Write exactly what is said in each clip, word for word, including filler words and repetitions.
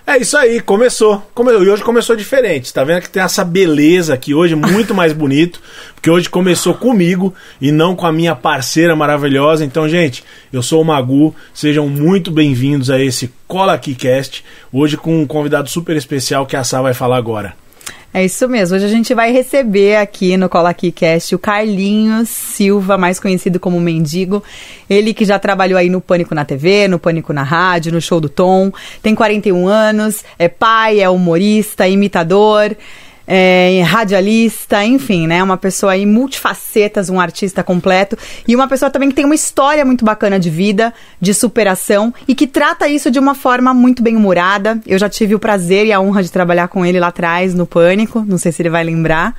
É isso aí, começou. começou. E hoje começou diferente. Tá vendo que tem essa beleza aqui hoje, muito mais bonito. Porque hoje começou comigo e não com a minha parceira maravilhosa. Então, gente, eu sou o Magu. Sejam muito bem-vindos a esse Cola Aqui Cast. Hoje com um convidado super especial que a Sá vai falar agora. É isso mesmo, hoje a gente vai receber aqui no Cola Aqui Cast o Carlinhos Silva, mais conhecido como Mendigo. Ele que já trabalhou aí no Pânico na T V, no Pânico na Rádio, no Show do Tom. Tem quarenta e um anos, é pai, é humorista, imitador, é radialista, enfim, né? Uma pessoa aí multifacetas, um artista completo. E uma pessoa também que tem uma história muito bacana de vida, de superação, e que trata isso de uma forma muito bem-humorada. Eu já tive o prazer e a honra de trabalhar com ele lá atrás, no Pânico. Não sei se ele vai lembrar.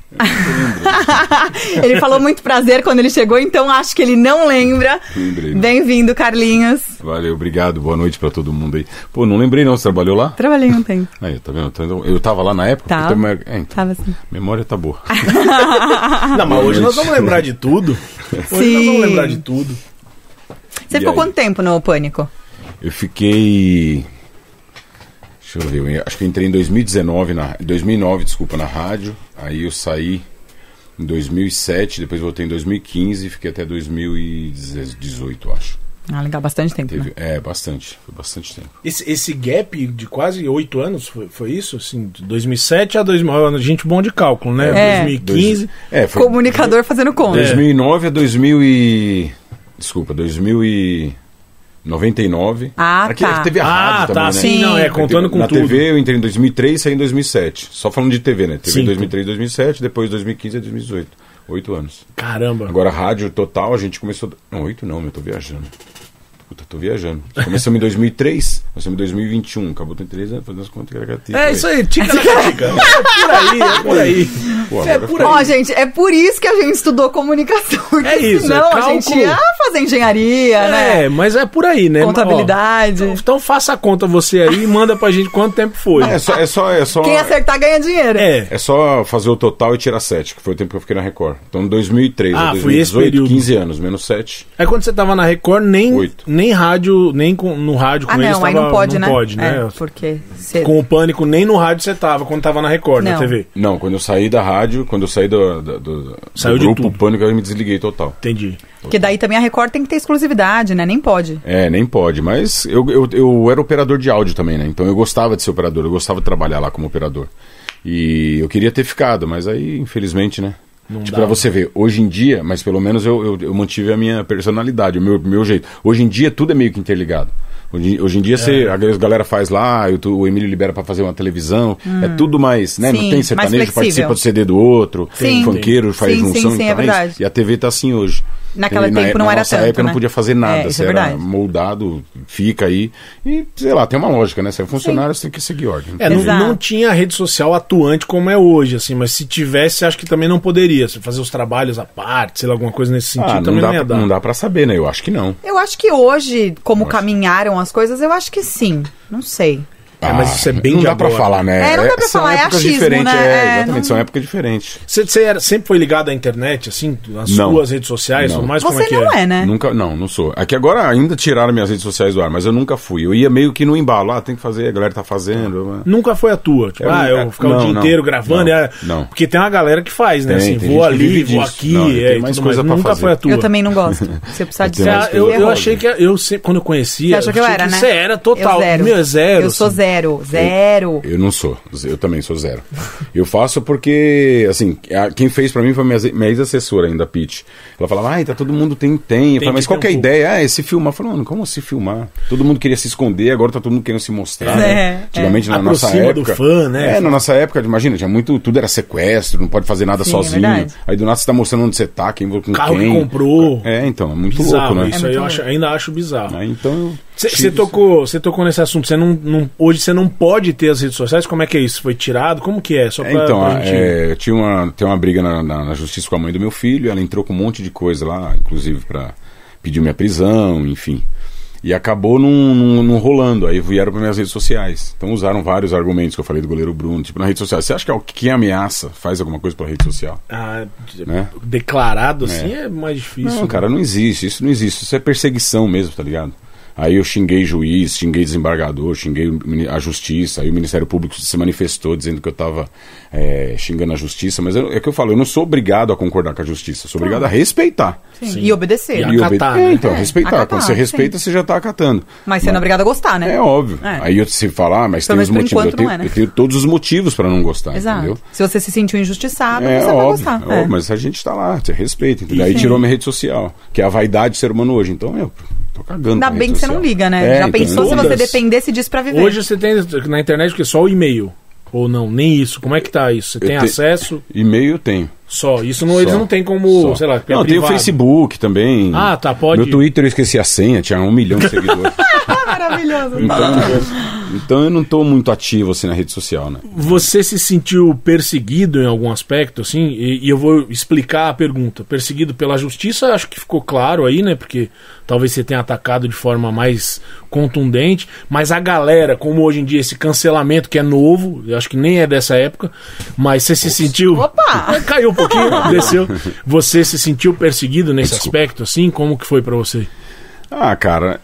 Ele falou muito prazer quando ele chegou, então acho que ele não lembra. Lembrei. Bem-vindo, Carlinhos. Valeu, obrigado, boa noite pra todo mundo aí. Pô, não lembrei não, você trabalhou lá? Trabalhei um tempo. Aí, tá vendo? Eu tava lá na época? Tava, porque tem... é, então, tava sim. Memória tá boa. Não, mas hoje nós vamos lembrar de tudo. Hoje Sim. nós vamos lembrar de tudo. Você E ficou aí? quanto tempo no Pânico? Eu fiquei... Deixa eu ver, eu acho que eu entrei em dois mil e dezenove, na... dois mil e nove, desculpa, na rádio. Aí eu saí em dois mil e sete, depois voltei em dois mil e quinze e fiquei até dois mil e dezoito, acho. Ah, legal, bastante tempo, Teve... né? É, bastante, foi bastante tempo. Esse, esse gap de quase oito anos, foi, foi isso? Assim, de dois mil e sete a dois mil... Gente bom de cálculo, né? É. dois mil e quinze... Dois... É, foi Comunicador fazendo conta. dois mil e nove a dois mil e... Desculpa, dois mil e noventa e nove. Ah, Aqui, tá. teve a rádio Ah, também, tá, né? sim, não, é, contando com na tudo. T V eu entrei em dois mil e três e saí em dois mil e sete. Só falando de T V, né? T V Sim. em dois mil e três, dois mil e sete, depois dois mil e quinze a dois mil e dezoito. Oito anos. Caramba. Agora, rádio total, a gente começou... Não, oito não, eu tô viajando. Puta, tô viajando. Começamos em dois mil e três, começamos em dois mil e vinte e um. Acabou em três anos, fazendo as contas que era É isso aí, tica na tica. É por aí, é por aí. Pô, É agora por Ó, aí. gente, é por isso que a gente estudou comunicação. Porque É isso, senão é a gente cálculo. ia fazer engenharia, né? É, mas é por aí, né? Contabilidade. Ó, então, então faça a conta você aí e manda pra gente quanto tempo foi. É só... É só, é só Quem acertar ganha dinheiro. É. É só fazer o total e tirar sete, que foi o tempo que eu fiquei na Record. Então, dois mil e três Ah, a foi esse dois mil e dezoito, período. quinze anos, menos sete. Aí quando você tava na Record, nem, Oito. nem rádio, nem com, no rádio com Ah, eles não, aí tava, não pode, não né? pode, né? É, porque... Cê... Com o Pânico, nem no rádio você tava quando tava na Record, na Não. T V. Não, quando eu saí da rádio, quando eu saí do, do, do, Saiu do de grupo tudo. Pânico, eu me desliguei total. Entendi. Porque daí também a Record tem que ter exclusividade, né? Nem pode. É, nem pode, mas eu, eu, eu era operador de áudio também, né? Então eu gostava de ser operador, eu gostava de trabalhar lá como operador. E eu queria ter ficado, mas aí, infelizmente, né? Não Tipo, dá. pra você ver, hoje em dia, mas pelo menos eu, eu, eu mantive a minha personalidade, o meu, meu jeito. Hoje em dia tudo é meio que interligado. Hoje, hoje em dia você, a galera faz lá, eu, o Emílio libera pra fazer uma televisão, é tudo mais, né? Sim, Não tem mais sertanejo, flexível. participa do C D do outro, Sim. funkeiro faz Sim, junção sim, sim, e é tal, verdade. e a T V tá assim hoje. Naquele E tempo na, não na era nossa tanto, época né? não podia fazer nada, É, isso você é era verdade. moldado, fica aí, e sei lá, tem uma lógica, né? Você é funcionário, você tem que seguir ordem. É, não, Exato. não tinha rede social atuante como é hoje, assim, mas se tivesse, acho que também não poderia. Você fazer os trabalhos à parte, sei lá, alguma coisa nesse sentido, Ah, não também dá, não ia pra, dar. não dá pra saber, né? Eu acho que não. Eu acho que hoje, como caminharam as coisas, eu acho que sim. Não sei. É, mas isso é bem Não de dá pra agora. falar, né? É, não dá pra são falar, é épocas achismo, diferentes, né? é, É, exatamente, não- são épocas diferentes. Você, você era, sempre foi ligado à internet, assim, às Não. suas redes sociais, Não. tudo mais, como Você é que não é? é, né? Nunca, não, não sou. Aqui agora ainda tiraram minhas redes sociais do ar, mas eu nunca fui. Eu ia meio que no embalo, ah, tem que fazer, a galera tá fazendo. mas- Nunca foi a tua, tipo, Eu- ah, eu é, vou ficar o não, dia não, inteiro gravando, não, é, não. porque tem uma galera que faz, né, Tem, assim, tem vou gente que ali, vive vou disso. aqui, Não, eu é, tenho e mais tudo coisa mais. pra Nunca fazer. foi a tua. Eu também não gosto. Se eu precisar Eu de tenho mais Ah, eu, coisa eu pra achei que eu sempre, quando eu conhecia, Você achou que eu achei era, né? você era total, Eu zero. meu, é zero. Eu sou assim. zero. Zero. Eu não sou, eu também sou zero. Eu faço porque, assim, a- quem fez pra mim foi minha, minha ex-assessora ainda, a Pitty. Ela falava, ai, tá todo mundo tem, tem. Eu falei, mas que qual ter que é a um ideia? Ah, é se filmar. Eu falei, mano, como se filmar? Todo mundo queria se esconder, agora tá todo mundo querendo se mostrar. É, né? Antigamente, é. na nossa Aproxima do época. fã, né? É, na nossa época, imagina, tinha muito, tudo era sequestro, não pode fazer nada Sim, é sozinho. verdade. Aí do nada você tá mostrando onde você tá, quem com Carro quem. que comprou. É, então, é muito Bizarro, louco, né? isso É aí eu muito acho- ainda acho bizarro. Aí, então eu Você tiro- tocou, você tocou nesse assunto, você não, não- hoje você não pode ter as redes sociais, como é que é isso? Foi tirado? Como que é? Só pra, É, então, pra a- gente... é, tinha uma, tem uma briga na, na- na justiça com a mãe do meu filho, ela entrou com um monte de coisa lá, inclusive pra pedir minha prisão, enfim. E acabou não, não, não rolando, aí vieram para minhas redes sociais. Então usaram vários argumentos que eu falei do goleiro Bruno, tipo, na rede social. Você acha que quem ameaça faz alguma coisa pela rede social? Ah, Né? declarado assim é, mais difícil. Não, cara, não existe, isso não existe. Isso é perseguição mesmo, tá ligado? Aí eu xinguei juiz, xinguei desembargador, xinguei a justiça, aí o Ministério Público se manifestou dizendo que eu estava é, xingando a justiça, mas eu, é que eu falo, eu não sou obrigado a concordar com a justiça, eu sou obrigado a respeitar. Sim. Sim. E obedecer. E E acatar, obede- né? é, então, É, respeitar. acatar, Quando você respeita, sim. você já está acatando. Mas você não é obrigado a gostar, né? É óbvio. É. Aí eu se falar, ah, mas Pelo tem os menos por motivos. Eu enquanto tenho, não é, né? eu tenho todos os motivos para não gostar, Exato. entendeu? Se você se sentiu injustiçado, É você vai óbvio, gostar. é óbvio, mas a gente tá lá, você respeita, entendeu? Aí Sim. tirou minha rede social, que é a vaidade do ser humano hoje. Então, eu tô cagando. Ainda pra bem rede que você social. não liga, né? É, Já então, pensou se todas- você dependesse disso pra viver? Hoje você tem na internet que só o e-mail. Ou não, nem isso. Como é que tá isso? Você Eu tem te- acesso E-mail eu tenho. só. Isso não, Só. eles não tem como, Só. sei lá, é Não, tem o privado. Facebook também. Ah, tá, pode. Meu Twitter eu esqueci a senha, tinha um milhão de seguidores. Maravilhoso. então, então eu não tô muito ativo assim na rede social, né? Você se sentiu perseguido em algum aspecto, assim? E, e eu vou explicar a pergunta. Perseguido pela justiça, acho que ficou claro aí, né? Porque talvez você tenha atacado de forma mais contundente. Mas a galera, como hoje em dia esse cancelamento que é novo, eu acho que nem é dessa época, mas você se sentiu... Opa! Caiu um pouquinho, desceu. Você se sentiu perseguido nesse aspecto, assim? Como que foi pra você? Ah, cara,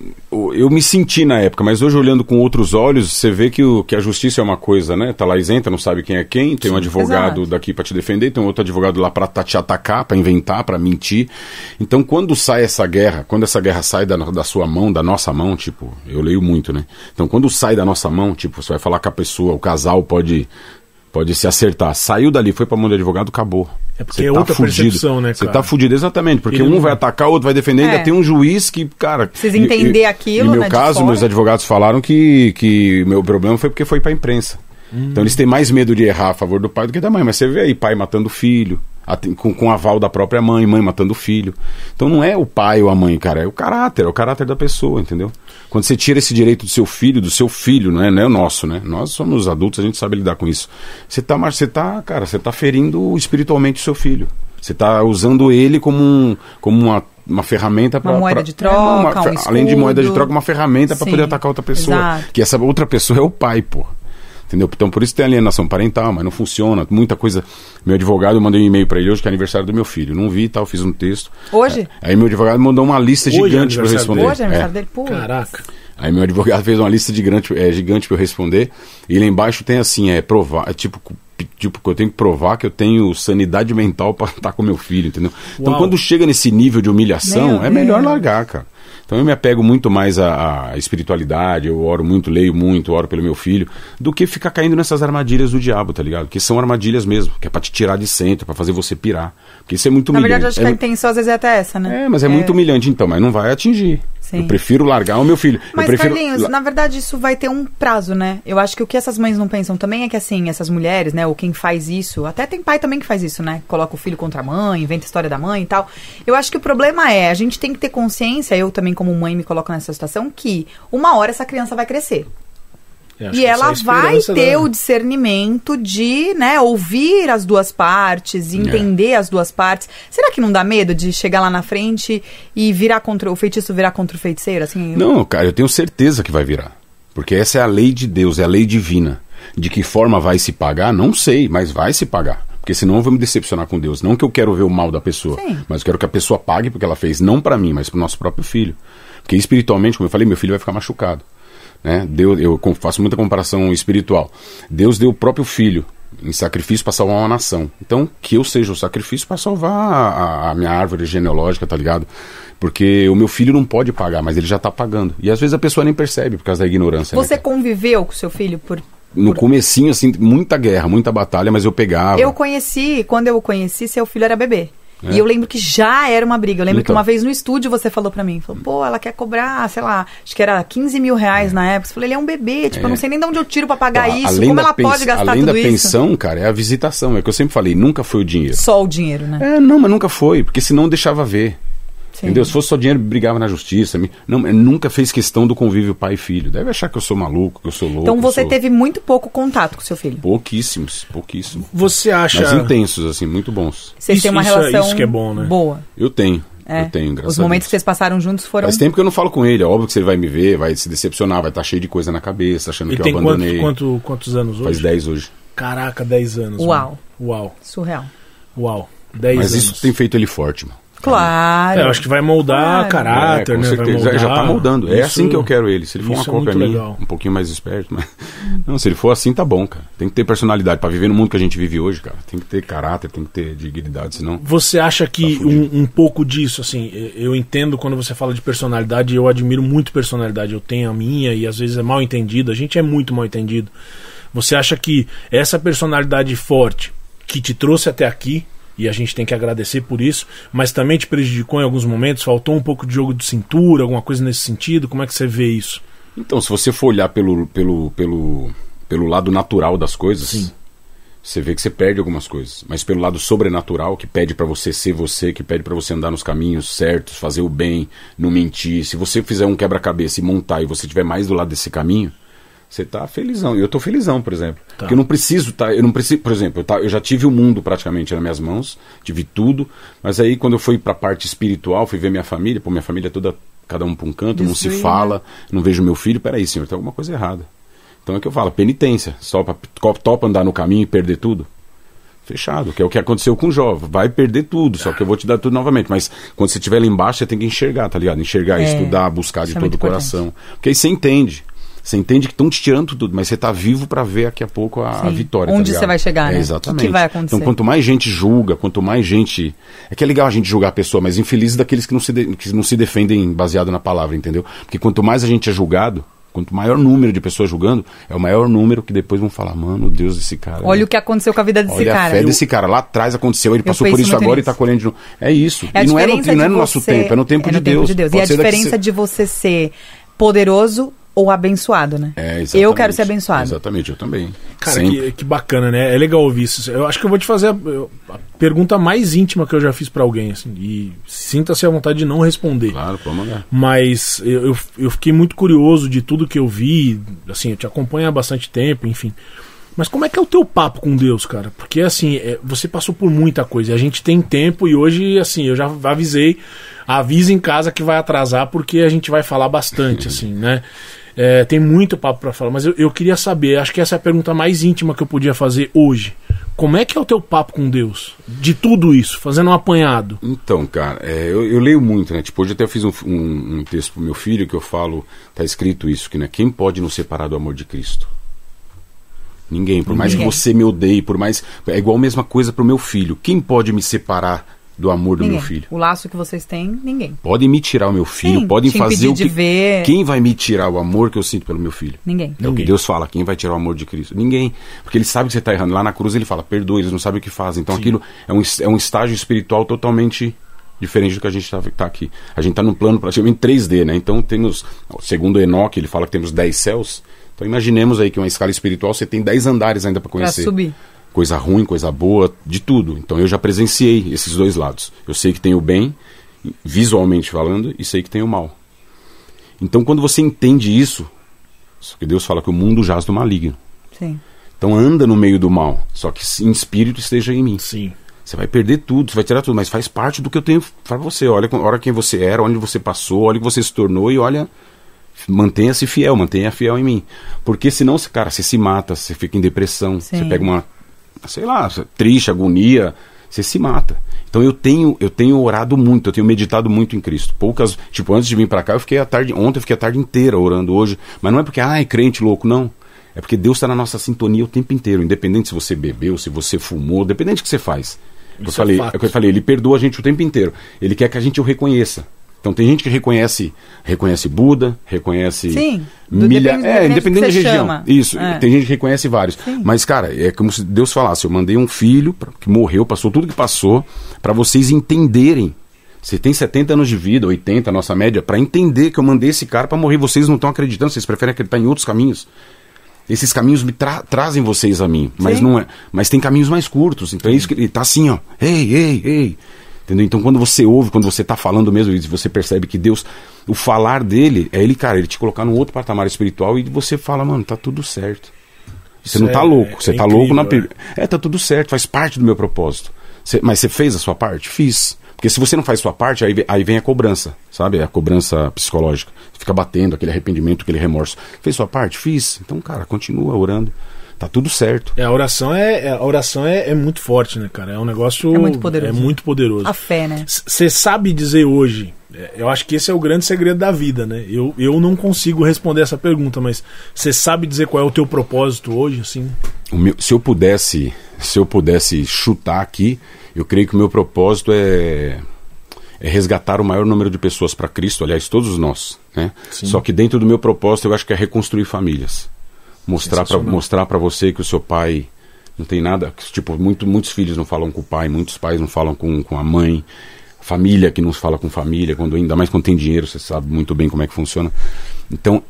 eu eu me senti na época, mas hoje olhando com outros olhos, você vê que, o, que a justiça é uma coisa, né? Tá lá isenta, não sabe quem é quem, tem um advogado Exato. daqui pra te defender, tem um outro advogado lá pra ta- te atacar, pra inventar, pra mentir. Então, quando sai essa guerra, quando essa guerra sai da, da sua mão, da nossa mão, tipo, eu leio muito, né? Então, quando sai da nossa mão, tipo, você vai falar com a pessoa, o casal pode... Pode se acertar. Saiu dali, foi pra mão do advogado, acabou. É porque Você é tá outra fudido. percepção, né, Você cara? tá fudido, exatamente. Porque Ele um não- vai atacar, o outro vai defender, É. ainda tem um juiz que, cara... Precisa e- entender e- aquilo, No meu né, de caso, fora. meus advogados falaram que, que meu problema foi porque foi pra imprensa. Hum. Então eles têm mais medo de errar a favor do pai do que da mãe. Mas você vê aí, pai matando o filho, até- com, com aval da própria mãe, mãe matando o filho. Então não é o pai ou a mãe, cara, é o caráter, é o caráter da pessoa, entendeu? Quando você tira esse direito do seu filho, do seu filho, não é, não é o nosso, né? Nós somos adultos, a gente sabe lidar com isso. Você tá, mas você tá, cara, você tá ferindo espiritualmente o seu filho. Você tá usando ele como, um, como uma, uma ferramenta para... moeda de troca, um além de escudo. moeda de troca, uma ferramenta para Sim, poder atacar outra pessoa. exato. Que essa outra pessoa é o pai, pô. Entendeu? Então por isso tem alienação parental, mas não funciona. Muita coisa. Meu advogado, eu mandei um e-mail pra ele hoje que é aniversário do meu filho. Não vi e tal, fiz um texto. Hoje? Aí meu advogado mandou uma lista Hoje é gigante pra eu aniversário responder. dele? Hoje é aniversário É. dele? Pô. Caraca. Aí meu advogado fez uma lista gigante, é, gigante pra eu responder. E lá embaixo tem assim, é provar, é tipo, tipo, eu tenho que provar que eu tenho sanidade mental pra estar com meu filho, entendeu? Então Uau. quando chega nesse nível de humilhação, Meu é melhor Deus. largar, cara. Então eu me apego muito mais à, à espiritualidade, eu oro muito, leio muito, oro pelo meu filho, do que ficar caindo nessas armadilhas do diabo, tá ligado? Que são armadilhas mesmo, que é pra te tirar de centro, pra fazer você pirar. Porque isso é muito Na humilhante. verdade, acho é, que a intenção às vezes é até essa, né? é, mas é, muito humilhante então, mas não vai atingir. Sim. Eu prefiro largar o meu filho. Mas, eu prefiro... Carlinhos, na verdade isso vai ter um prazo, né? Eu acho que o que essas mães não pensam também é que, assim, essas mulheres, né, ou quem faz isso, até tem pai também que faz isso, né? Coloca o filho contra a mãe, inventa a história da mãe e tal. Eu acho que o problema é, a gente tem que ter consciência, eu também como mãe me coloco nessa situação, que uma hora essa criança vai crescer. Eu acho E que essa é ela a vai esperança ter da- o discernimento de, né, ouvir as duas partes, entender as duas partes. Será que não dá medo de chegar lá na frente e virar contra o feitiço, virar contra o feiticeiro? Assim, Não, cara, eu tenho certeza que vai virar. Porque essa é a lei de Deus, é a lei divina. De que forma vai se pagar, não sei, mas vai se pagar. Porque senão eu vou me decepcionar com Deus. Não que eu quero ver o mal da pessoa, Sim. mas eu quero que a pessoa pague porque ela fez, não pra mim, mas pro nosso próprio filho. Porque espiritualmente, como eu falei, meu filho vai ficar machucado. Né? Deus, eu com- faço muita comparação espiritual. Deus deu o próprio filho em sacrifício para salvar uma nação. Então, que eu seja o sacrifício para salvar a, a minha árvore genealógica, tá ligado? Porque o meu filho não pode pagar, mas ele já tá pagando. E às vezes a pessoa nem percebe por causa da ignorância. Você né? conviveu com seu filho por... No por- comecinho, assim, muita guerra, muita batalha, mas eu pegava. Eu conheci, quando eu o conheci, seu filho era bebê. É. E eu lembro que já era uma briga. Eu lembro que Então. uma vez no estúdio você falou pra mim, falou, pô, ela quer cobrar, sei lá, acho que era quinze mil reais na época. Eu falei, ele é um bebê, tipo, eu não sei nem de onde eu tiro pra pagar Então, isso. além Como da ela pens- pode gastar Além tudo da isso? pensão, cara, é a visitação. É o que eu sempre falei, nunca foi o dinheiro. Só o dinheiro, né? É, não, mas nunca foi, porque senão deixava ver. Sim. Entendeu? Se fosse só dinheiro, brigava na justiça. me- Não, é, nunca fez questão do convívio pai e filho. Deve achar que eu sou maluco, que eu sou louco. Então eu você sou- teve muito pouco contato com seu filho. Pouquíssimos, pouquíssimos. Você acha... Mas intensos, assim, muito bons. Vocês Isso- têm uma isso é- relação isso que é bom, né? boa. Eu tenho, É. eu tenho, graças Os a momentos que Deus. vocês passaram juntos foram... Faz tempo que eu não falo com ele. É óbvio que ele vai me ver, vai se decepcionar, vai estar cheio de coisa na cabeça, achando E que eu tem quanto, abandonei. quanto, quantos anos hoje? Faz dez hoje. Caraca, dez anos. Uau. Mano. Uau. Surreal. Uau. dez Mas anos. isso tem feito ele forte, mano. Claro. É, eu acho que vai moldar claro. caráter, é, com né? certeza. Vai moldar. Já tá moldando. É Isso, assim que eu quero ele. Se ele for uma isso é cópia muito minha, legal. um pouquinho mais esperto, mas... Não, se ele for assim, tá bom, cara. Tem que ter personalidade. Pra viver no mundo que a gente vive hoje, cara, tem que ter caráter, tem que ter dignidade, senão... Você acha que Tá um, um pouco disso, assim, eu entendo quando você fala de personalidade, eu admiro muito personalidade. Eu tenho a minha e às vezes é mal entendido. A gente é muito mal entendido. Você acha que essa personalidade forte que te trouxe até aqui, e a gente tem que agradecer por isso, mas também te prejudicou em alguns momentos? Faltou um pouco de jogo de cintura, alguma coisa nesse sentido? Como é que você vê isso? Então, se você for olhar pelo, pelo, pelo, pelo lado natural das coisas, Sim. você vê que você perde algumas coisas. Mas pelo lado sobrenatural, que pede pra você ser você, que pede pra você andar nos caminhos certos, fazer o bem, não mentir. Se você fizer um quebra-cabeça e montar e você estiver mais do lado desse caminho, você tá felizão. E eu tô felizão, por exemplo. Tá. Porque eu não preciso, tá, eu não preciso, por exemplo, eu, tá, eu já tive o mundo praticamente nas minhas mãos, tive tudo, mas aí quando eu fui pra parte espiritual, fui ver minha família, pô, minha família é toda, cada um pra um canto, não se fala, não vejo meu filho, peraí, senhor, tem alguma coisa errada. Então é que eu falo, penitência, só pra, topa andar no caminho e perder tudo. Fechado, que é o que aconteceu com o Jó. Vai perder tudo, só que eu vou te dar tudo novamente. Mas quando você estiver lá embaixo, você tem que enxergar, tá ligado? Enxergar, é, estudar, buscar de todo o coração. Porque aí você entende. Você entende que estão te tirando tudo, mas você está vivo para ver daqui a pouco a, a vitória. Onde tá você vai chegar, é, né? Exatamente. O que vai acontecer? Então, quanto mais gente julga, quanto mais gente... É que é legal a gente julgar a pessoa, mas infeliz daqueles que não se, de... que não se defendem baseado na palavra, entendeu? Porque quanto mais a gente é julgado, quanto maior número de pessoas julgando, é o maior número que depois vão falar, mano, Deus desse cara. Olha né? o que aconteceu com a vida desse Olha cara. Olha a fé eu... desse cara. Lá atrás aconteceu, ele passou por isso agora nisso. e está colhendo de novo. É isso. É e não é no, não é no você... nosso tempo, é no tempo, é no de, tempo Deus. de Deus. Pode e a diferença ser... de você ser poderoso ou abençoado, né? É, exatamente. Eu quero ser abençoado. Exatamente, eu também. Cara, que, que bacana, né? É legal ouvir isso. Eu acho que eu vou te fazer a, a pergunta mais íntima que eu já fiz pra alguém, assim, e sinta-se à vontade de não responder. Claro, pode mandar. Mas eu, eu, eu fiquei muito curioso de tudo que eu vi, assim, eu te acompanho há bastante tempo, enfim. Mas como é que é o teu papo com Deus, cara? Porque, assim, é, você passou por muita coisa. A gente tem tempo e hoje, assim, eu já avisei, avisa em casa que vai atrasar porque a gente vai falar bastante, assim, né? É, tem muito papo pra falar, mas eu, eu queria saber, acho que essa é a pergunta mais íntima que eu podia fazer hoje. Como é que é o teu papo com Deus? De tudo isso, fazendo um apanhado. Então, cara, é, eu, eu leio muito, né? Tipo, hoje até eu fiz um, um, um texto pro meu filho que eu falo, tá escrito isso, que né, quem pode nos separar do amor de Cristo? Ninguém, por mais Ninguém. que você me odeie, por mais... É igual a mesma coisa pro meu filho. Quem pode me separar do amor do ninguém. meu filho? O laço que vocês têm, ninguém. Podem me tirar o meu filho, Sim, podem te fazer o que... de ver... Quem vai me tirar o amor que eu sinto pelo meu filho? Ninguém. É o que Deus fala, quem vai tirar o amor de Cristo? Ninguém. Porque ele sabe que você está errando. Lá na cruz ele fala, perdoa, eles não sabem o que fazem. Então Sim. aquilo é um, é um estágio espiritual totalmente diferente do que a gente está tá aqui. A gente está num plano praticamente três D, né? Então temos, segundo Enoque, ele fala que temos dez céus. Então imaginemos aí que uma escala espiritual você tem dez andares ainda para conhecer. Pra subir. Coisa ruim, coisa boa, de tudo. Então eu já presenciei esses dois lados. Eu sei que tem o bem, visualmente falando, e sei que tem o mal. Então quando você entende isso, só que Deus fala que o mundo jaz do maligno. Sim. Então anda no meio do mal, só que em espírito esteja em mim. Sim. Você vai perder tudo, você vai tirar tudo, mas faz parte do que eu tenho para você. Olha, olha quem você era, onde você passou, olha o que você se tornou e olha... Mantenha-se fiel, mantenha fiel em mim. Porque senão, cara, você se mata, você fica em depressão, Sim. você pega uma, sei lá, triste, agonia, você se mata. Então eu tenho, eu tenho orado muito, eu tenho meditado muito em Cristo. Poucas, tipo, antes de vir pra cá, eu fiquei a tarde, ontem eu fiquei a tarde inteira orando hoje. Mas não é porque, ai, crente louco, não. É porque Deus está na nossa sintonia o tempo inteiro, independente se você bebeu, se você fumou, independente do que você faz. Eu falei, é o que eu falei, ele perdoa a gente o tempo inteiro. Ele quer que a gente o reconheça. Então tem gente que reconhece, reconhece Buda, reconhece Sim, milha, depende, é, independente da região. Chama. Isso, é. Tem gente que reconhece vários. Sim. Mas cara, é como se Deus falasse, eu mandei um filho pra, que morreu, passou tudo que passou, para vocês entenderem. Você tem setenta anos de vida, oitenta, nossa média, para entender que eu mandei esse cara para morrer. Vocês não estão acreditando, vocês preferem acreditar em outros caminhos. Esses caminhos me tra trazem vocês a mim, mas Sim. não é, mas tem caminhos mais curtos. Então é isso que ele tá assim, ó. Ei, ei, ei. Entendeu? Então quando você ouve, quando você está falando mesmo, você percebe que Deus, o falar dele, é ele, cara, ele te colocar num outro patamar espiritual e você fala, mano, tá tudo certo. Você Isso não tá é, louco, você é tá incrível, louco na... É. é, tá tudo certo, faz parte do meu propósito. Você, mas você fez a sua parte? Fiz. Porque se você não faz a sua parte, aí, aí vem a cobrança, sabe? A cobrança psicológica. Fica batendo aquele arrependimento, aquele remorso. Fez sua parte? Fiz. Então, cara, continua orando. Tá tudo certo. É, a oração, é, a oração é, é muito forte, né, cara? É um negócio... É muito poderoso. É muito poderoso. A fé, né? Você sabe dizer hoje, eu acho que esse é o grande segredo da vida, né? Eu, eu não consigo responder essa pergunta, mas você sabe dizer qual é o teu propósito hoje, assim? O meu, se eu pudesse, se eu pudesse chutar aqui, eu creio que o meu propósito é... é resgatar o maior número de pessoas para Cristo, aliás, todos nós, né? Sim. Só que dentro do meu propósito eu acho que é reconstruir famílias. Mostrar para mostrar para você que o seu pai não tem nada, tipo, muito, muitos filhos não falam com o pai, muitos pais não falam com, com a mãe, família que não se fala com família, quando, ainda mais quando tem dinheiro, você sabe muito bem como é que funciona. Então,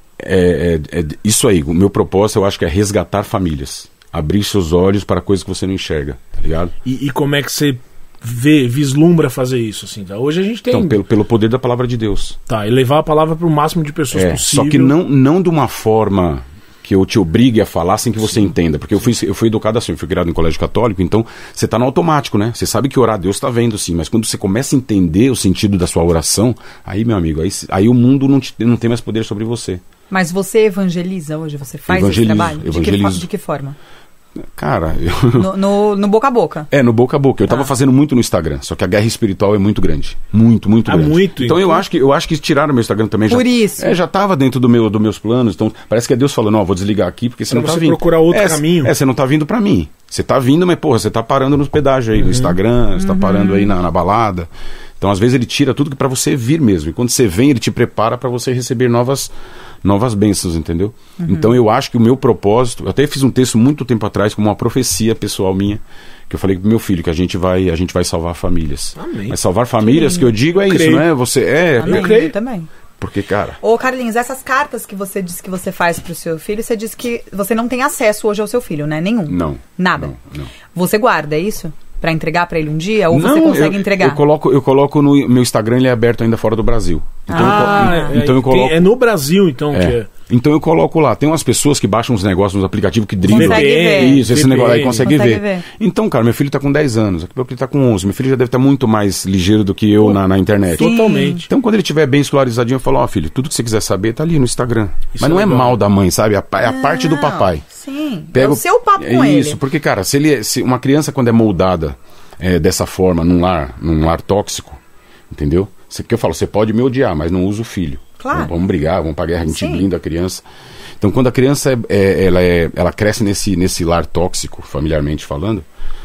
é, é, é isso aí, o meu propósito eu acho que é resgatar famílias, abrir seus olhos para coisas que você não enxerga, tá ligado? E, e como é que você vê, vislumbra fazer isso, assim, tá? Hoje a gente tem... Então, pelo, pelo poder da palavra de Deus. Tá, e levar a palavra para o máximo de pessoas é, possível. Só que não, não de uma forma que eu te obrigue a falar sem que você Sim. entenda, porque eu fui, eu fui educado assim, eu fui criado em colégio católico, então você tá no automático, né? Você sabe que orar, Deus tá vendo sim, mas quando você começa a entender o sentido da sua oração, aí, meu amigo, aí, aí o mundo não, te, não tem mais poder sobre você. Mas você evangeliza hoje? Você faz evangelizo, esse trabalho? Evangelizo. De que, de que forma? Cara, eu... no, no, no boca a boca. É, no boca a boca. Eu tá. tava fazendo muito no Instagram, só que a guerra espiritual é muito grande. Muito, muito ah, grande. Muito, então, então eu acho que eu acho que tiraram meu Instagram também. Por já, isso. É, já tava dentro do meu, dos meus planos. Então, parece que é Deus falando, ó, vou desligar aqui porque você pra não você tá vindo. procurar outro é, caminho. É, você não tá vindo pra mim. Você tá vindo, mas, porra, você tá parando nos pedágios aí, uhum. no Instagram, você tá parando aí na, na balada. Então, às vezes, ele tira tudo que pra você vir mesmo. E quando você vem, ele te prepara pra você receber novas... novas bênçãos, entendeu? Uhum. Então eu acho que o meu propósito, eu até fiz um texto muito tempo atrás como uma profecia pessoal minha, que eu falei pro meu filho que a gente vai, a gente vai salvar famílias. Amém. Mas salvar famílias, que, que eu digo é eu isso, creio. Não é? Você é, Amém. eu creio também. Porque, cara... Ô, Carlinhos, essas cartas que você diz que você faz pro seu filho, você diz que você não tem acesso hoje ao seu filho, né? Nenhum. Não. Nada. Não, não. Você guarda, é isso? Pra entregar pra ele um dia? Ou não, você consegue eu, entregar? Eu coloco, eu coloco no meu Instagram, ele é aberto ainda fora do Brasil. Então, ah, eu, então é, eu coloco... é no Brasil, então, é. que é... Então eu coloco lá. Tem umas pessoas que baixam uns negócios nos aplicativos que driblam. Consegue ver. Isso, esse negócio aí consegue, consegue ver. ver. Então, cara, meu filho tá com dez anos. Aqui meu filho tá com onze. Meu filho já deve estar muito mais ligeiro do que eu na, na internet. Sim. Totalmente. Então, quando ele estiver bem escolarizadinho, eu falo, ó, oh, filho, tudo que você quiser saber tá ali no Instagram. Isso Mas não é, é mal da mãe, sabe? É a, é a parte do papai. Sim. Pega é o seu papo com é ele. Isso, porque, cara, se ele se uma criança, quando é moldada é, dessa forma, num lar, num lar tóxico, entendeu? Você, que eu falo, você pode me odiar, mas não usa o filho. Claro. Vamos, vamos brigar, vamos pra guerra, a gente Sim. blinda a criança. Então, quando a criança é, é, ela, é, ela cresce nesse, nesse lar tóxico, familiarmente falando,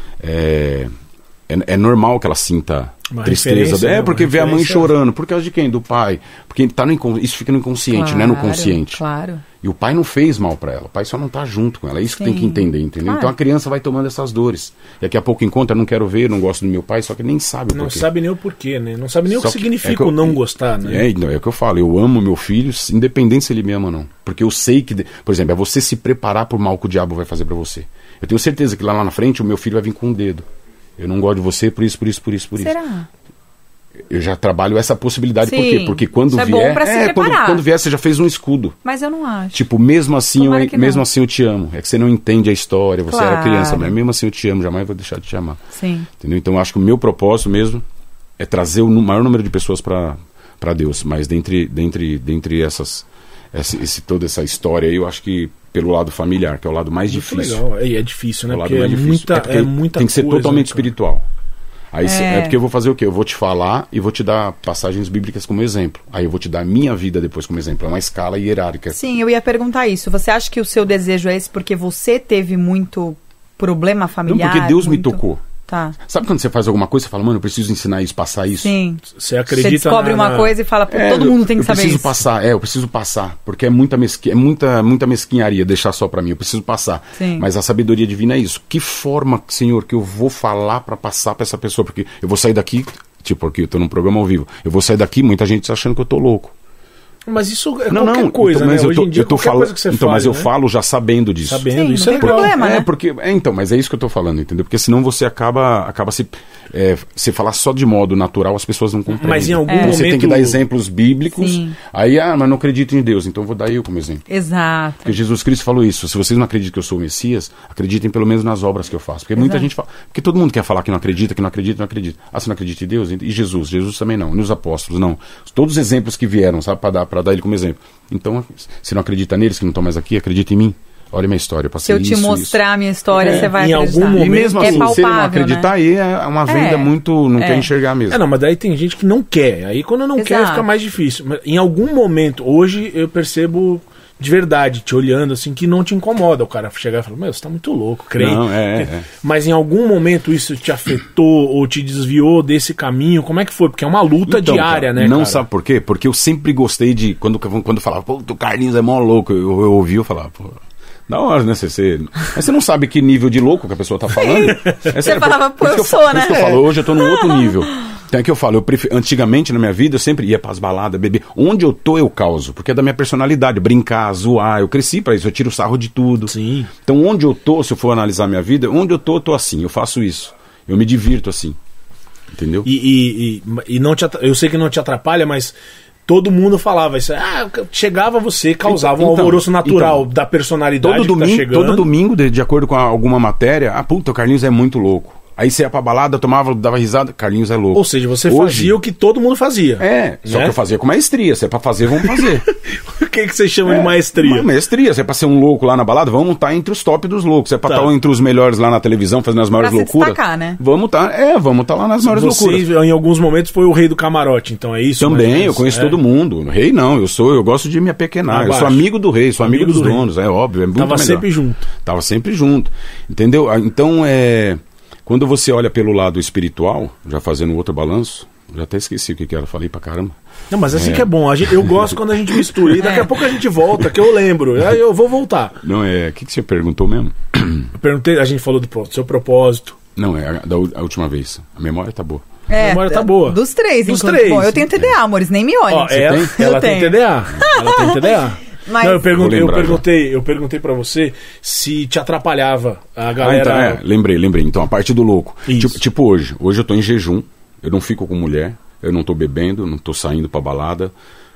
é, é, é normal que ela sinta uma tristeza. É, né? porque vê a mãe referência. chorando. Por causa de quem? Do pai. Porque tá no incon... isso fica no inconsciente, Claro, não é no consciente. Claro. E o pai não fez mal pra ela. O pai só não tá junto com ela. É isso Sim. que tem que entender, entendeu? Claro. Então a criança vai tomando essas dores. E daqui a pouco encontra, não quero ver, não gosto do meu pai, só que nem sabe o Não porquê. sabe nem o porquê, né? Não sabe nem Só o que, que significa é que eu- o não gostar, né? É, não, é o que eu falo, eu amo meu filho, independente se ele me ama ou não. Porque eu sei que, por exemplo, é você se preparar pro mal que o diabo vai fazer pra você. Eu tenho certeza que lá, lá na frente o meu filho vai vir com um dedo. Eu não gosto de você por isso, por isso, por isso, por isso. Será? Eu já trabalho essa possibilidade, por Sim. quê? Porque quando Isso é vier. bom pra se quando, preparar. quando vier, você já fez um escudo. Mas eu não acho. Tipo, mesmo assim, Tomara eu, que mesmo não. assim eu te amo. É que você não entende a história, você Claro. era criança, mas mesmo assim eu te amo, jamais vou deixar de te amar. Sim. Entendeu? Então eu acho que o meu propósito mesmo é trazer o nu- maior número de pessoas para Deus. Mas dentre, dentre, dentre essas, esse, esse, toda essa história aí, eu acho que pelo lado familiar, que é o lado mais Muito difícil. legal. E é difícil, né? É o lado Porque é mais difícil. muita, É porque é muita tem que ser coisa, totalmente né, cara? espiritual. Aí cê- É. é porque eu vou fazer o quê? Eu vou te falar e vou te dar passagens bíblicas como exemplo. Aí eu vou te dar a minha vida depois como exemplo. É uma escala hierárquica. Sim, eu ia perguntar isso. Você acha que o seu desejo é esse porque você teve muito problema Não, familiar? porque Deus me muito- tocou. Tá. Sabe quando você faz alguma coisa, você fala, mano, eu preciso ensinar isso, passar isso? Sim. Você acredita Você descobre na- uma na- coisa e fala, pô, É, todo mundo tem que eu saber preciso isso. passar, é, eu preciso passar, porque é muita, mesqui, é muita, muita mesquinharia deixar só pra mim, eu preciso passar. Sim. Mas a sabedoria divina é isso. Que forma, Senhor, que eu vou falar pra passar pra essa pessoa? Porque eu vou sair daqui, tipo, porque eu tô num programa ao vivo, eu vou sair daqui, muita gente achando que eu tô louco. Mas isso é Não, qualquer não, coisa, então, mas né? eu Hoje tô, em dia, eu tô qualquer falando, coisa que você então, fale, mas eu né? falo já sabendo disso. Sabendo, Sim, isso não é tem legal. problema. É, né? porque. É, então, mas é isso que eu tô falando, entendeu? Porque senão você acaba, acaba se. É, se falar só de modo natural, as pessoas não compreendem. Mas em algum Então você tem que momento- dar exemplos bíblicos. Sim. Aí, ah, mas não acredito em Deus, então vou dar eu como exemplo. Exato. Porque Jesus Cristo falou isso. Se vocês não acreditam que eu sou o Messias, acreditem pelo menos nas obras que eu faço. Porque muita Exato. gente fala. Porque todo mundo quer falar que não acredita, que não acredita, não acredita. Ah, você não acredita em Deus? E Jesus? Jesus também não. E nos apóstolos, não. Todos os exemplos que vieram, sabe, para dar, para dar ele como exemplo. Então, se não acredita neles, que não estão mais aqui, acredita em mim. olha minha história, eu Se passei eu te isso, mostrar isso. a minha história, É, você vai em acreditar. algum E momento- mesmo é assim, se ele não palpável, acreditar, né? aí é uma venda É. muito... Não É. quer enxergar mesmo. É, não, mas daí tem gente que não quer. Aí quando não quer, Exato. fica mais difícil. Mas em algum momento, hoje eu percebo de verdade, te olhando assim, que não te incomoda o cara chegar e falar, meu, você tá muito louco, crente. Não, é, é. Mas em algum momento isso te afetou ou te desviou desse caminho? Como é que foi? Porque é uma luta Então, diária, cara, né, Não cara? sabe por quê? Porque eu sempre gostei de... Quando, quando falava, pô, o Carlinhos é mó louco, eu, eu ouvi, eu falava, pô... Da hora, né? Você, você... Mas você não sabe que nível de louco que a pessoa tá falando. Essa Você falava, pô, por isso eu que sou, fa- por né? isso que eu falo, hoje eu tô num outro nível. Então é que eu falo, eu prefiro, antigamente na minha vida eu sempre ia pras baladas, beber. Onde eu tô eu causo, porque é da minha personalidade, brincar, zoar. Eu cresci pra isso, eu tiro sarro de tudo. Sim. Então onde eu tô, se eu for analisar minha vida, onde eu tô, eu tô assim, eu faço isso. Eu me divirto assim. Entendeu? E, e, e, e não te, atra- eu sei que não te atrapalha, mas todo mundo falava isso. Ah, chegava você, causava um Então, alvoroço natural então, da personalidade Todo que tá domingo, chegando. todo domingo de, de acordo com a- alguma matéria, ah, puta, o Carlinhos é muito louco. Aí você ia pra balada, tomava, dava risada, Carlinhos é louco. Ou seja, você Hoje- fazia o que todo mundo fazia. É, só né? que eu fazia com maestria. Se é pra fazer, vamos fazer. O que, que você chama É, de maestria? ma- Maestria. Se é pra ser um louco lá na balada, vamos estar entre os top dos loucos. Se é pra Tá. estar entre os melhores lá na televisão, fazendo as maiores Pra se loucuras. destacar, né? Vamos estar, é, vamos estar lá nas maiores Você, loucuras. em alguns momentos, foi o rei do camarote, então é isso? mais ou Também, menos? eu conheço É. todo mundo. Rei não, eu sou, eu gosto de me apequenar. Abaixo. Eu sou amigo do rei, sou amigo, Amigo dos do rei. donos, é óbvio. É muito Tava melhor. sempre junto. Tava sempre junto. Entendeu? Ah, Então, é. Quando você olha pelo lado espiritual, já fazendo outro balanço, já até esqueci o que, que era, falei pra caramba. Não, mas assim É. que é bom. A gente- eu gosto quando a gente mistura. E daqui a pouco a gente volta, que eu lembro. Aí eu vou voltar. Não, é. O que, que você perguntou mesmo? Eu perguntei, a gente falou do pro- seu propósito. Não, é a, da u- a última vez. A memória tá boa. É, A memória tá boa. Dos três, Dos inclusive. três. Bom, eu tenho T D A, amores, nem me olhem. Ó, ela, tem? ela Eu tem tenho. T D A. Ela tem T D A. Mas- Não, eu perguntei, eu Vou lembrar perguntei, eu perguntei para você se te atrapalhava a Ah, galera. então, é, lembrei, lembrei. Então, a parte do louco. Isso. Tipo, tipo hoje. Hoje eu tô em jejum, eu não fico com mulher, eu não tô bebendo, não tô saindo pra balada.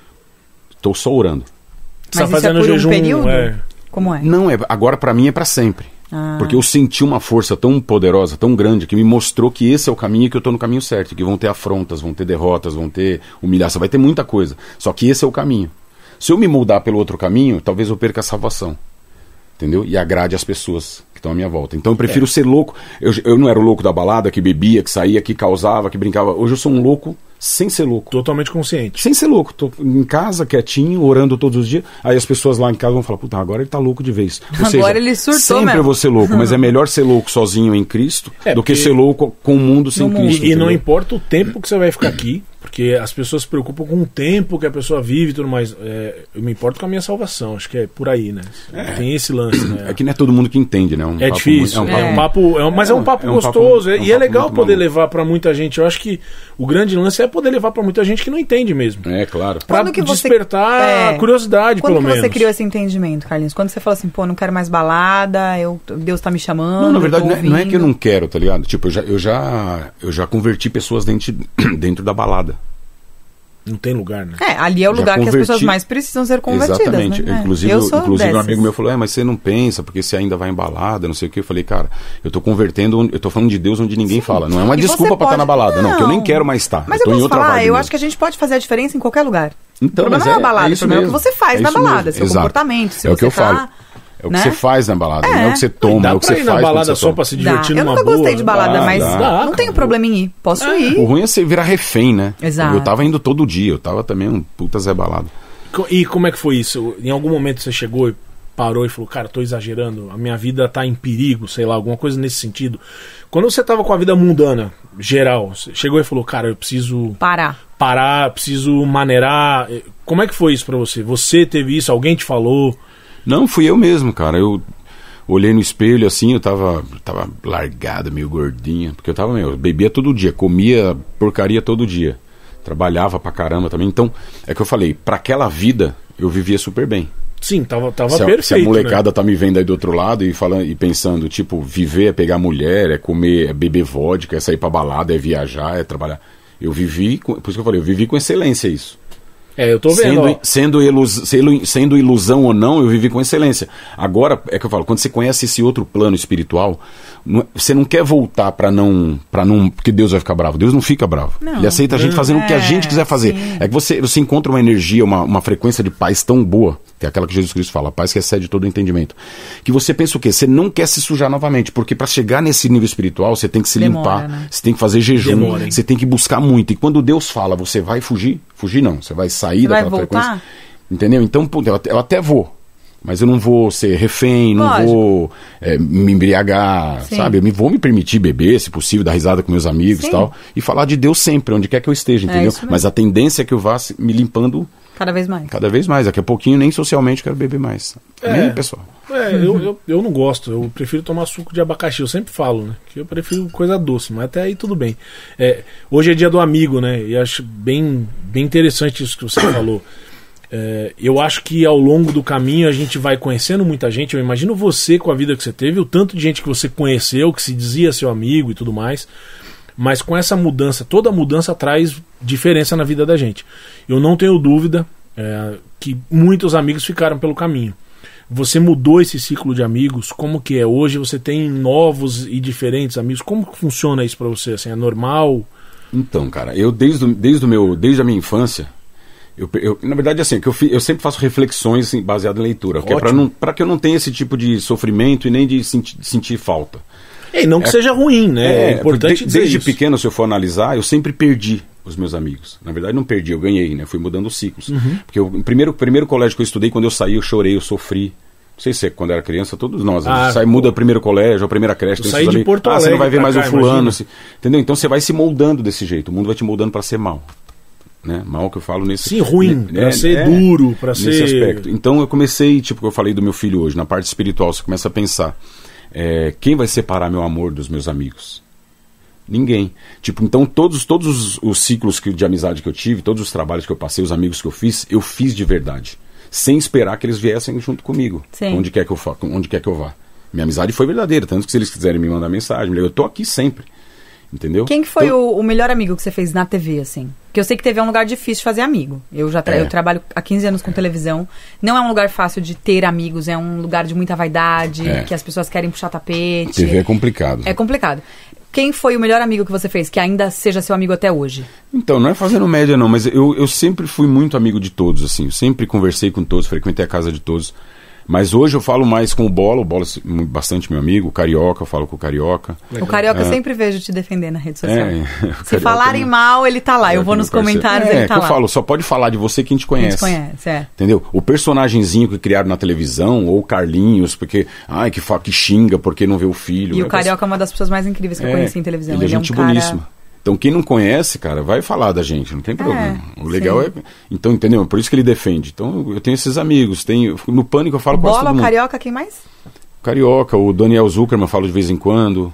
Tô só orando. Você tá Mas isso é fazendo por um jejum, período? é. Como é? Não, é, agora pra mim é pra sempre. Ah. Porque eu senti uma força tão poderosa, tão grande, que me mostrou que esse é o caminho e que eu tô no caminho certo. Que vão ter afrontas, vão ter derrotas, vão ter humilhação, vai ter muita coisa. Só que esse é o caminho. Se eu me mudar pelo outro caminho, talvez eu perca a salvação. Entendeu? E agrade as pessoas que estão à minha volta. Então eu prefiro É. ser louco. Eu, eu não era o louco da balada, que bebia, que saía, que causava, que brincava. Hoje eu sou um louco sem ser louco. Totalmente consciente. Sem ser louco. Tô em casa, quietinho, orando todos os dias. Aí as pessoas lá em casa vão falar, puta, agora ele tá louco de vez. Ou Agora ele surtou sempre mesmo. eu vou ser louco, mas é melhor ser louco sozinho em Cristo É, do que porque- ser louco com o mundo sem No mundo. Cristo. E, e não entendeu? importa o tempo que você vai ficar aqui, porque as pessoas se preocupam com o tempo que a pessoa vive e tudo mais. É, eu me importo com a minha salvação, acho que é por aí, né? Tem esse lance, né? É que não é todo mundo que entende, né? Um É papo difícil, muito- é um É. papo, é um- mas é, É um um- papo é um papo- gostoso, é um e é papo legal muito poder maluco. levar pra muita gente. Eu acho que o grande lance é poder levar pra muita gente que não entende mesmo. É, claro. Pra Quando que você- despertar é. a curiosidade, Quando pelo que menos. você criou esse entendimento, Carlinhos? Quando você falou assim, pô, não quero mais balada, eu, Deus tá me chamando. Não, na verdade, eu tô não é, não é que eu ouvindo. não quero, tá ligado? Tipo, eu já, eu já, eu já converti pessoas dentro, dentro da balada. Não tem lugar, né? É, ali é o Já lugar que as converti- pessoas mais precisam ser convertidas, Exatamente. né? É, Inclusive, eu sou inclusive um dessas. amigo meu falou, é, mas você não pensa, porque você ainda vai em balada, não sei o que. Eu falei, cara, eu tô convertendo, onde- eu tô falando de Deus onde ninguém fala. Não é uma E desculpa você pra estar na pode- balada, não, que eu nem quero mais estar. Mas eu eu, tô em posso outra falar, vibe eu mesmo. acho que a gente pode fazer a diferença em qualquer lugar. Então, o problema mas não é a é- balada, é o isso problema é o que mesmo. você faz É na isso balada, mesmo. seu Exato. comportamento, se É o você que eu tá, falo. É o que né? você faz na balada, não é o que você E toma, dá é o que pra você ir faz. na quando balada você só toma. pra se Dá. divertir Eu numa nunca boa. gostei de balada, Dá, mas dá. Dá, não tenho cara. problema em ir. Posso ir. O ruim é você virar refém, né? Exato. Eu tava indo todo dia, eu tava também um puta Zé Balada. Co- E como é que foi isso? Em algum momento você chegou e parou e falou, cara, tô exagerando, a minha vida tá em perigo, sei lá, alguma coisa nesse sentido. Quando você tava com a vida mundana, geral, você chegou e falou, cara, eu preciso Parar. parar, preciso maneirar. Como é que foi isso pra você? Você teve isso? Alguém te falou? Não, fui eu mesmo, cara. Eu olhei no espelho assim, eu tava, tava largado, meio gordinho. Porque eu tava, meu, eu bebia todo dia, comia porcaria todo dia. Trabalhava pra caramba também. Então, é que eu falei, pra aquela vida, eu vivia super bem. Sim, tava, tava Se a, perfeito. se a molecada né? tá me vendo aí do outro lado e, falando, e pensando, tipo, viver é pegar mulher, é comer, é beber vodka, é sair pra balada, é viajar, é trabalhar. Eu vivi, com, por isso que eu falei, eu vivi com excelência isso. É, eu tô vendo. Sendo, ó. sendo, ilus, sendo, sendo ilusão ou não, eu vivi com excelência. Agora, é que eu falo, quando você conhece esse outro plano espiritual, não- você não quer voltar pra não, pra não. Porque Deus vai ficar bravo. Deus não fica bravo. Não. Ele aceita a gente fazendo o que a É, gente quiser fazer. sim. É que você, você encontra uma energia, uma, uma frequência de paz tão boa. que é aquela que Jesus Cristo fala, a paz que excede todo o entendimento. Que você pensa o quê? Você não quer se sujar novamente, porque para chegar nesse nível espiritual, você tem que se Demora, limpar, né? você tem que fazer jejum, Demora, você tem que buscar muito. E quando Deus fala, você vai fugir? Fugir não, você vai sair Você vai daquela voltar? frequência. Entendeu? Então, pô, eu até, eu até vou. Mas eu não vou ser refém, não Lógico. vou é, me embriagar, Sim. sabe? Eu me, vou me permitir beber, se possível, dar risada com meus amigos Sim. e tal. E falar de Deus sempre, onde quer que eu esteja, É entendeu? isso mesmo. Mas a tendência é que eu vá se- me limpando Cada vez mais. cada vez mais. Daqui a pouquinho, nem socialmente, quero beber mais. É. Nem, pessoal. É, eu, eu, eu não gosto, eu prefiro tomar suco de abacaxi, eu sempre falo, né? Que eu prefiro coisa doce, mas até aí tudo bem. É, hoje é dia do amigo, né? E acho bem, bem interessante isso que você falou. É, eu acho que ao longo do caminho a gente vai conhecendo muita gente. Eu imagino você com a vida que você teve, o tanto de gente que você conheceu, que se dizia seu amigo e tudo mais. Mas com essa mudança, toda mudança traz diferença na vida da gente. Eu não tenho dúvida é, que muitos amigos ficaram pelo caminho. Você mudou esse ciclo de amigos? Como que é? Hoje você tem novos e diferentes amigos? Como que funciona isso pra você? Assim, é normal? Então, cara, eu desde, o- desde, o meu, desde a minha infância, eu, eu- na verdade, assim, que eu, fi- eu sempre faço reflexões assim, baseadas em leitura, que é pra, Ótimo. não, pra que eu não tenha esse tipo de sofrimento e nem de senti- sentir falta. E não que É- seja ruim, né? É, importante de- dizer desde isso. pequeno, se eu for analisar, eu sempre perdi os meus amigos. Na verdade, não perdi, eu ganhei, né? Fui mudando os ciclos. Uhum. Porque o primeiro, primeiro colégio que eu estudei, quando eu saí, eu chorei, eu sofri. Não sei se é quando era criança, todos nós. Ah, sai, muda o primeiro colégio, a primeira creche, Eu tem saí seus de amigos. Porto Ah, você não vai ver Alegre mais pra o cá, fulano. imagina. se- Entendeu? Então você vai se moldando desse jeito. O mundo vai te moldando para ser mal. Né? Mal que eu falo nesse... Sim, ruim, né, pra ser é, duro, pra nesse ser... aspecto. Então eu comecei, tipo, que eu falei do meu filho hoje, na parte espiritual, você começa a pensar, é, quem vai separar meu amor dos meus amigos? Ninguém. Tipo, então todos, todos os, os ciclos que, de amizade que eu tive, todos os trabalhos que eu passei, os amigos que eu fiz, eu fiz de verdade. Sem esperar que eles viessem junto comigo. Sim. Onde quer que eu, fa- onde quer que eu vá. Minha amizade foi verdadeira, tanto que se eles quiserem me mandar mensagem, eu tô aqui sempre. Entendeu? Quem que foi Então, o, o melhor amigo que você fez na T V, assim? Porque eu sei que T V é um lugar difícil de fazer amigo. Eu já tra- É. eu trabalho há quinze anos com televisão. Não é um lugar fácil de ter amigos, é um lugar de muita vaidade, É. que as pessoas querem puxar tapete. T V é complicado. É complicado. Quem foi o melhor amigo que você fez, que ainda seja seu amigo até hoje? Então, não é fazendo média não, mas eu, eu sempre fui muito amigo de todos, assim. Eu sempre conversei com todos, frequentei a casa de todos. Mas hoje eu falo mais com o Bola, o Bola é bastante meu amigo, o Carioca, eu falo com o Carioca. O Carioca eu É. sempre vejo te defender na rede social. É, o Se Carioca falarem é- mal, ele tá lá. Eu vou meu nos parceiro. comentários, é, ele tá que lá. eu falo, só pode falar de você quem te A conhece. gente conhece, é. Entendeu? O personagemzinho que criaram na televisão, ou o Carlinhos, porque, ai, que, fa- que xinga porque não vê o filho. E É, o Carioca é uma das pessoas mais incríveis que eu é, conheci em televisão. Ele é um gente cara... boníssima. Então quem não conhece, cara, vai falar da gente, não tem problema. O legal sim. é... Então, entendeu? Por isso que ele defende. Então eu tenho esses amigos, tenho... No Pânico eu falo O quase Bola, todo o mundo. Carioca, quem mais? Carioca, o Daniel Zuckerman eu falo de vez em quando.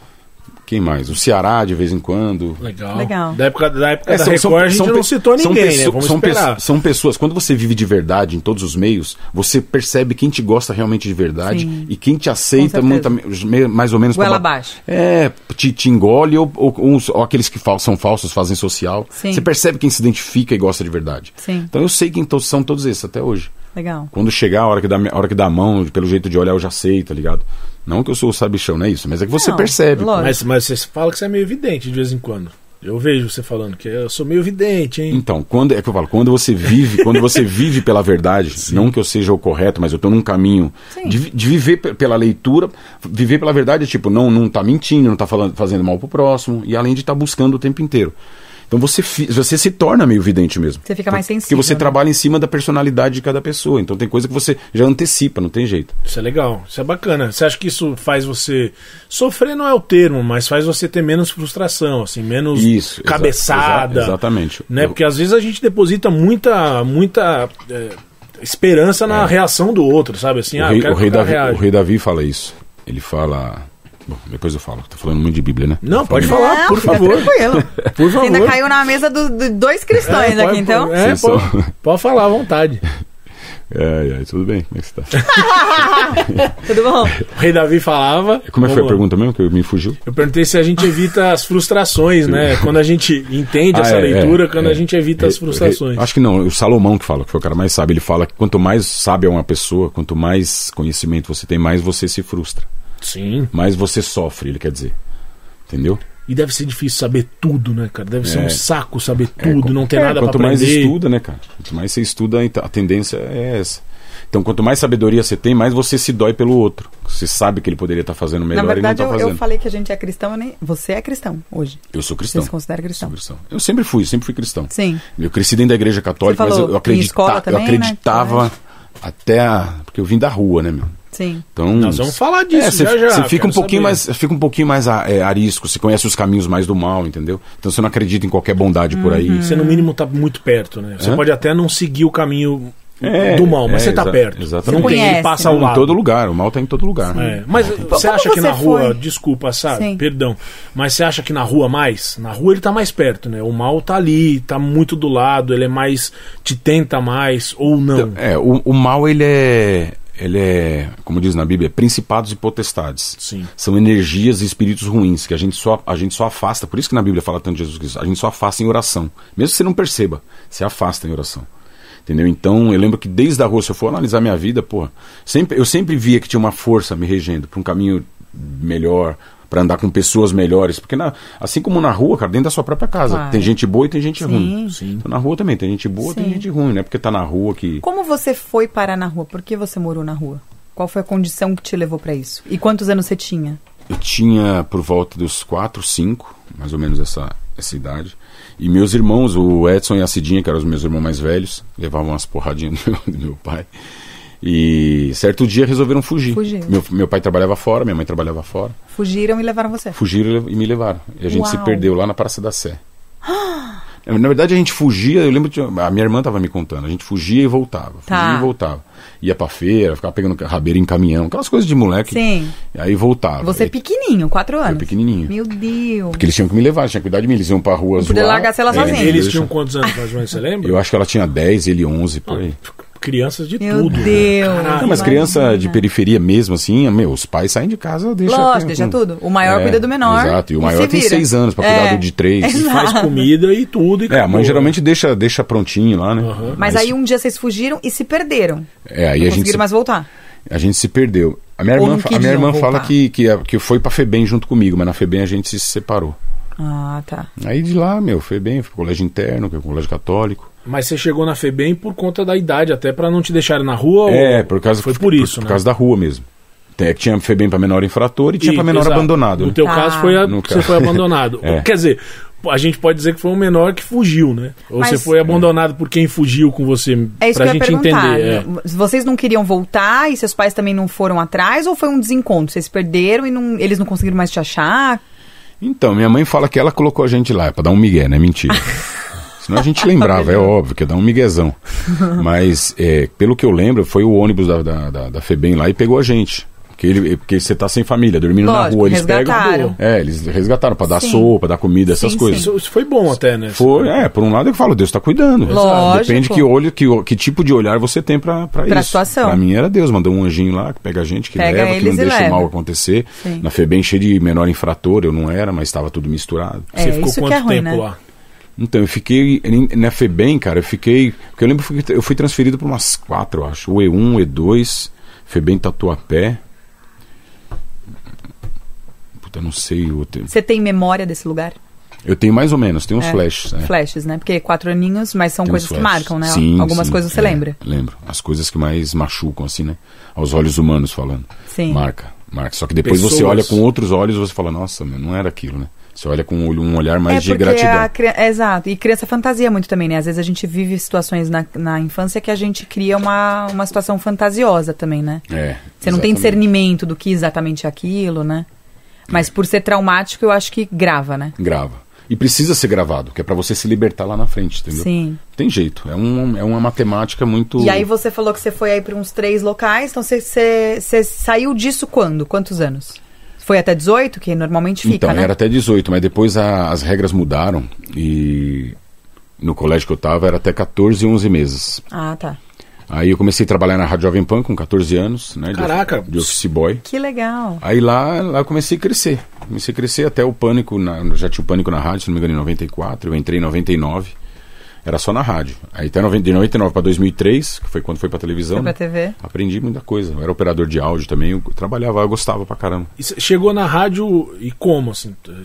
Quem mais? O Ceará de vez em quando. Legal. Legal. Da época da, época É, da são- Record são- a gente são não pe- citou são ninguém, pesso- né? Vamos são esperar. pe- são pessoas, quando você vive de verdade em todos os meios, você percebe quem te gosta realmente de verdade Sim. e quem te aceita Com muita, certeza. me- mais ou menos... Goela pra- abaixo. É, te, te engole ou, ou, uns- ou aqueles que fal- são falsos, fazem social. Sim. Você percebe quem se identifica e gosta de verdade. Sim. Então eu sei quem to- são todos esses até hoje. Legal. Quando chegar a hora que dá, a hora que dá a mão, pelo jeito de olhar, eu já sei, tá ligado? Não que eu sou o sabichão, não é isso, mas é que você Não, percebe. pô. lógico. Mas, mas você fala que você é meio evidente de vez em quando. Eu vejo você falando que eu sou meio evidente, hein? Então, quando é que eu falo, quando você vive, quando você vive pela verdade, não que eu seja o correto, mas eu tô num caminho Sim. de, de viver pe- pela leitura, viver pela verdade, tipo, não não tá mentindo, não tá falando, fazendo mal pro próximo, e além de estar buscando o tempo inteiro. Então você, fi- você se torna meio vidente mesmo. Você fica mais Porque sensível, você né? trabalha em cima da personalidade de cada pessoa. Então tem coisa que você já antecipa, não tem jeito. Isso é legal, isso é bacana. Você acha que isso faz você... Sofrer não é o termo, mas faz você ter menos frustração, assim, menos Isso, exa- cabeçada. exa- exatamente. Né? Eu- Porque às vezes a gente deposita muita, muita é, esperança na reação do outro, sabe? Assim, O ah, rei, eu quero o, rei que o cara Davi, reaja. o rei Davi fala isso. Ele fala... Bom, depois eu falo. Tô falando muito de Bíblia, né? Não, Tô pode falando- falar, Não, por fica favor. tranquilo. Por Você favor. ainda caiu na mesa dos do dois cristãos É, aqui, pode- então. É, Vocês pode, são- pode falar à vontade. É, é, tudo bem? Como é que você tá? Tudo bom? O rei Davi falava... Como é que Vamos foi a lá. pergunta mesmo? Que eu me fugiu? Eu perguntei se a gente evita as frustrações, né? Quando a gente entende Ah, essa é, leitura, é, quando é. a gente evita as Re- frustrações. re- Acho que não, o Salomão que fala, que foi o cara mais sábio, ele fala que quanto mais sábia é uma pessoa, quanto mais conhecimento você tem, mais você se frustra. Sim. Mais você sofre, ele quer dizer. Entendeu? E deve ser difícil saber tudo, né, cara? Deve ser É. um saco saber É, tudo, não ter é, nada pra quanto mais aprender. estuda, né, cara? Quanto mais você estuda, a tendência é essa. Então, quanto mais sabedoria você tem, mais você se dói pelo outro. Você sabe que ele poderia estar fazendo melhor Na verdade, e não eu, está fazendo. eu falei que a gente é cristão, eu nem... você é cristão hoje. Eu sou cristão. Você se considera cristão? Sou cristão. Eu sempre fui, sempre fui cristão. Sim. Eu cresci dentro da igreja católica, Você mas falou eu, eu, que em acredita, escola também, eu acreditava né? até a... Porque eu vim da rua, né, meu? Sim. Então, Nós vamos falar disso é, cê, já já. Você fica quero um pouquinho saber. mais, fica um pouquinho mais é, arisco, você conhece os caminhos mais do mal, entendeu? Então você não acredita em qualquer bondade por aí. Você, no mínimo, tá muito perto, né? Você Hã? pode até não seguir o caminho É, do mal, mas é, você tá exa- perto. exatamente. Não tem, Você ele passa conhece, ao Em lado. todo lugar, o mal tá em todo lugar. É, mas você Como acha que você na rua, foi? desculpa, sabe? Sim. Perdão, mas você acha que na rua mais? Na rua ele tá mais perto, né? O mal tá ali, tá muito do lado, ele é mais, te tenta mais, ou não. É, o, o mal ele é, ele é, como diz na Bíblia, principados e potestades. Sim. São energias e espíritos ruins que a gente só a gente só afasta. Por isso que na Bíblia fala tanto de Jesus Cristo. A gente só afasta em oração, mesmo que você não perceba, você afasta em oração. Entendeu? Então, eu lembro que desde a rua, se eu for analisar minha vida, porra, sempre, eu sempre via que tinha uma força me regendo para um caminho melhor, para andar com pessoas melhores. Porque na, assim como na rua, cara, dentro da sua própria casa, Claro. tem gente boa e tem gente Sim. ruim. Sim. Então na rua também tem gente boa e tem Sim. gente ruim, não é porque tá na rua que... Como você foi parar na rua? Por que você morou na rua? Qual foi a condição que te levou pra isso? E quantos anos você tinha? Eu tinha por volta dos quatro, cinco, mais ou menos essa, essa idade. E meus irmãos, o Edson e a Cidinha, que eram os meus irmãos mais velhos, levavam umas porradinhas do meu, do meu pai. E certo dia resolveram fugir. Fugiram. Meu, meu pai trabalhava fora, minha mãe trabalhava fora. Fugiram e levaram você? Fugiram e me levaram. E a gente se Uau. perdeu lá na Praça da Sé. Na verdade, a gente fugia, eu lembro que a minha irmã estava me contando, a gente fugia e voltava, fugia Tá. e voltava. Ia pra feira, ficava pegando rabeira em caminhão, aquelas coisas de moleque. Sim. E aí voltava. Você Aí- pequenininho, quatro anos. pequenininho. Meu Deus. Porque eles tinham que me levar, tinha que cuidar de mim, eles iam pra rua Não podia zoar. largar ela É, sozinha. Eles deixa- tinham quantos anos, mais ou menos, você lembra? Eu acho que ela tinha dez, ele onze, por aí. Crianças de Meu tudo. né? Deus. Caralho. Não, mas Imagina. criança de periferia mesmo, assim, meu, os pais saem de casa, deixa... Lógico, com- deixa com- tudo. O maior cuida do menor Exato, e o e maior se tem vira. seis anos pra cuidar É. do de três. E faz comida e tudo. E É, a mãe acabou. geralmente deixa, deixa prontinho lá, né? Aham. Mas aí um dia vocês fugiram e se perderam. É, aí Não a gente, conseguiram se, mais voltar. a gente se perdeu. A minha Ou irmã, não fa- a minha queriam irmã fala voltar. que, que, que foi pra FEBEM junto comigo, mas na FEBEM a gente se separou. Ah, tá. Aí de lá, meu, FEBEM, foi colégio interno, que é um colégio católico. Mas você chegou na FEBEM por conta da idade, até pra não te deixarem na rua? É, ou... por causa, Foi por isso, por, né? por causa da rua mesmo. Tem, tinha FEBEM pra menor infrator e tinha E- pra menor exato. abandonado. No né? teu Tá. caso, foi a... No você ca- foi abandonado. É. Quer dizer, a gente pode dizer que foi um menor que fugiu, né? Ou Mas- você foi abandonado por quem fugiu com você, É isso pra que eu ia gente perguntar. entender. é. Vocês não queriam voltar e seus pais também não foram atrás? Ou foi um desencontro? Vocês perderam e não- eles não conseguiram mais te achar? Então, minha mãe fala que ela colocou a gente lá, é pra dar um migué, né? Mentira. Senão a gente lembrava, é óbvio, que ia dar um miguezão. Mas, é, pelo que eu lembro, foi o ônibus da, da, da, da FEBEM lá e pegou a gente. Porque, ele, porque você tá sem família, dormindo na Lógico, rua, eles resgataram. pegam. É, eles resgataram pra dar Sim. sopa, dar comida, essas Sim, coisas. sim. Isso, isso foi bom até, né? Foi, é, por um lado eu falo, Deus tá cuidando. Lógico. Depende que olho, que, que tipo de olhar você tem pra, pra, Pra isso. situação. Pra mim era Deus, mandou um anjinho lá, que pega a gente, que Pega leva, que não eles e deixa leva. o mal acontecer. Sim. Na FEBEM cheio de menor infrator, eu não era, mas estava tudo misturado. Você É, ficou isso que quanto é ruim, tempo né? lá? Então, eu fiquei, na FEBEM, cara, eu fiquei, porque eu lembro que eu fui transferido para umas quatro, eu acho, o E um, o E dois, FEBEM Tatuapé, puta, não sei, eu tenho, Você tem memória desse lugar? eu tenho mais ou menos, tem uns É. flashes, né? Flashes, né? Porque quatro aninhos, mas são Tem uns coisas que flashes. marcam, né? Sim, Algumas sim, coisas você é, lembra. Lembro, as coisas que mais machucam, assim, né? Aos olhos humanos falando. Sim. Marca, marca, só que depois Pessoas. você olha com outros olhos e você fala, nossa, meu, não era aquilo, né? Você olha com um olho- um olhar mais é de porque gratidão. a cri- é, exato. E criança fantasia muito também, né? Às vezes a gente vive situações na, na infância que a gente cria uma, uma situação fantasiosa também, né? É, Você não tem exatamente. discernimento do que exatamente é aquilo, né? Mas por ser traumático, eu acho que grava, né? Grava. E precisa ser gravado, que é pra você se libertar lá na frente, entendeu? Sim. Tem jeito. É, um, é uma matemática muito. E aí você falou que você foi aí para uns três locais, então você, você, você saiu disso quando? Quantos anos? Foi até dezoito, que normalmente fica, Então, né? era até dezoito, mas depois a- as regras mudaram e no colégio que eu tava era até catorze, onze meses. Ah, tá. Aí eu comecei a trabalhar na Rádio Jovem Pan com catorze anos, né? de of- Caraca. De office boy. Que legal. Aí lá, lá eu comecei a crescer. Comecei a crescer até o Pânico, na, já tinha o Pânico na rádio, se não me engano, em noventa e quatro. Eu entrei em noventa e nove. Era só na rádio. Aí até noventa, de noventa e nove para dois mil e três, que foi quando foi pra televisão. Foi pra né? T V. Aprendi muita coisa. Eu era operador de áudio também, eu trabalhava, eu gostava pra caramba. E você chegou na rádio e como, assim? É,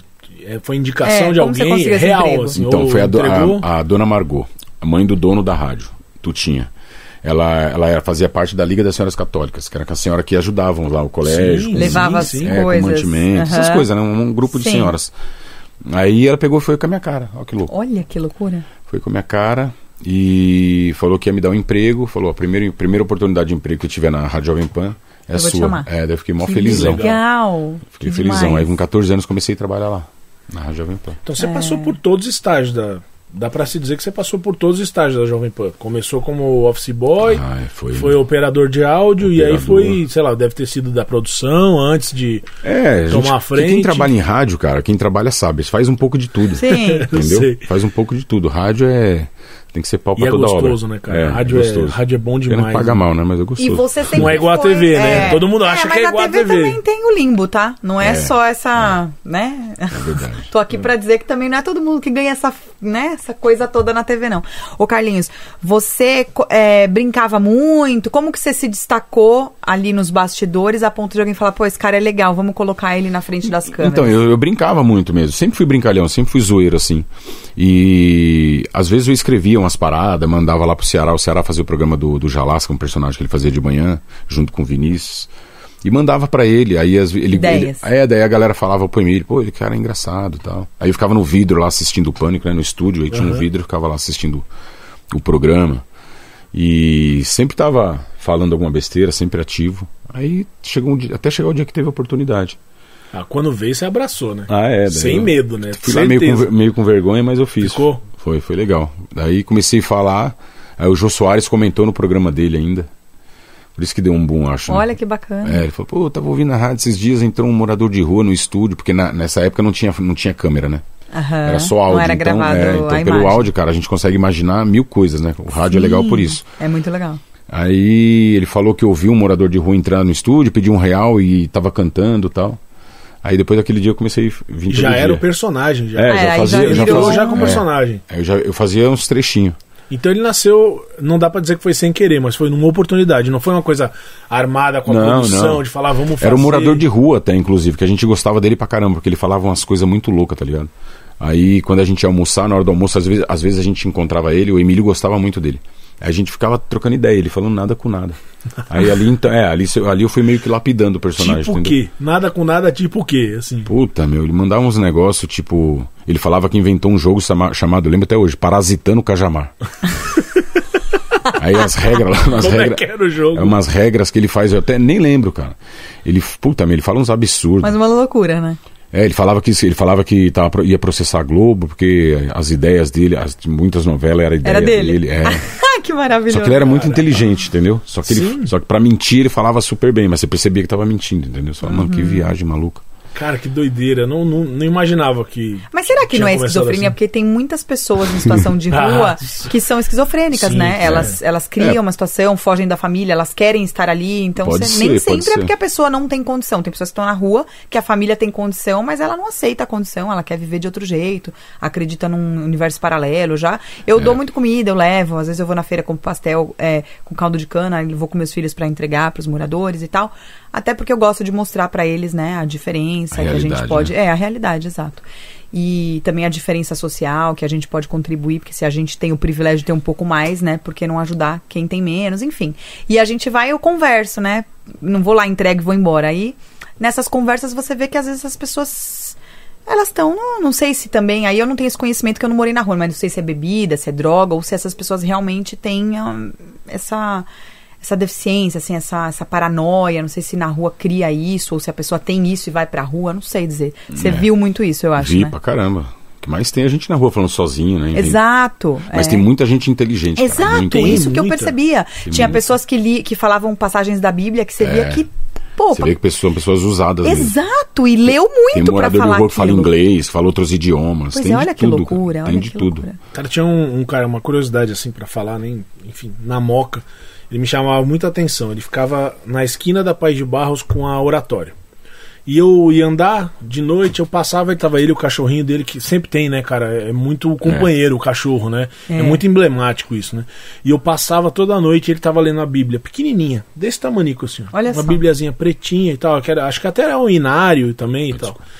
É, foi indicação É, de como você alguém conseguiu esse real, emprego? assim, Então, ou foi a, do- entregou? a, a dona Margot, a mãe do dono da rádio, Tutinha. Ela, ela era- fazia parte da Liga das Senhoras Católicas, que era com a senhora que ajudavam lá o colégio. Sim, com- Levava sim, as é, coisas. com mantimento, essas Aham. coisas, né? Um, um grupo de Sim. senhoras. Aí ela pegou e foi com a minha cara, olha que louco. Olha que loucura. Foi com a minha cara e falou que ia me dar um emprego. Falou, a primeira, primeira oportunidade de emprego que eu tiver na Rádio Jovem Pan é Eu vou te sua. chamar. É, daí eu fiquei mó Que felizão. legal. Fiquei Que felizão. demais. Aí com catorze anos comecei a trabalhar lá, na Rádio Jovem Pan. Então você passou por todos os estágios da... Dá pra se dizer que você passou por todos os estágios da Jovem Pan. Começou como office boy, Ah, foi... foi operador de áudio e aí Operador. foi, sei lá, deve ter sido da produção antes de... É, a gente, tomar a frente. Quem trabalha em rádio, cara, quem trabalha sabe, faz um pouco de tudo. Sim. Entendeu? sei. Faz um pouco de tudo. Rádio é... Tem que ser pau E pra é toda gostoso, obra. né, cara? rádio, é, rádio é bom Pena demais. que paga né? mal, né? Mas é gostoso. E você sempre Não é igual a foi- T V, né? Todo mundo acha mas que é igual a a T V T V. também tem o limbo, tá? Não é, É, só essa, né? É verdade. Tô aqui pra dizer que também não é todo mundo que ganha essa, né, essa coisa toda na T V, não. Ô, Carlinhos, você co- é, brincava muito? Como que você se destacou ali nos bastidores a ponto de alguém falar, pô, esse cara é legal, vamos colocar ele na frente das câmeras? Então, eu, eu brincava muito mesmo. Sempre fui brincalhão, sempre fui zoeiro, assim. E às vezes eu escrevia umas paradas, mandava lá pro Ceará. O Ceará fazia o programa do, do Jalasca, um personagem que ele fazia de manhã, junto com o Vinícius. E mandava pra ele. Aí as, ele, ele, Ideias. é, daí a galera falava pro Emílio, pô, ele cara é engraçado e tal. Aí eu ficava no vidro lá assistindo o Pânico, né, no estúdio. Aí tinha um vidro, eu ficava lá assistindo o programa. E sempre tava falando alguma besteira, sempre ativo. Aí chegou um dia, até chegar o dia que teve a oportunidade. Ah, quando veio, você abraçou, né? Ah, é. daí Sem eu medo, né? Fui lá meio com, ver- meio com vergonha, mas eu fiz. Ficou? Foi, foi legal. Daí comecei a falar, aí o Jô Soares comentou no programa dele ainda. Por isso que deu um boom, acho. né? Olha que bacana. É, ele falou, pô, eu tava ouvindo a rádio esses dias, entrou um morador de rua no estúdio, porque na- nessa época não tinha, não tinha câmera, né? Aham. Era só áudio. Não era então, gravado é, a então imagem. pelo áudio, cara, a gente consegue imaginar mil coisas, né? O rádio é legal por isso. É muito legal. Aí ele falou que ouviu um morador de rua entrar no estúdio, pediu um real e tava cantando e tal. Aí depois daquele dia eu comecei a vir todo Já era dia. o personagem, já. É, É, já aí fazia, já já virou- fazia- já com o é. personagem. Aí Eu, já, eu fazia uns trechinhos. Então ele nasceu, não dá pra dizer que foi sem querer, mas foi numa oportunidade. Não foi uma coisa armada com a Não, produção, não. de falar, vamos fazer. Era um morador de rua até, inclusive, que a gente gostava dele pra caramba, porque ele falava umas coisas muito loucas, tá ligado? Aí quando a gente ia almoçar, na hora do almoço, às vezes, às vezes a gente encontrava ele, o Emílio gostava muito dele. Aí a gente ficava trocando ideia, ele falando nada com nada. Aí ali, então, é, ali, ali eu fui meio que lapidando o personagem, Tipo o entendeu? quê? Nada com nada, tipo o quê? Assim. Puta, meu, ele mandava uns negócios, tipo... Ele falava que inventou um jogo chama- chamado, lembro até hoje, Parasitando o Cajamar. Aí as regras lá, umas Como é regras... que era o jogo? É umas regras que ele faz, eu até nem lembro, cara. Ele, puta, meu, ele fala uns absurdos. Mas uma loucura, né? É, ele falava que ele falava que tava, pro- ia processar a Globo, porque as ideias dele, as, muitas novelas era ideia Era dele? é. que maravilhoso. Só que ele era muito inteligente, entendeu? Só que, Sim. ele, só que pra mentir ele falava super bem, mas você percebia que tava mentindo, entendeu? Só, mano, Uhum. que viagem maluca. Cara, que doideira. Não, não, não imaginava que. Mas será que tinha não é começado esquizofrenia? assim. Porque tem muitas pessoas em situação de rua Ah, que são esquizofrênicas, sim, né? é. Elas, elas criam É. uma situação, fogem da família, elas querem estar ali. Então, Pode você- ser, nem pode sempre ser. é porque a pessoa não tem condição. Tem pessoas que estão na rua, que a família tem condição, mas ela não aceita a condição, ela quer viver de outro jeito, acredita num universo paralelo já. Eu É. dou muito comida, eu levo. Às vezes eu vou na feira com pastel, é, com caldo de cana, eu vou com meus filhos para entregar para os moradores e tal. Até porque eu gosto de mostrar para eles, né, a diferença A que a gente realidade, pode. né? É, a realidade, exato. E também a diferença social, que a gente pode contribuir, porque se a gente tem o privilégio de ter um pouco mais, né? Por que não ajudar quem tem menos, enfim. E a gente vai, eu converso, né? Não vou lá, entrego e vou embora. Aí, nessas conversas, você vê que às vezes as pessoas, elas estão, não, não sei se também, aí eu não tenho esse conhecimento que eu não morei na rua, mas não sei se é bebida, se é droga, ou se essas pessoas realmente têm hum, essa... essa deficiência, assim, essa, essa paranoia, não sei se na rua cria isso, ou se a pessoa tem isso e vai pra rua, não sei dizer. Você É. viu muito isso, eu acho, Vi né? pra caramba. O que mais tem a gente na rua falando sozinho, né? Exato. Mas é. tem muita gente inteligente. cara, Exato, muito. Tem isso que eu muita. percebia. Tem Tinha muita. pessoas que, li, que falavam passagens da Bíblia que você via É. que, pô, Você vê que pessoas, são pessoas usadas mesmo. exato, e leu Tem muito pra morador de falar rua que fala aquilo. inglês, fala outros idiomas. Pois tem é, de olha que tudo, loucura, cara. olha Tem de que tudo. loucura. Cara, tinha um, um cara, uma curiosidade assim pra falar, nem, enfim, na Moca. Ele me chamava muita atenção. Ele ficava na esquina da Paz de Barros com a Oratório. E eu ia andar de noite, eu passava e tava ele e o cachorrinho dele, que sempre tem, né, cara? É muito companheiro o cachorro, né? É. É. muito emblemático isso, né? E eu passava toda noite e ele tava lendo a Bíblia, pequenininha, desse tamanico assim. ó. Olha uma só. Bíbliazinha pretinha e tal. Que era, acho que até era um inário também e tal.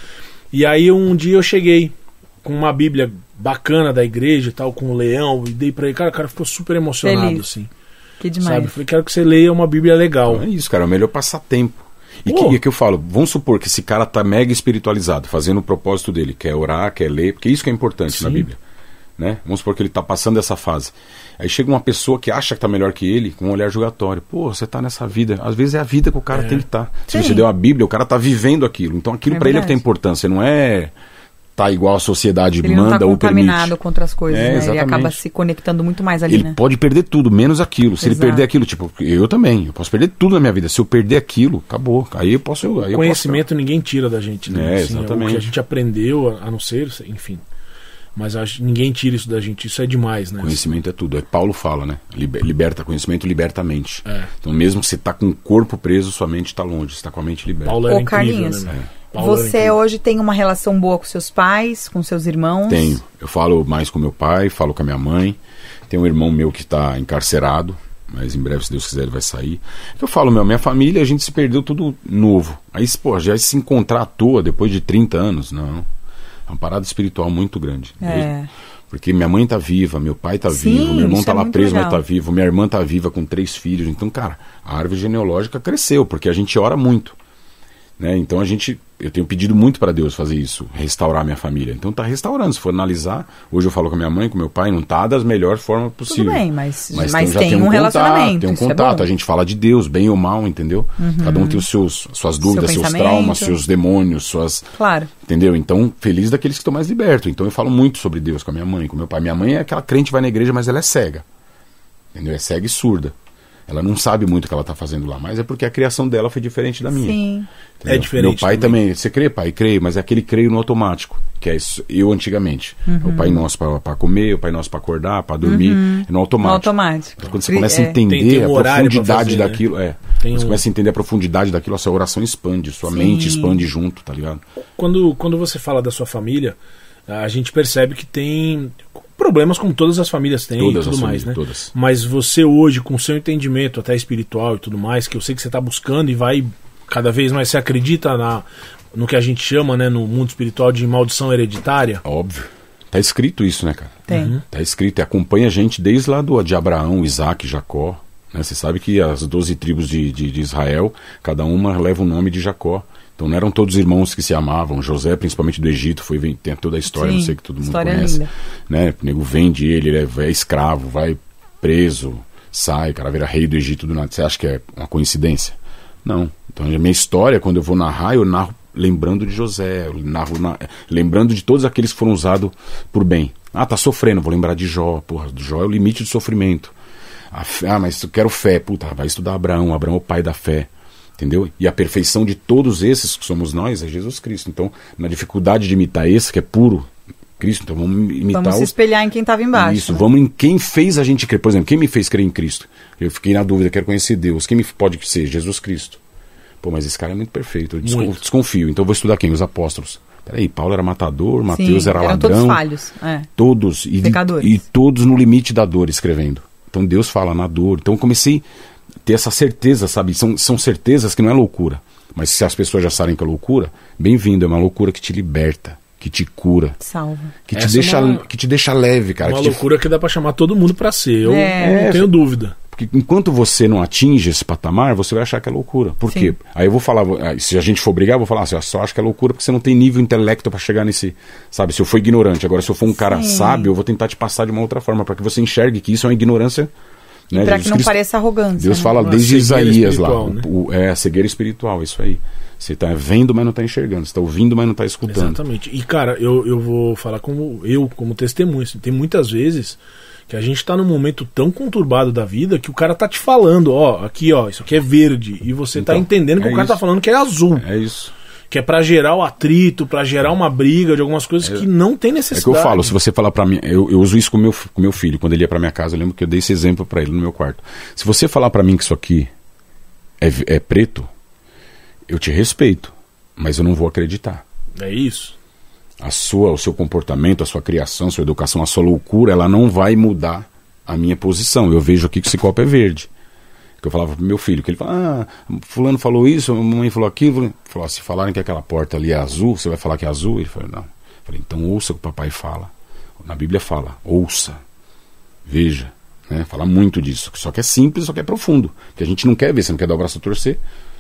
E aí um dia eu cheguei com uma Bíblia bacana da igreja e tal, com o leão, e dei pra ele. Cara, o cara ficou super emocionado, Feliz. assim. Que demais. Sabe? Eu falei, quero que você leia uma Bíblia legal. Não é isso, cara, é o melhor passatempo. E Pô. que, é que eu falo, vamos supor que esse cara tá mega espiritualizado, fazendo o propósito dele, quer orar, quer ler, porque isso que é importante Sim. na Bíblia. Né? Vamos supor que ele tá passando essa fase. Aí chega uma pessoa que acha que tá melhor que ele, com um olhar julgatório. Pô, você tá nessa vida. Às vezes é a vida que o cara É. tem que estar. Tá. Se Sim. você deu a Bíblia, o cara tá vivendo aquilo. Então aquilo É pra ele é que tem verdade. importância, não é tá igual a sociedade Ele manda não tá ou permite. contaminado com outras coisas, É, né? Ele exatamente. acaba se conectando muito mais ali, Ele né? pode perder tudo, menos aquilo. Se Exato. ele perder aquilo, tipo, eu também, eu posso perder tudo na minha vida. Se eu perder aquilo, acabou. Aí eu posso. Aí eu Conhecimento ninguém tira da gente, né? É, Assim, exatamente. o que a gente aprendeu, a não ser, enfim. Mas acho que ninguém tira isso da gente. Isso é demais, né? Conhecimento é tudo. É que Paulo fala, né? Liber- Liberta conhecimento, liberta a mente. É. Então, mesmo que você tá com o corpo preso, sua mente está longe. Você tá com a mente liberta. Paulo era Ô, incrível, Carlinhos, né? É. Paulo era Você incrível. hoje tem uma relação boa com seus pais, com seus irmãos? Tenho. Eu falo mais com meu pai, falo com a minha mãe. Tem um irmão meu que está encarcerado, mas em breve, se Deus quiser, ele vai sair. Eu falo, meu, minha família, a gente se perdeu tudo novo. Aí, pô, já se encontrar à toa depois de trinta anos, não. É uma parada espiritual muito grande. É. Porque minha mãe tá viva, meu pai tá Sim, vivo, meu irmão isso tá é lá muito preso, legal. mas tá vivo, minha irmã tá viva com três filhos. Então, cara, a árvore genealógica cresceu, porque a gente ora muito. Né? Então a gente, eu tenho pedido muito para Deus fazer isso, restaurar minha família. Então tá restaurando, se for analisar, hoje eu falo com a minha mãe, com meu pai, não tá das melhores formas possíveis. Tudo bem, mas, mas, então já tem, um contato, relacionamento. tem um isso é contato, bom. a gente fala de Deus, bem ou mal, entendeu? Cada um tem os seus, suas dúvidas, seus pensamento. traumas, seus demônios, suas... Claro. Entendeu? Então, feliz daqueles que estão mais libertos. Então eu falo muito sobre Deus com a minha mãe, com meu pai. Minha mãe é aquela crente que vai na igreja, mas ela é cega. Entendeu? É cega e surda. Ela não sabe muito o que ela está fazendo lá, mas é porque a criação dela foi diferente da minha. Sim. Entendeu? É diferente Meu pai também. também. Você crê, pai? Creio, mas é aquele creio no automático, que é isso, eu antigamente. Uhum. O Pai Nosso para comer, o Pai Nosso para acordar, para dormir, é no automático. No automático. Então, quando você começa a É. entender Tem- tem um a horário pra profundidade fazer, né? daquilo, é. Tem Quando você um- começa a entender a profundidade daquilo, a sua oração expande, sua Sim. mente expande junto, tá ligado? Quando, quando você fala da sua família, a gente percebe que tem problemas como todas as famílias têm Todas e tudo as mais, famílias, né? todas. Mas você hoje, com seu entendimento até espiritual e tudo mais, que eu sei que você está buscando e vai cada vez mais, você acredita na, no que a gente chama, né, no mundo espiritual de maldição hereditária? Óbvio. Tá escrito isso, né, cara? Tem. Uhum. Tá escrito e acompanha a gente desde lá do, de Abraão, Isaac, Jacó. Né? Você sabe que as doze tribos de, de, de Israel, cada uma leva o nome de Jacó. Então não eram todos irmãos que se amavam. José, principalmente do Egito, foi, vem- tem toda a história, Sim, não sei que todo mundo história conhece. linda. Né? O nego vende ele, ele é, é escravo, vai preso, sai, o cara vira rei do Egito do nada. Você acha que é uma coincidência? Não. Então a minha história, quando eu vou narrar, eu narro lembrando de José, eu narro na- lembrando de todos aqueles que foram usados por bem. Ah, tá sofrendo, vou lembrar de Jó. Porra, Jó é o limite do sofrimento. A fé- ah, mas eu quero fé. Puta, vai estudar Abraão. Abraão é o pai da fé. Entendeu? E a perfeição de todos esses que somos nós é Jesus Cristo. Então, na dificuldade de imitar esse, que é puro Cristo, então vamos imitar Vamos se os... espelhar em quem estava embaixo. Isso, né? vamos em quem fez a gente crer. Por exemplo, quem me fez crer em Cristo? Eu fiquei na dúvida, quero conhecer Deus. Quem me pode ser? Jesus Cristo. Pô, mas esse cara é muito perfeito. Eu desconfio, Muito. desconfio. Então eu vou estudar quem? Os apóstolos. Peraí, Paulo era matador, Mateus Sim, era eram ladrão. todos falhos. É. Todos. E, Pecadores. e todos no limite da dor escrevendo. Então Deus fala na dor. Então eu comecei a ter essa certeza, sabe? São, são certezas que não é loucura. Mas se as pessoas já sabem que é loucura, bem-vindo. É uma loucura que te liberta, que te cura, Salva. que te, Essa é deixa, uma- que te deixa leve, cara. Uma que te- loucura que dá pra chamar todo mundo pra ser. Eu É. não tenho dúvida. Porque enquanto você não atinge esse patamar, você vai achar que é loucura. Por quê? Sim. Aí eu vou falar, ah, se a gente for brigar, eu vou falar assim, eu só acho que é loucura porque você não tem nível intelecto pra chegar nesse, sabe? Se eu for ignorante, agora se eu for um cara Sim. sábio, eu vou tentar te passar de uma outra forma, para que você enxergue que isso é uma ignorância. E Né? pra Jesus que não Cristo- pareça arrogância. Deus né? fala Uma desde cegueira Isaías lá, espiritual, o- né? o- é a cegueira espiritual, isso aí. Você tá vendo, mas não tá enxergando. Você tá ouvindo, mas não tá escutando. Exatamente. E, cara, eu, eu vou falar como eu, como testemunha. Assim, tem muitas vezes que a gente tá num momento tão conturbado da vida que o cara tá te falando, ó, aqui, ó, isso aqui é verde. E você tá Então, entendendo que é o cara tá isso. falando que é azul. É isso. Que é pra gerar o atrito, pra gerar uma briga de algumas coisas que não tem É necessidade. que eu falo, se você falar pra mim, eu, eu uso isso com meu, com meu filho, quando ele ia pra minha casa, eu lembro que eu dei esse exemplo pra ele no meu quarto. Se você falar pra mim que isso aqui é, v- é preto, eu te respeito, mas eu não vou acreditar. É isso. A sua, o seu comportamento, a sua criação, a sua educação, a sua loucura, ela não vai mudar a minha posição. Eu vejo aqui que esse copo é verde. Que eu falava pro meu filho, que ele fala, ah, fulano falou isso, a mamãe falou aquilo. Falou, se falarem que aquela porta ali é azul, você vai falar que é azul? Ele falou, não. Eu falei, então ouça o que o papai fala. Na Bíblia fala, ouça, veja, né? Fala muito disso. Só que é simples, só que é profundo. Que a gente não quer ver, você não quer dar o braço a torcer.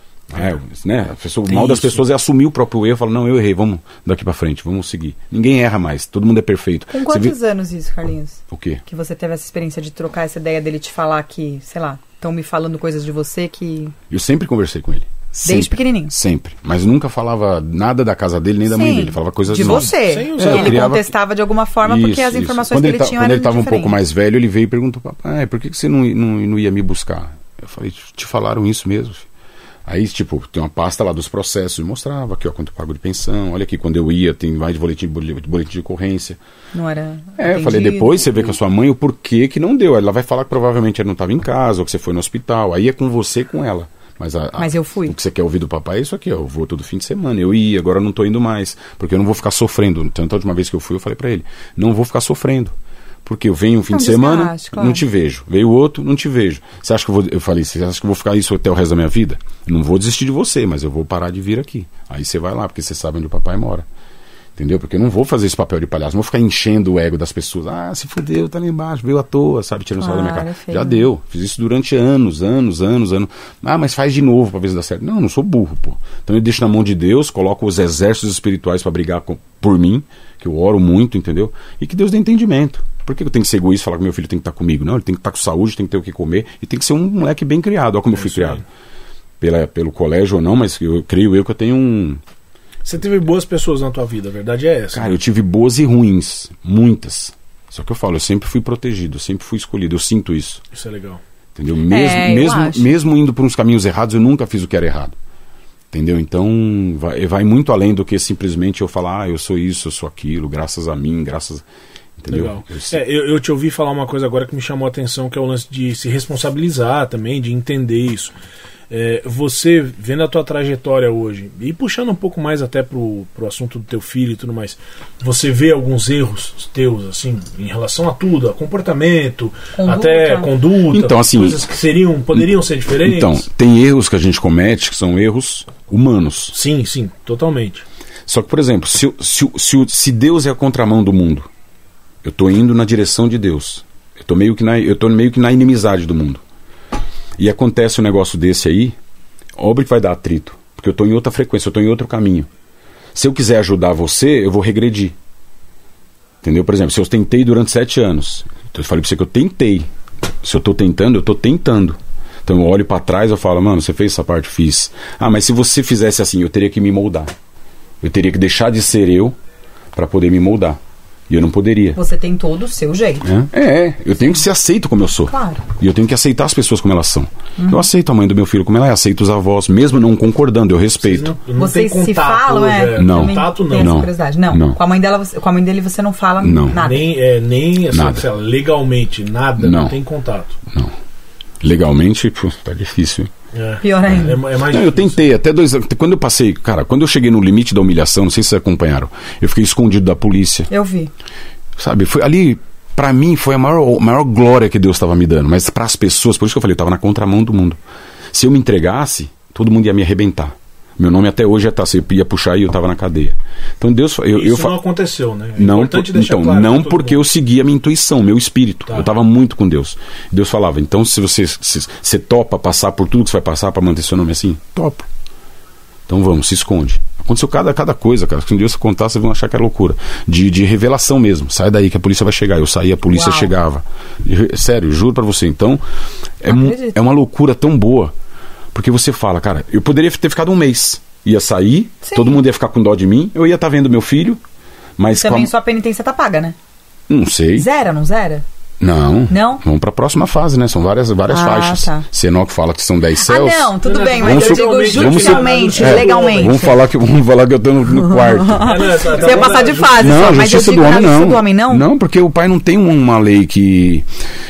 É, né? a pessoa, o mal das pessoas é assumir o próprio erro, falar, não, eu errei, vamos daqui pra frente, vamos seguir. Ninguém erra mais, todo mundo é perfeito. Com quantos anos isso, Carlinhos? O quê? Que você teve essa experiência de trocar essa ideia dele te falar que, sei lá, estão me falando coisas de você que... Eu sempre conversei com ele. Sempre, desde pequenininho? Sempre. Mas nunca falava nada da casa dele, nem da Sim, mãe dele. Falava coisas de novas. você. Sem É, ele criava... contestava de alguma forma isso, porque as isso. informações quando que ele, ele tinha Quando eram ele estava um diferentes. pouco mais velho, ele veio e perguntou, papai, por que, que você não, não, não ia me buscar? Eu falei, te falaram isso mesmo, filho? Aí, tipo, tem uma pasta lá dos processos, e mostrava aqui, ó, quanto eu pago de pensão, olha aqui, quando eu ia, tem mais de boletim de, boletim de ocorrência. Não era É, eu falei, depois você vê com a sua mãe o porquê que não deu. Ela vai falar que provavelmente ela não estava em casa, ou que você foi no hospital, aí é com você e com ela. Mas, a, Mas eu fui. O que você quer ouvir do papai é isso aqui, ó, eu vou todo fim de semana, eu ia, agora eu não tô indo mais, porque eu não vou ficar sofrendo. Tanto a última vez que eu fui, eu falei pra ele, não vou ficar sofrendo. Porque eu venho um fim Não de semana, desgaste, claro. não te vejo. Veio outro, não te vejo. Você acha que eu vou, eu falei, você acha que eu vou ficar isso até o resto da minha vida? Eu não vou desistir de você, mas eu vou parar de vir aqui. Aí você vai lá, porque você sabe onde o papai mora. Entendeu? Porque eu não vou fazer esse papel de palhaço, não vou ficar enchendo o ego das pessoas. Ah, se fudeu, tá lá embaixo, veio à toa, sabe, tirando Claro, sal da minha cara. é feio. Já deu. Fiz isso durante anos, anos, anos, anos. Ah, mas faz de novo pra ver se dá certo. Não, eu não sou burro, pô. Então eu deixo na mão de Deus, coloco os exércitos espirituais pra brigar com, por mim, que eu oro muito, entendeu? E que Deus dê entendimento. Por que eu tenho que ser egoísta e falar que meu filho tem que estar comigo? Não, ele tem que estar com saúde, tem que ter o que comer e tem que ser um moleque bem criado. Olha como eu fui criado. Pela, pelo colégio ou não, mas eu creio eu que eu tenho um... Você teve boas pessoas na tua vida, a verdade é essa. Cara, eu tive boas e ruins, muitas. Só que eu falo, eu sempre fui protegido, eu sempre fui escolhido, eu sinto isso. Isso é legal. Entendeu? Mesmo, É, eu mesmo, acho. mesmo indo por uns caminhos errados, eu nunca fiz o que era errado. Entendeu? Então, vai, vai muito além do que simplesmente eu falar, ah, eu sou isso, eu sou aquilo, graças a mim, graças... Entendeu? Legal. Eu, É, eu, eu te ouvi falar uma coisa agora que me chamou a atenção, que é o lance de se responsabilizar também, de entender isso. É, você, vendo a tua trajetória hoje, e puxando um pouco mais até pro, pro assunto do teu filho e tudo mais, você vê alguns erros teus, assim, em relação a tudo, a comportamento, Conduta. até conduta, Então, assim, coisas que seriam, poderiam ser diferentes? Então, tem erros que a gente comete que são erros humanos. Sim, sim, totalmente. Só que, por exemplo, se, eu- se, o- se, o- se Deus é a contramão do mundo, eu estou indo na direção de Deus. Eu estou meio que na, eu tô meio que na inimizade do mundo. E acontece um negócio desse aí, óbvio que vai dar atrito, porque eu estou em outra frequência, eu estou em outro caminho. Se eu quiser ajudar você, eu vou regredir. Entendeu? Por exemplo, se eu tentei durante sete anos, então eu falei para você que eu tentei. Se eu estou tentando, eu estou tentando. Então eu olho para trás e eu falo, mano, você fez essa parte, fiz. Ah, mas se você fizesse assim, eu teria que me moldar. Eu teria que deixar de ser eu para poder me moldar. E eu não poderia. Você tem todo o seu jeito. É, é, eu tenho que ser aceito como eu sou. Claro. E eu tenho que aceitar as pessoas como elas são. Uhum. Eu aceito a mãe do meu filho como ela é, aceito os avós, mesmo não concordando, eu respeito. Não, não Vocês tem se contato falam, hoje, é? é, Não. Contato Tem não. essa Não. curiosidade. Não. Não. Com a mãe dela, você- com a mãe dele você não fala Não. nada. Nem, é, nem assim, Nada. sei lá, legalmente, nada, não. Não. tem contato. Não. Legalmente, pô, tá difícil. hein? É. Pior ainda. É, é mais Não, eu difícil. tentei, até dois anos. Quando eu passei, cara, quando eu cheguei no limite da humilhação, não sei se vocês acompanharam, eu fiquei escondido da polícia. Eu vi. Sabe, foi ali, pra mim, foi a maior, a maior glória que Deus estava me dando. Mas pras pessoas, por isso que eu falei, eu tava na contramão do mundo. Se eu me entregasse, todo mundo ia me arrebentar. Meu nome até hoje ia estar, você ia puxar e eu tava na cadeia. Então Deus, eu, Isso eu fa- não aconteceu, né? É Não, importante por- deixar então, claro não pra todo porque mundo. eu seguia a minha intuição, meu espírito. Tá. Eu estava muito com Deus. Deus falava, então se você se, você topa passar por tudo que você vai passar para manter seu nome assim, topo. Então vamos, se esconde. Aconteceu cada, cada coisa, cara. Se um dia você contar, vocês vão achar que é loucura. De, de revelação mesmo. Sai daí que a polícia vai chegar. Eu saía, a polícia Uau. chegava. E, sério, juro pra você. Então, é, mu- Acredito. é uma loucura tão boa. Porque você fala, cara, eu poderia ter ficado um mês. Ia sair, Sim. todo mundo ia ficar com dó de mim. Eu ia estar vendo meu filho. Mas Também com a- sua penitência tá paga, né? não sei. Zera, não zera? Não. Não? Vamos para a próxima fase, né? São várias, várias Ah, faixas. tá. Senão fala que são dez céus. Ah, não, tudo Não, bem, não, mas vamos eu su- digo vamos su- judicialmente, É, legalmente. Vamos falar que, vamos falar que eu tô no, no quarto. Ah, não, tá- tá Você ia bom, passar né? de fase Não, só, a mas eu justiça digo do na homem justiça não. do homem não? Não, porque o pai não tem uma lei que,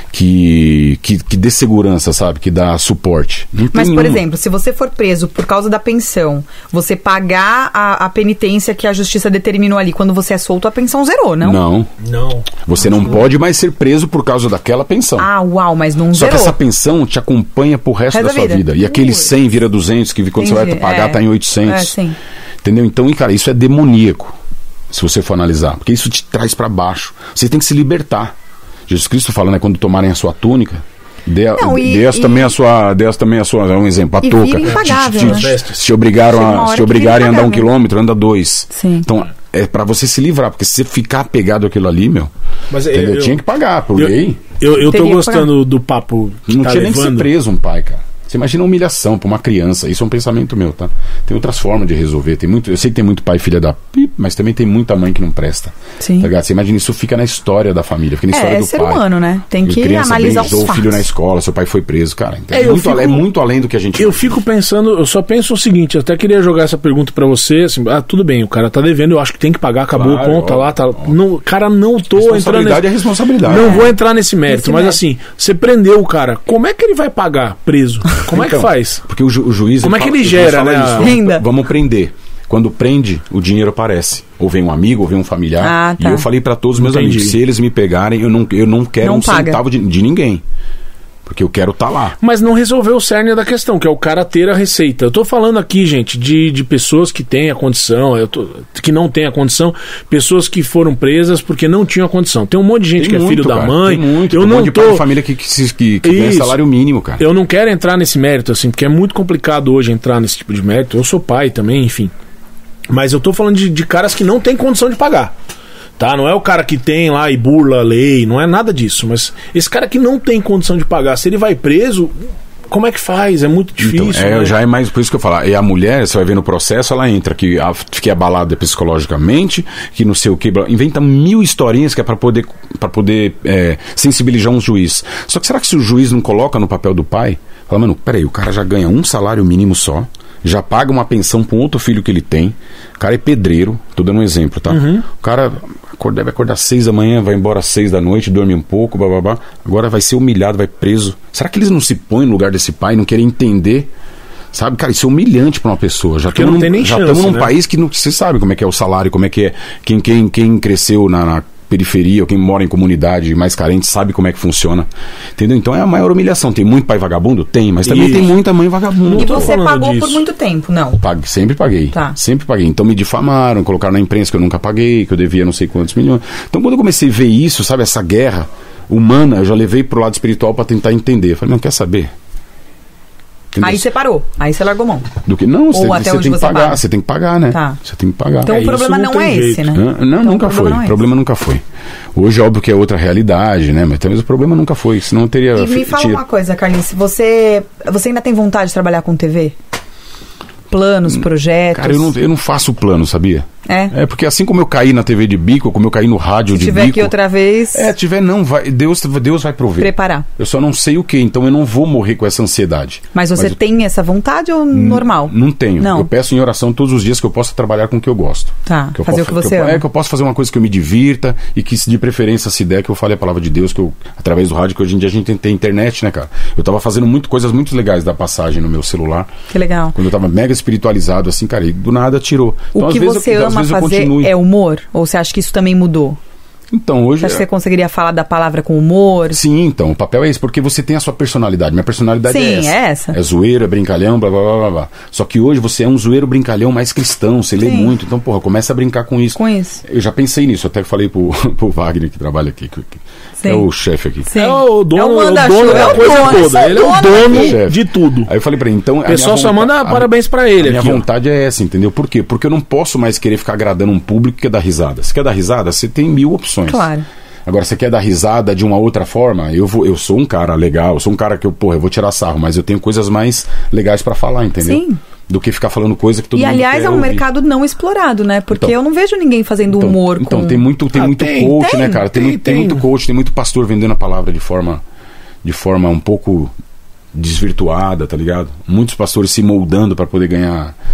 que, que, que dê segurança, sabe? Que dá suporte. Não tem Mas, por nenhuma. exemplo, se você for preso por causa da pensão, você pagar a, a penitência que a justiça determinou ali, quando você é solto, a pensão zerou, não? Não. Não. Você não pode mais ser preso por causa daquela pensão. Ah, uau, mas não Só zerou. que essa pensão te acompanha pro resto Resto da da sua vida. vida. E aquele Ui. cem vira duzentos, que quando você vai Entendi, pagar é. tá em oitocentos. É, sim. Entendeu? Então, e, cara, isso é demoníaco, se você for analisar. Porque isso te traz pra baixo. Você tem que se libertar. Jesus Cristo fala, né? Quando tomarem a sua túnica, dê, Não, e- dê e- também a sua, dê também a sua, um exemplo, a E touca. vira impagável, te, né? te, te, te obrigaram Chega uma a, hora te que obrigarem a vira andar um impagável. quilômetro, anda dois. Sim. Então, é pra você se livrar, porque se você ficar pegado àquilo ali, meu, Mas entendeu? eu- tinha que pagar, por Eu, lei. eu, eu tô Teria que gostando do papo que Não tá tinha nem que ser levando. preso um pai, cara. Você imagina a humilhação pra uma criança. Isso é um pensamento meu, tá? Tem outras formas de resolver. Tem muito, eu sei que tem muito pai filha da pip, mas também tem muita mãe que não presta. Sim. Tá ligado? Você imagina, isso fica na história da família, fica na história É, é do ser pai. humano, né? Tem E que criança analisar beijou os o filho fatos. na escola, seu pai foi preso, cara. Então, É, é, eu muito, fico- ale- é muito além do que a gente... Eu fico pensando, eu só penso o seguinte, eu até queria jogar essa pergunta pra você, assim, ah, tudo bem, o cara tá devendo, eu acho que tem que pagar, acabou Claro, o ponto, tá lá, tá. óbvio. Não, cara, não tô entrando Responsabilidade é responsabilidade. Não É. vou entrar nesse mérito, Nesse mas mérito. assim, você prendeu o cara, como é que ele vai pagar preso? Como é que Então, faz? Porque o, ju- o juiz... Como é que fala- ele o juiz gera, fala né, isso, a- vamos- Renda. Vamos prender. Quando prende, o dinheiro aparece. Ou vem um amigo, ou vem um familiar. Ah, tá. E eu falei pra todos os meus Entendi. amigos, se eles me pegarem, eu não, eu não quero Não um paga. centavo de, de ninguém. Porque eu quero estar lá. Mas não resolveu o cerne da questão, que é o cara ter a receita. Eu tô falando aqui, gente, de, de pessoas que têm a condição, eu tô- que não têm a condição, pessoas que foram presas porque não tinham a condição. Tem um monte de gente Tem que é muito, filho da cara, mãe. Tem muito. Eu tem um não monte de pai tô. de família que, que, se- que, que ganha Isso. salário mínimo, cara. Eu não quero entrar nesse mérito, assim, porque é muito complicado hoje entrar nesse tipo de mérito. Eu sou pai também, enfim. Mas eu tô falando de, de caras que não têm condição de pagar. Tá? Não é o cara que tem lá e burla a lei, não é nada disso. Mas esse cara que não tem condição de pagar, se ele vai preso, como é que faz? É muito difícil. Então, é, né? já é mais por isso que eu falo. E a mulher, você vai ver no processo, ela entra que a- fique abalada psicologicamente, que não sei o que, blá, inventa mil historinhas que é pra poder, pra poder é, sensibilizar um juiz. Só que será que se o juiz não coloca no papel do pai, fala, mano, peraí, o cara já ganha um salário mínimo só, já paga uma pensão pra um outro filho que ele tem, o cara é pedreiro, tô dando um exemplo, tá? Uhum. O cara acorda- deve acordar às seis da manhã, vai embora às seis da noite, dorme um pouco, bababá, agora vai ser humilhado, vai preso. Será que eles não se põem no lugar desse pai, não querem entender? Sabe, cara, isso é humilhante pra uma pessoa. Já Porque estamos não num, tem nem já chance, estamos num né? país que não, você sabe como é que é o salário, como é que é. Quem, quem, quem cresceu na, na periferia, ou quem mora em comunidade mais carente, sabe como é que funciona. Entendeu? Então é a maior humilhação. Tem muito pai vagabundo? Tem, mas também Isso. tem muita mãe vagabunda. E tô você falando pagou disso. por muito tempo, não? Pague- sempre paguei. Tá. Sempre paguei. Então me difamaram, colocaram na imprensa que eu nunca paguei, que eu devia não sei quantos milhões. Então quando eu comecei a ver isso, sabe, essa guerra humana, eu já levei pro lado espiritual pra tentar entender. Eu falei, não, quer saber? Entendeu? Aí você parou, aí você largou mão. Do que? Não, você, até você onde tem que você pagar, paga. você tem que pagar, né? Tá. Você tem que pagar. Então É, o problema isso não não, tem é jeito. esse, né? Não, não, Então, nunca o foi. problema não O é problema nunca foi. Hoje, óbvio que é outra realidade, né? Mas talvez o problema nunca foi. Senão eu teria. E me fala tinha- uma coisa, Carlinhos, se você, você ainda tem vontade de trabalhar com T V? Planos, projetos? Cara, eu não, eu não faço plano, sabia? É? É, porque assim como eu caí na T V de bico, como eu caí no rádio Se de tiver bico. aqui outra vez, É, tiver não, vai, Deus, Deus vai prover. preparar. Eu só não sei o que, então eu não vou morrer com essa ansiedade. Mas você eu- tem essa vontade ou normal? Não tenho. Não. Eu peço em oração todos os dias que eu possa trabalhar com o que eu gosto. Tá, que eu fazer possa- o que você eu, ama. É, que eu possa fazer uma coisa que eu me divirta e que, se de preferência, se der, que eu fale a palavra de Deus, que eu, através do rádio, que hoje em dia a gente tem, tem internet, né, cara? Eu tava fazendo muito, coisas muito legais da passagem no meu celular. Que legal. Quando eu tava mega espiritualizado, assim, cara, e do nada tirou. Então, O às que vezes você eu, às ama vezes eu fazer continuo. é humor? Ou você acha que isso também mudou? Então, hoje. Você acha que você conseguiria falar da palavra com humor? Sim, então, o papel é esse, porque você tem a sua personalidade. Minha personalidade Sim, é essa. é essa. É zoeiro, é brincalhão, blá blá blá blá blá. Só que hoje você é um zoeiro brincalhão mais cristão, você lê Sim. muito, então, porra, começa a brincar com isso. Com isso. Eu já pensei nisso, até falei pro, pro Wagner que trabalha aqui, que, que Sim. é o chefe aqui. Sim. É o dono, É o é o manda-chuva, dono da é o coisa dono, esse toda. é o Ele é o dono dono aqui. Chefe. de tudo. Aí eu falei pra ele, então. O pessoal só manda parabéns pra ele A minha aqui, ó. vontade é essa, entendeu? Por quê? Porque eu não posso mais querer ficar agradando um público que quer dar risada. Se quer dar risada, você tem mil opções. Claro. Agora, você quer dar risada de uma outra forma? Eu vou, eu sou um cara legal, eu sou um cara que eu, porra, eu vou tirar sarro, mas eu tenho coisas mais legais pra falar, entendeu? Sim. Do que ficar falando coisa que todo E mundo aliás, quer é um ouvir. mercado não explorado, né? Porque Então- eu não vejo ninguém fazendo Então, humor então com... tem muito, tem Ah, muito tem, coach, tem, né, cara? Tem, tem, muito, tem tem. muito coach, tem muito pastor vendendo a palavra de forma, de forma um pouco desvirtuada, tá ligado? Muitos pastores se moldando pra poder ganhar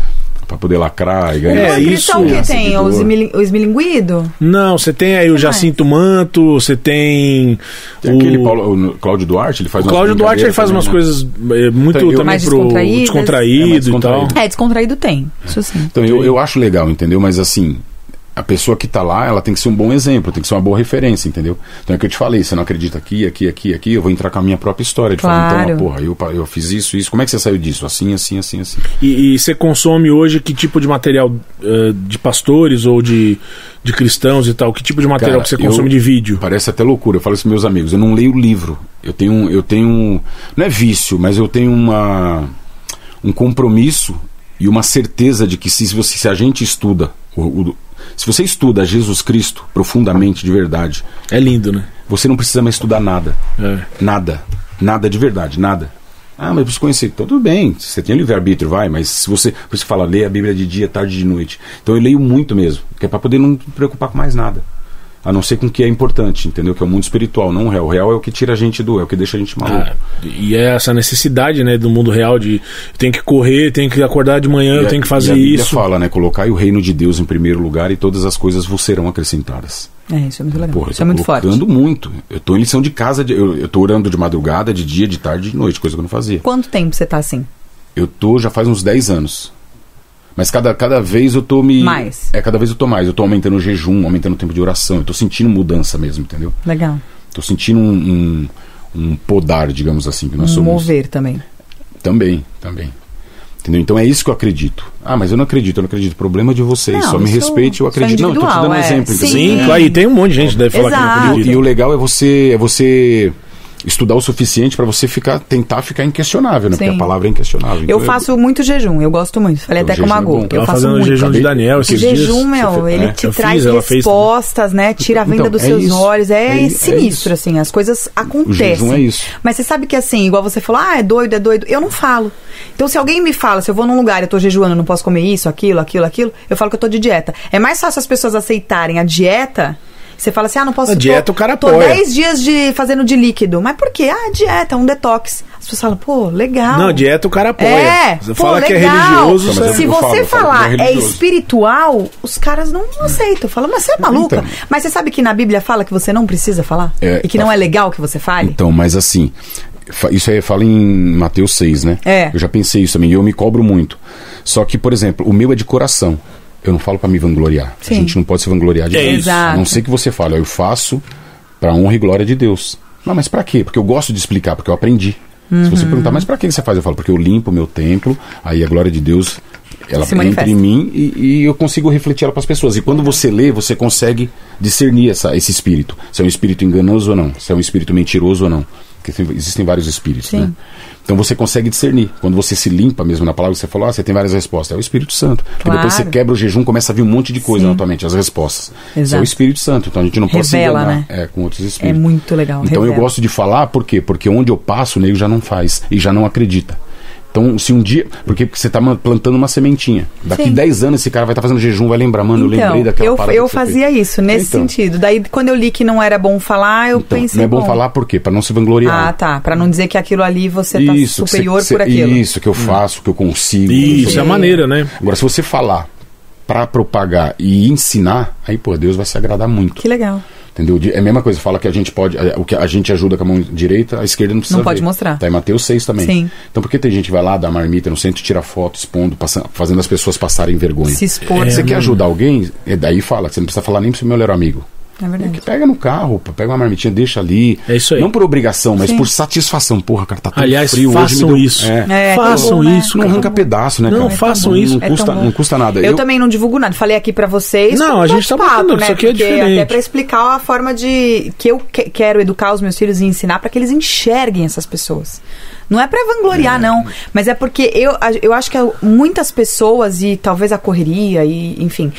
Pra poder lacrar e ganhar. É, É, isso- cristão que tem? seguidor. Os, esmili- o esmilinguido? Não, você tem aí o Que Jacinto Manto, você tem, Tem o... aquele Paulo, o Cláudio Duarte, ele faz O umas Cláudio Duarte ele faz umas brincadeiras coisas é, muito Então, eu- também Mais pro descontraídas. descontraído É, mais e descontraído. tal. É, descontraído tem. Isso sim. Então, eu, eu acho legal, entendeu? Mas assim, a pessoa que tá lá, ela tem que ser um bom exemplo, tem que ser uma boa referência, entendeu? Então é o que eu te falei, você não acredita aqui, aqui, aqui, aqui, eu vou entrar com a minha própria história. De falar, Claro. então, porra, eu, eu fiz isso, isso, como é que você saiu disso? Assim, assim, assim, assim. E, e você consome hoje que tipo de material eh, de pastores ou de, de cristãos e tal? Que tipo de material Cara, que você eu- consome de vídeo? Parece até loucura, eu falo isso para meus amigos, eu não leio livro, eu tenho, eu tenho, não é vício, mas eu tenho uma, um compromisso e uma certeza de que se, você, se a gente estuda, o, o, se você estuda Jesus Cristo profundamente, de verdade, É lindo, né? você não precisa mais estudar nada, É. nada, nada de verdade, nada. Ah, mas eu preciso conhecer. Então tudo bem, você tem livre-arbítrio, vai, mas se você, por isso que fala, lê a Bíblia de dia, tarde e de noite. Então eu leio muito mesmo, que é para poder não me preocupar com mais nada. A não ser com o que é importante, entendeu? Que é o mundo espiritual, não o real. O real é o que tira a gente do, é o que deixa a gente maluco. Ah, e é essa necessidade, né, do mundo real de tem que correr, tem que acordar de manhã, eu E a- tenho que e fazer a Bíblia isso. fala, né? Colocai o reino de Deus em primeiro lugar e todas as coisas vos serão acrescentadas. É, isso é muito legal. Porra, eu isso tô é muito forte. colocando muito. Eu tô em lição de casa, de- eu, eu tô orando de madrugada, de dia, de tarde, de noite, coisa que eu não fazia. Quanto tempo você tá assim? Eu tô já faz uns dez anos. Mas cada, cada vez eu tô me... Mais. É, cada vez eu tô mais. Eu tô aumentando o jejum, aumentando o tempo de oração. Eu tô sentindo mudança mesmo, entendeu? Legal. Tô sentindo um, um, um podar, digamos assim, que nós Um somos. mover também. Também, também. Entendeu? Então é isso que eu acredito. Ah, mas eu não acredito, eu não acredito. Problema de vocês. Não, Só me isso- respeite, eu isso é acredito. Não, eu tô te dando um individual, é. exemplo. entendeu? Sim, É. claro, e tem um monte de gente que deve falar que não Exato. acredita. E o legal é você, é você estudar o suficiente para você ficar, tentar ficar inquestionável, né? Porque Sim. a palavra é inquestionável. Eu Então, faço muito jejum, eu gosto muito. Falei O até com jejum a é Magô. bom. Eu Ela faço fazendo o muito. jejum de Acabei- Daniel O esses dias. jejum, meu, Você fe- ele é, te eu traz fiz, ela fez respostas, né? Tira a venda Então, dos é seus isso. olhos. É, É i- é sinistro, isso. assim. As coisas acontecem. jejum é isso. Mas você sabe que, assim, igual você falou, ah, é doido, é doido. Eu não falo. Então, se alguém me fala, se eu vou num lugar e eu tô jejuando, eu não posso comer isso, aquilo, aquilo, aquilo, eu falo que eu tô de dieta. É mais fácil as pessoas aceitarem a dieta. Você fala assim, ah, não posso... A dieta tô, o cara tô apoia. dez dias de, fazendo de líquido. Mas por quê? Ah, dieta, um detox. As pessoas falam, pô, legal. Não, dieta o cara apoia. É, Você pô, fala que é legal. religioso, Não, mas eu- Se eu você falo, eu falo falar que não é é religioso. espiritual, os caras não aceitam. Falam, mas você é maluca. Então. Mas você sabe que na Bíblia fala que você não precisa falar? É, e que não é legal que você fale? Então, mas assim, fa- isso aí fala em Mateus seis, né? É. Eu já pensei isso também e eu me cobro muito. Só que, por exemplo, o meu é de coração. Eu não falo pra me vangloriar. Sim. A gente não pode se vangloriar de É Deus. isso. Exato. A não ser que você fale, ó, eu faço pra honra e glória de Deus. Não, mas pra quê? Porque eu gosto de explicar, porque eu aprendi. Se você perguntar, mas pra que você faz? Eu falo, porque eu limpo o meu templo, aí a glória de Deus, ela Se entra manifesta. em mim e, e eu consigo refletir ela pras pessoas. E quando você lê, você consegue discernir essa, esse espírito. Se é um espírito enganoso ou não, se é um espírito mentiroso ou não. Porque tem- existem vários espíritos, Sim. né? Então você consegue discernir. Quando você se limpa mesmo na palavra, você falou, ah, você tem várias respostas. É o Espírito Santo. Porque depois você Claro. quebra o jejum, começa a vir um monte de coisa Sim. na tua mente, as respostas. Isso é Exato. o Espírito Santo. Então a gente não pode se Revela, enganar né? é, com outros É espíritos. muito legal. Então eu revela. gosto de falar, por quê? Porque onde eu passo, o nego já não faz e já não acredita. Então, se um dia. Porque você está plantando uma sementinha. Daqui Sim. dez anos esse cara vai estar fazendo jejum, vai lembrar, mano, eu lembrei daquela eu, parada. eu que você fazia fez. isso, nesse Então. sentido. Daí, quando eu li que não era bom falar, eu Então, pensei. não é bom, falar por quê? Para não se vangloriar. Ah, tá. Pra não dizer que aquilo ali você tá Isso, que superior você- por aquilo. Isso, que eu faço, que eu consigo. Isso, Isso. é a maneira, né? Agora, se você falar pra propagar e ensinar, aí, pô, Deus vai se agradar muito. Que legal. Entendeu? De- É a mesma coisa, fala que a gente pode. é, O que a gente ajuda com a mão direita, a esquerda não precisa Não pode ver. mostrar. Tá em Mateus seis também. Sim. Então por que tem gente que vai lá, dá marmita no centro, tira foto, expondo, passa- fazendo as pessoas passarem vergonha? Se expor. Você É, quer ajudar alguém? É daí fala, você não precisa falar nem pro seu melhor amigo. É verdade. Pega no carro, pô, pega uma marmitinha, deixa ali. É isso aí. Não por obrigação, mas Sim. por satisfação. Porra, cara, tá tão Aliás, frio hoje. me façam deu- isso. É. É, Façam tá bom, né? isso, Não cara. arranca pedaço, né, Não, cara? façam Não- isso. Não É tão custa, bom. não custa nada. Eu, também não divulgo nada. Falei aqui pra vocês. Não, como a gente tá bate-papo, botando, né? isso aqui é Porque diferente. Até pra explicar a forma de que eu que- quero educar os meus filhos e ensinar pra que eles enxerguem essas pessoas. Não é pra vangloriar, não. Mas é porque eu, a- eu acho que muitas pessoas, e talvez a correria, e enfim,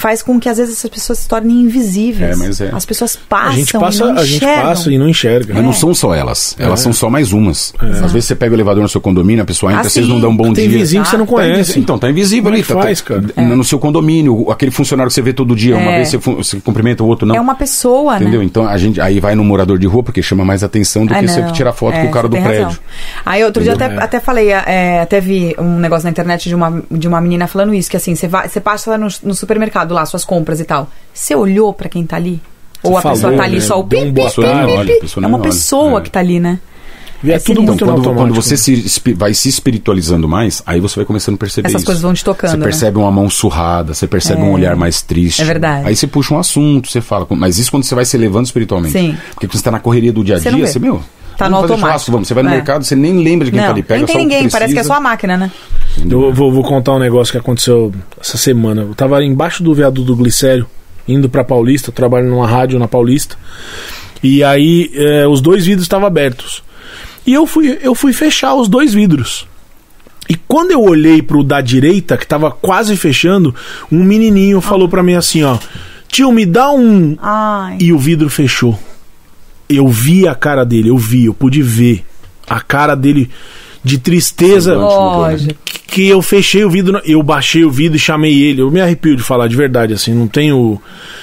faz com que às vezes essas pessoas se tornem invisíveis. É, mas é. As pessoas passam A gente passa, e não a gente enxergam. passa e não enxerga. Mas não são só elas, elas É. são só mais umas. Às vezes você pega o elevador no seu condomínio, a pessoa entra, Ah, vocês sim. não dão um bom Tem dia. vizinho que você não Tá invisível. conhece. Então, tá invisível Como é ali. que Tá, faz, tá, cara? No seu condomínio, aquele funcionário que você vê todo dia, uma É. vez você, fu- você cumprimenta, o outro não. É uma pessoa, Entendeu? né? Então a gente aí vai no morador de rua porque chama mais atenção do Ah, que você não. tirar foto É, com o cara você do tem prédio. razão. Aí outro dia até, Entendeu? até falei, é, até vi um negócio na internet de uma, de uma menina falando isso, que assim, você vai, você passa lá no, no supermercado, lá, suas compras e tal. Você olhou pra quem tá ali? Ou Você a pessoa falou, tá ali né? só o Deu um pi, boa pi, pi, tarde. pi, Olha, pi. a pessoa É não uma olha. pessoa É. que tá ali, né? E é É tudo sinistro. muito no Quando, quando automático. você se, espi- vai se espiritualizando mais, aí você vai começando a perceber Essas isso. coisas vão te tocando, Você né? percebe uma mão surrada, você percebe É. um olhar mais triste. É verdade. Aí você puxa um assunto, você fala. Mas isso quando você vai se elevando espiritualmente. Sim. Porque quando você tá na correria do dia a Você não dia, vê. você, meu... Tá vamos no fazer automático. churrasco, vamos. Você vai no É. mercado, você nem lembra de quem Não, tá ali. Pega nem tem só o que ninguém, parece que é precisa. só a máquina, né? Eu vou, vou contar um negócio que aconteceu essa semana. Eu tava embaixo do viaduto do Glicério, indo pra Paulista, eu trabalho numa rádio na Paulista. E aí eh, os dois vidros estavam abertos. E eu fui, eu fui fechar os dois vidros. E quando eu olhei pro da direita, que tava quase fechando, um menininho falou pra mim assim, ó: tio, me dá um... Ai. E o vidro fechou. Eu vi a cara dele, eu vi, eu pude ver a cara dele de tristeza. Lógico. Que, que eu fechei o vidro, eu baixei o vidro e chamei ele. Eu me arrepio de falar de verdade, assim, não tenho.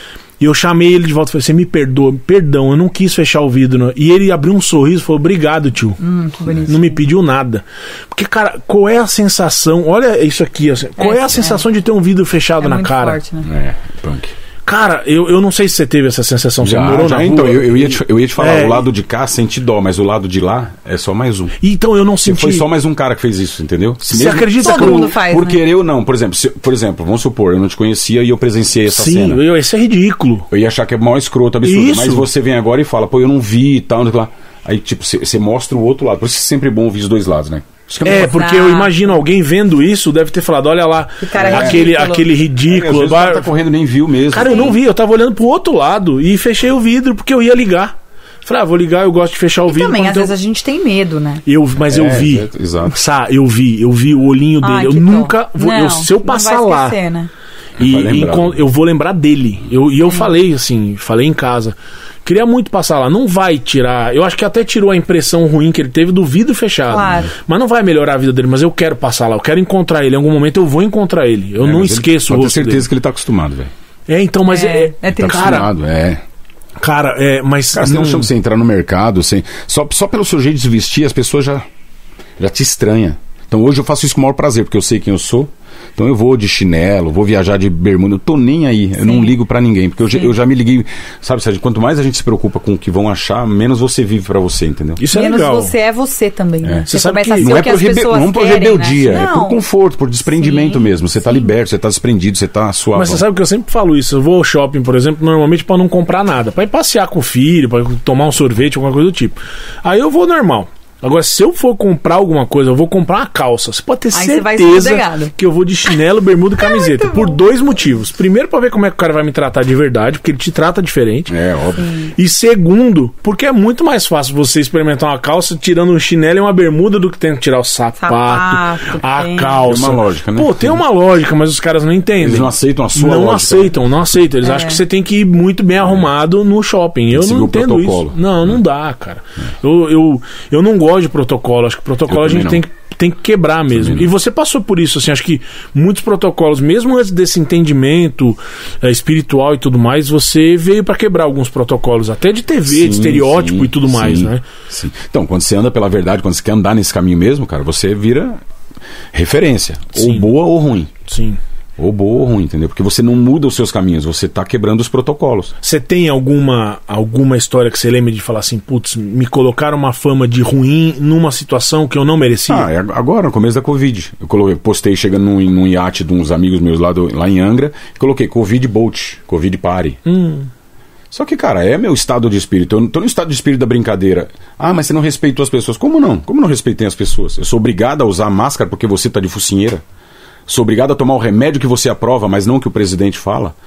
E eu chamei ele de volta e falei: você me perdoa, perdão, eu não quis fechar o vidro. Não. E ele abriu um sorriso e falou: obrigado, tio. Hum, que bonito. Não me pediu nada. Porque, cara, qual é a sensação? Olha isso aqui, assim, qual é, É, a sensação de ter um vidro fechado É na muito cara? forte, né? É, punk. Cara, eu, eu não sei se você teve essa sensação. Você Já, morou já, na então, rua? eu, eu, ia te, eu ia te falar, É. o lado de cá sente dó, mas o lado de lá é só mais um. Então eu não Você senti. foi só mais um cara que fez isso, entendeu? Você acredita Todo que eu- mundo faz, Por né? querer ou não, por exemplo, se, por exemplo, vamos supor, eu não te conhecia e eu presenciei essa Sim, cena. eu, isso é ridículo. Eu ia achar que é maior escroto, absurdo. Isso. Mas você vem agora e fala, pô, eu não vi e tal, não sei lá. Aí, tipo, você mostra o outro lado. Por isso que é sempre bom ouvir os dois lados, né? Isso que É, muito porque eu Exato. imagino alguém vendo isso, deve ter falado: olha lá, Que cara aquele, ridículo. aquele Às ridículo. vezes o cara tá correndo nem viu mesmo. Cara, eu não vi, eu tava olhando pro outro lado e fechei o vidro porque eu ia ligar. Falei: ah, vou ligar, eu gosto de fechar o vidro. Também, pra às não vezes, ter- a gente tem medo, né? eu, mas eu É, vi. exato, exato. Sá, eu vi, eu vi o olhinho dele. Ai, eu que dó. nunca vou. Não, eu, se eu não passar vai lá. esquecer, né? E, Vai lembrar. e con- eu vou lembrar dele. Eu, e eu falei assim, falei em casa. Queria muito passar lá. Não vai tirar. Eu acho que até tirou a impressão ruim que ele teve do vidro fechado. Claro. Mas não vai melhorar a vida dele. Mas eu quero passar lá. Eu quero encontrar ele. Em algum momento eu vou encontrar ele. Eu É, não mas ele- esqueço o Pode ter rosto certeza dele. que ele tá acostumado, velho. É, então, mas É, é. é Tá triste. cara, acostumado, é. cara, é. Mas. Cara, você tem não- noção que você entrar no mercado, sem, só, só pelo seu jeito de se vestir, as pessoas já, já te estranham. Então hoje eu faço isso com o maior prazer, porque eu sei quem eu sou. Então eu vou de chinelo, vou viajar de bermuda, eu tô nem aí, eu não ligo pra ninguém, porque eu, já- eu já me liguei, sabe, Sérgio, quanto mais a gente se preocupa com o que vão achar, menos você vive pra você, entendeu? Isso é Menos legal. você é você também, né? Você sabe começa que a ser Não o é que por, as rebe pessoas não por querem, rebeldia, né? é por Não. conforto, por desprendimento Sim, mesmo. Você tá sim. liberto, você tá desprendido, você tá suave. Mas você sabe que eu sempre falo isso. Eu vou ao shopping, por exemplo, normalmente pra não comprar nada. Pra ir passear com o filho, pra tomar um sorvete, alguma coisa do tipo. Aí eu vou normal. Agora, se eu for comprar alguma coisa, eu vou comprar uma calça. Você pode ter Aí você vai certeza sossegado. que eu vou de chinelo, bermuda e camiseta. Por dois motivos. Primeiro, pra ver como é que o cara vai me tratar de verdade, porque ele te trata diferente. É, óbvio. E segundo, porque é muito mais fácil você experimentar uma calça tirando um chinelo e uma bermuda do que tem que tirar o sapato, Sapato, a tem. calça. Tem uma lógica, né? Pô, tem uma lógica, mas os caras não entendem. Eles não aceitam a sua Não lógica. aceitam, não aceitam. Eles É. acham que você tem que ir muito bem arrumado no shopping. Eu seguir não o entendo protocolo. isso. Não, não dá, cara. Eu, eu, eu não gosto de protocolo. Acho que protocolo Eu a gente também tem que, tem que quebrar mesmo. Também não. E você passou por isso, assim, acho que muitos protocolos, mesmo antes desse entendimento é, espiritual e tudo mais, você veio pra quebrar alguns protocolos, até de T V, Sim, de estereótipo sim, e tudo mais, sim, né? sim. Então, quando você anda pela verdade, quando você quer andar nesse caminho mesmo, cara, você vira referência. Ou Sim. boa ou ruim. Sim. Ou boa ou ruim, entendeu? Porque você não muda os seus caminhos, você tá quebrando os protocolos. Você tem alguma, alguma história que você lembra de falar assim, putz, me colocaram uma fama de ruim numa situação que eu não merecia? Ah, é agora, no começo da Covid. Eu coloquei, postei chegando num, num iate de uns amigos meus lá, do, lá em Angra, e coloquei Covid Boat, Covid Party. Hum. Só que, cara, é meu estado de espírito. Eu não tô no estado de espírito da brincadeira. Ah, mas você não respeitou as pessoas. Como não? Como não respeitei as pessoas? Eu sou obrigado a usar máscara porque você tá de focinheira? Sou obrigado a tomar o remédio que você aprova, mas não o que o presidente fala?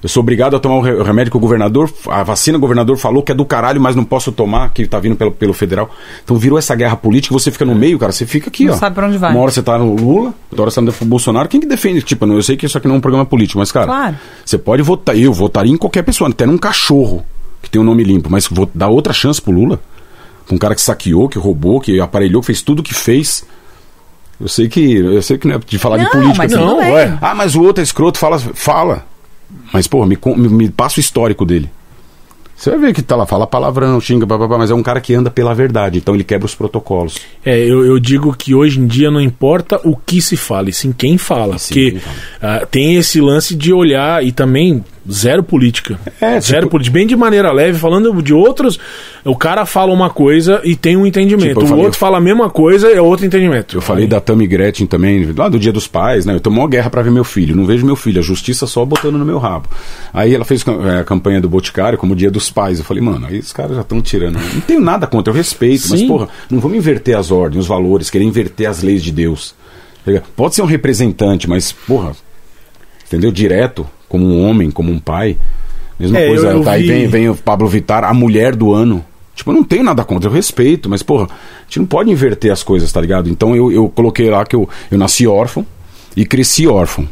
Eu sou obrigado a tomar o, re- o remédio que o governador, a vacina o governador falou que é do caralho, mas não posso tomar, que tá vindo pelo, pelo federal. Então virou essa guerra política, você fica no meio, cara, você fica aqui, Não ó. sabe pra onde vai. Uma hora você tá no Lula, outra hora você tá no Bolsonaro. Quem que defende? Tipo, eu sei que isso aqui não é um programa político, mas, cara, Claro. você pode votar, eu votaria em qualquer pessoa, até num cachorro que tem um nome limpo, mas vou dar outra chance pro Lula? Pra um cara que saqueou, que roubou, que aparelhou, que fez tudo o que fez. Eu sei que, eu sei que não é de falar Não, de política. mas aqui. tudo bem. ué. Ah, mas o outro é escroto, fala, fala. Mas, pô, me, con- me, me passa o histórico dele. Você vai ver que tá lá, fala palavrão, xinga, bababá, mas é um cara que anda pela verdade, então ele quebra os protocolos. É, eu, eu digo que hoje em dia não importa o que se fala, e sim quem fala. Sim, porque quem fala. ah, tem esse lance de olhar e também zero política. É, zero tipo- política. Bem de maneira leve, falando de outros, o cara fala uma coisa e tem um entendimento. Tipo, eu o falei- outro fala a mesma coisa e é outro entendimento. Eu falei da Tammy Gretchen também, lá do Dia dos Pais, né? Eu tô mó guerra pra ver meu filho. Não vejo meu filho, a justiça só botando no meu rabo. Aí ela fez é, a campanha do Boticário como Dia dos Pais. Eu falei, mano, aí os caras já estão tirando. Não tenho nada contra, eu respeito, mas, Sim. porra, não vamos inverter as ordens, os valores, querer inverter as leis de Deus. Pode ser um representante, mas, porra, entendeu? Direto, como um homem, como um pai. Mesma É, coisa, eu- eu tá, aí vi- vem, vem o Pablo Vittar, a mulher do ano. Tipo, eu não tenho nada contra, eu respeito, mas, porra, a gente não pode inverter as coisas, tá ligado? Então eu, eu coloquei lá que eu, eu nasci órfão e cresci órfão.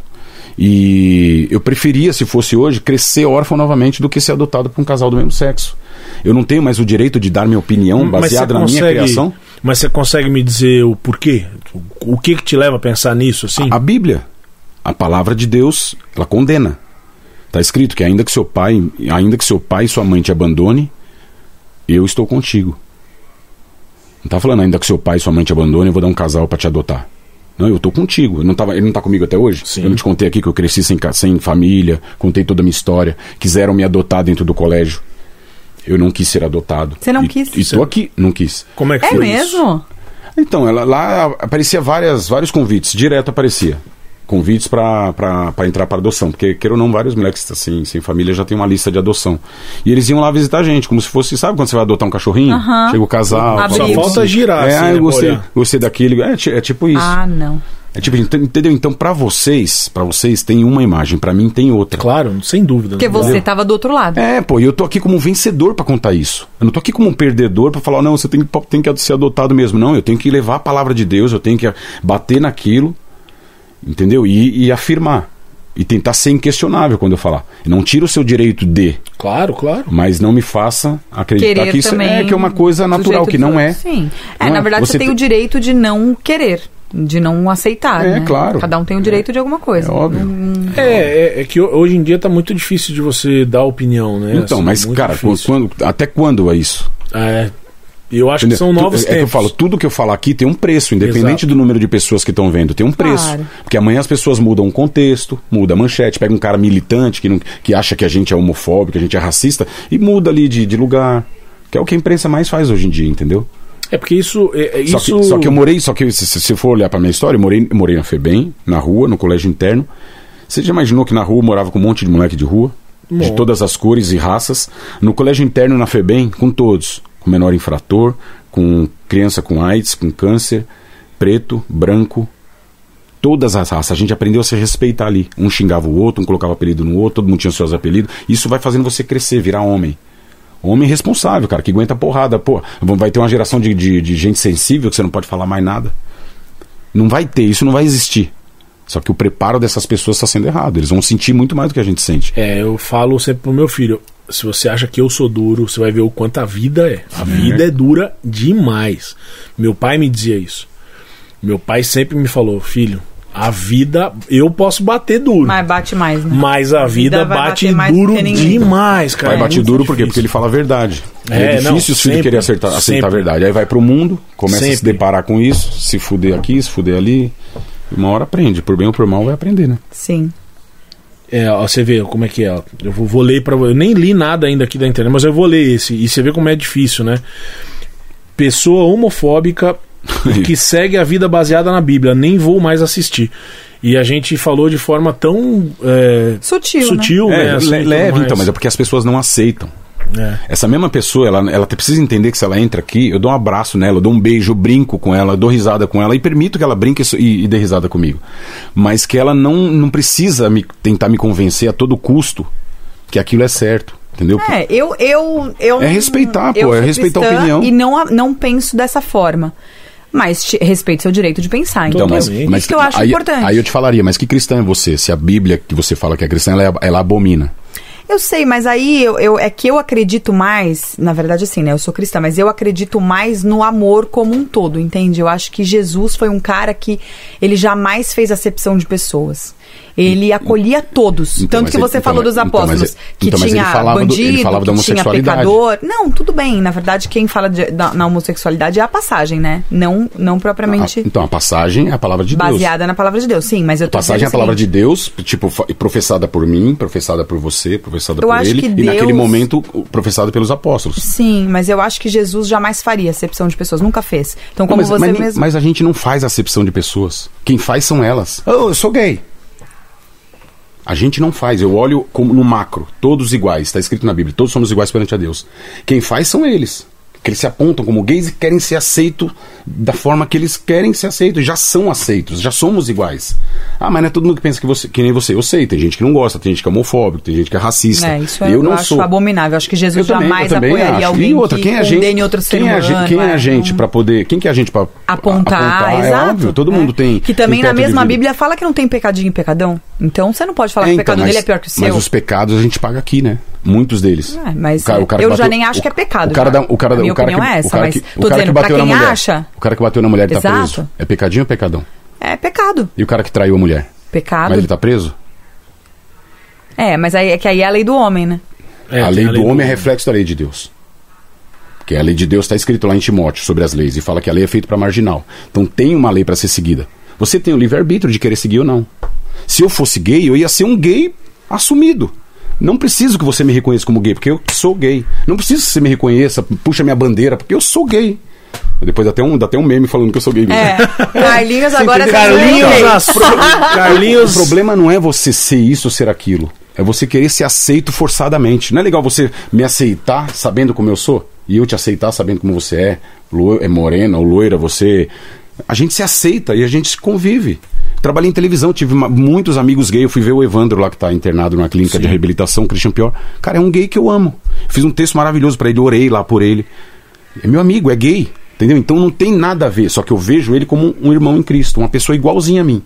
E eu preferia, se fosse hoje, crescer órfão novamente do que ser adotado por um casal do mesmo sexo. Eu não tenho mais o direito de dar minha opinião Mas baseada você na minha consegue- criação. Mas você consegue me dizer o porquê? O que que te leva a pensar nisso, assim? A Bíblia, a palavra de Deus, ela condena. Está escrito que ainda que seu pai, ainda que seu pai e sua mãe te abandone, eu estou contigo. Não está falando ainda que seu pai e sua mãe te abandone, eu vou dar um casal para te adotar. Não, eu estou contigo. Eu não tava, ele não está comigo até hoje? Sim. Eu não te contei aqui que eu cresci sem, ca- sem família, contei toda a minha história, quiseram me adotar dentro do colégio. Eu não quis ser adotado. Você não e, quis? E estou aqui, não quis. Como é que É foi isso? mesmo? Então, ela, lá aparecia várias, vários convites, direto aparecia. Convites pra, pra, pra entrar para adoção, porque, queira ou não, vários moleques assim, sem família já tem uma lista de adoção. E eles iam lá visitar a gente, como se fosse, sabe quando você vai adotar um cachorrinho? Aham. Chega o casal. Abrigo. fala, Só falta girar, É, assim, ah, né, eu gostei, pra olhar. gostei daquele. É, ti- é tipo isso. Ah, não. É tipo, ent- entendeu? Então, pra vocês, pra vocês tem uma imagem, pra mim tem outra. Claro, sem dúvida. Porque né? você tava do outro lado. É, pô, e eu tô aqui como um vencedor pra contar isso. Eu não tô aqui como um perdedor pra falar, não, você tem, que- tem que ser adotado mesmo. Não, eu tenho que levar a palavra de Deus, eu tenho que bater naquilo, entendeu? E, e afirmar. E tentar ser inquestionável quando eu falar. Não tira o seu direito de, Claro, claro. mas não me faça acreditar Querer que isso também. é, que é uma coisa do natural, jeito que dos não é. outros. Sim. É, Não na é. verdade você, Você tem te- o direito de não querer, de não aceitar. É, né? claro. Cada um tem o direito de alguma coisa. É óbvio. Não- É, é, é que ho- hoje em dia tá muito difícil de você dar opinião, né? Então, Assim, mas, muito cara, difícil. quando, até quando é isso? É, eu acho Entendeu? que são Tu- novos é que eu tempos. falo, tudo que eu falar aqui tem um preço, independente Exato. do número de pessoas que estão vendo, tem um preço. Claro. Porque amanhã as pessoas mudam o contexto, muda a manchete, pega um cara militante que, não, que acha que a gente é homofóbico, que a gente é racista, e muda ali de, de lugar. Que é o que a imprensa mais faz hoje em dia, entendeu? É porque isso... É, é Só, isso... que, só que eu morei, só que se se você for olhar pra minha história, eu morei, eu morei na FEBEM, na rua, no colégio interno. Você já imaginou que na rua eu morava com um monte de moleque de rua? De Bom. todas as cores e raças. No colégio interno, na FEBEM, com todos. Com menor infrator, com criança com AIDS, com câncer, preto, branco, todas as raças. A gente aprendeu a se respeitar ali. Um xingava o outro, um colocava apelido no outro, todo mundo tinha seus apelidos. Isso vai fazendo você crescer, virar homem. Homem responsável, cara, que aguenta porrada. Pô, vai ter uma geração de, de, de gente sensível que você não pode falar mais nada. Não vai ter, isso não vai existir. Só que o preparo dessas pessoas está sendo errado. Eles vão sentir muito mais do que a gente sente. É, eu falo sempre pro meu filho, se você acha que eu sou duro, você vai ver o quanto a vida é. A vida é dura demais. Meu pai me dizia isso. Meu pai sempre me falou, filho, a vida, eu posso bater duro. Mas bate mais, né? Mas a vida, vai bate bater mais duro do que ninguém. demais, O cara. pai bate Muito duro por quê? difícil. Porque ele fala a verdade. É, É, difícil não, os filhos sempre, querer acertar, aceitar a sempre. verdade. Aí vai pro mundo, começa a se Sempre. deparar com isso, se fuder aqui, se fuder ali. E uma hora aprende. Por bem ou por mal vai aprender, né? Sim. É, ó, você vê como é que é. Ó. Eu vou, vou ler pra Eu nem li nada ainda aqui da internet, mas eu vou ler esse. E você vê como é difícil, né? Pessoa homofóbica que segue a vida baseada na Bíblia. Nem vou mais assistir. E a gente falou de forma tão é, Sutil, sutil, É, né? assim, le- tudo leve, mais. então, mas é porque as pessoas não aceitam. É. Essa mesma pessoa, ela, ela precisa entender que se ela entra aqui, eu dou um abraço nela, eu dou um beijo, eu brinco com ela, eu dou risada com ela e permito que ela brinque e, e dê risada comigo. Mas que ela não, não precisa me, tentar me convencer a todo custo que aquilo é certo, entendeu? É, eu... eu, eu é respeitar, eu pô, é respeitar a opinião. E não, não penso dessa forma. Mas te, respeito seu direito de pensar, então, então mas, mas isso que eu acho aí, importante. Aí eu te falaria, mas que cristã é você? Se a Bíblia que você fala que é cristã, ela, ela abomina. Eu sei, mas aí eu, eu, é que eu acredito mais, na verdade assim, né, eu sou cristã, mas eu acredito mais no amor como um todo, entende? Eu acho que Jesus foi um cara que ele jamais fez acepção de pessoas. Ele acolhia todos. Então, Tanto que ele, você então, falou dos então, apóstolos, mas, que então, tinha bandido, do, ele falava da que tinha pecador. Não, tudo bem. Na verdade, quem fala de, da, na homossexualidade é a passagem, né? Não, não propriamente... A, então, a passagem é a palavra de Deus. Baseada na palavra de Deus, sim. Mas eu tô a passagem é a palavra seguinte, de Deus, tipo, professada por mim, professada por você, professada eu por acho ele. Que e Deus... naquele momento, professada pelos apóstolos. Sim, mas eu acho que Jesus jamais faria acepção de pessoas. Nunca fez. Então, como mas, você mas, mesmo... Mas a gente não faz acepção de pessoas. Quem faz são elas. Oh, eu sou gay. A gente não faz, eu olho como no macro, todos iguais, está escrito na Bíblia, todos somos iguais perante a Deus. Quem faz são eles, que eles se apontam como gays e querem ser aceitos da forma que eles querem ser aceitos, já são aceitos, já somos iguais. Ah, mas não é todo mundo que pensa que, você, que nem você. Eu sei, tem gente que não gosta, tem gente que é homofóbico, tem gente que é racista. É, isso é, eu não eu acho sou. abominável, acho que Jesus eu também, jamais eu também apoiaria acho. alguém e outra, que quem é condene gente, outro ser quem humano. É a, quem é a gente não... para poder, quem que é a gente para apontar, apontar? exato. É óbvio, todo é. mundo tem. Que também tem na mesma Bíblia fala que não tem pecadinho e pecadão. Então você não pode falar é, que o então, pecado mas, dele é pior que o seu. Mas os pecados a gente paga aqui, né? Muitos deles. É, mas o cara, o cara eu bateu, já nem acho que é pecado. O cara, da, o cara, a minha o cara opinião que, é essa, o cara mas que, tô o cara dizendo, que bateu pra na quem mulher, acha... O cara que bateu na mulher e tá Exato. preso. É pecadinho ou pecadão? É pecado. E o cara que traiu a mulher? Pecado. Mas ele tá preso? É, mas aí, é que aí é a lei do homem, né? É, a lei a do lei homem do... é reflexo da lei de Deus. Porque a lei de Deus está escrito lá em Timóteo sobre as leis e fala que a lei é feita para marginal. Então tem uma lei para ser seguida. Você tem o livre-arbítrio de querer seguir ou não. Se eu fosse gay, eu ia ser um gay assumido. Não preciso que você me reconheça como gay, porque eu sou gay. Não preciso que você me reconheça, puxa minha bandeira, porque eu sou gay. Depois dá até um, dá até um meme falando que eu sou gay. É. Carlinhos agora é Carlinhos, as... Carlinhos. O problema não é você ser isso ou ser aquilo. É você querer ser aceito forçadamente. Não é legal você me aceitar sabendo como eu sou? E eu te aceitar sabendo como você é. É morena ou loira, você... A gente se aceita e a gente se convive. Trabalhei em televisão, tive uma, muitos amigos gays. Eu fui ver o Evandro lá que tá internado numa clínica Sim. de reabilitação, Christian Pior. Cara, é um gay que eu amo. Fiz um texto maravilhoso pra ele, orei lá por ele. É meu amigo, é gay. Entendeu? Então não tem nada a ver. Só que eu vejo ele como um irmão em Cristo, uma pessoa igualzinha a mim.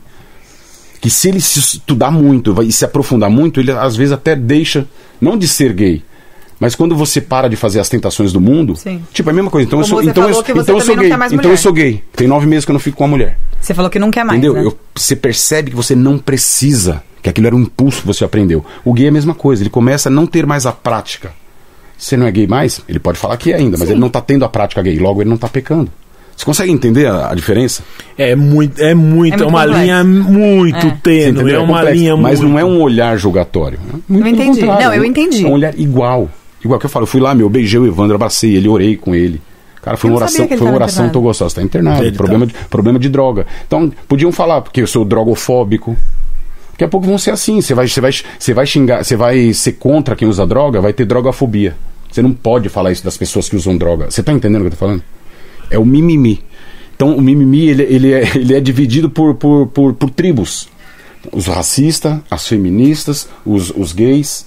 Que se ele se estudar muito e se aprofundar muito, ele às vezes até deixa, não de ser gay, mas quando você para de fazer as tentações do mundo, Sim. tipo, é a mesma coisa. Então Como eu sou, então eu, então eu sou gay. Então eu sou gay. Tem nove meses que eu não fico com uma mulher. Você falou que não quer mais, entendeu? né? Eu, você percebe que você não precisa, que aquilo era um impulso que você aprendeu. O gay é a mesma coisa, ele começa a não ter mais a prática. Você não é gay mais? Ele pode falar que é ainda, mas Sim. ele não está tendo a prática gay, logo ele não está pecando. Você consegue entender a, a diferença? É muito, é muito, é, muito uma complexo. linha muito é. tênue, é uma é linha mas muito... não é um olhar julgatório. É eu entendi. Não, eu entendi. É um olhar igual. Igual que eu falo, eu fui lá, meu, beijei o Evandro, abracei ele, orei com ele. Cara, foi uma oração, foi uma oração tão gostosa. Você tá internado, problema, tá. de, problema de droga. Então, podiam falar, porque eu sou drogofóbico. Daqui a pouco vão ser assim, você vai, você vai, você vai xingar, você vai ser contra quem usa droga, vai ter drogafobia. Você não pode falar isso das pessoas que usam droga. Você tá entendendo o que eu tô falando? É o mimimi. Então o mimimi ele, ele, é, ele é dividido por, por, por, por tribos. Os racistas, as feministas, os, os gays.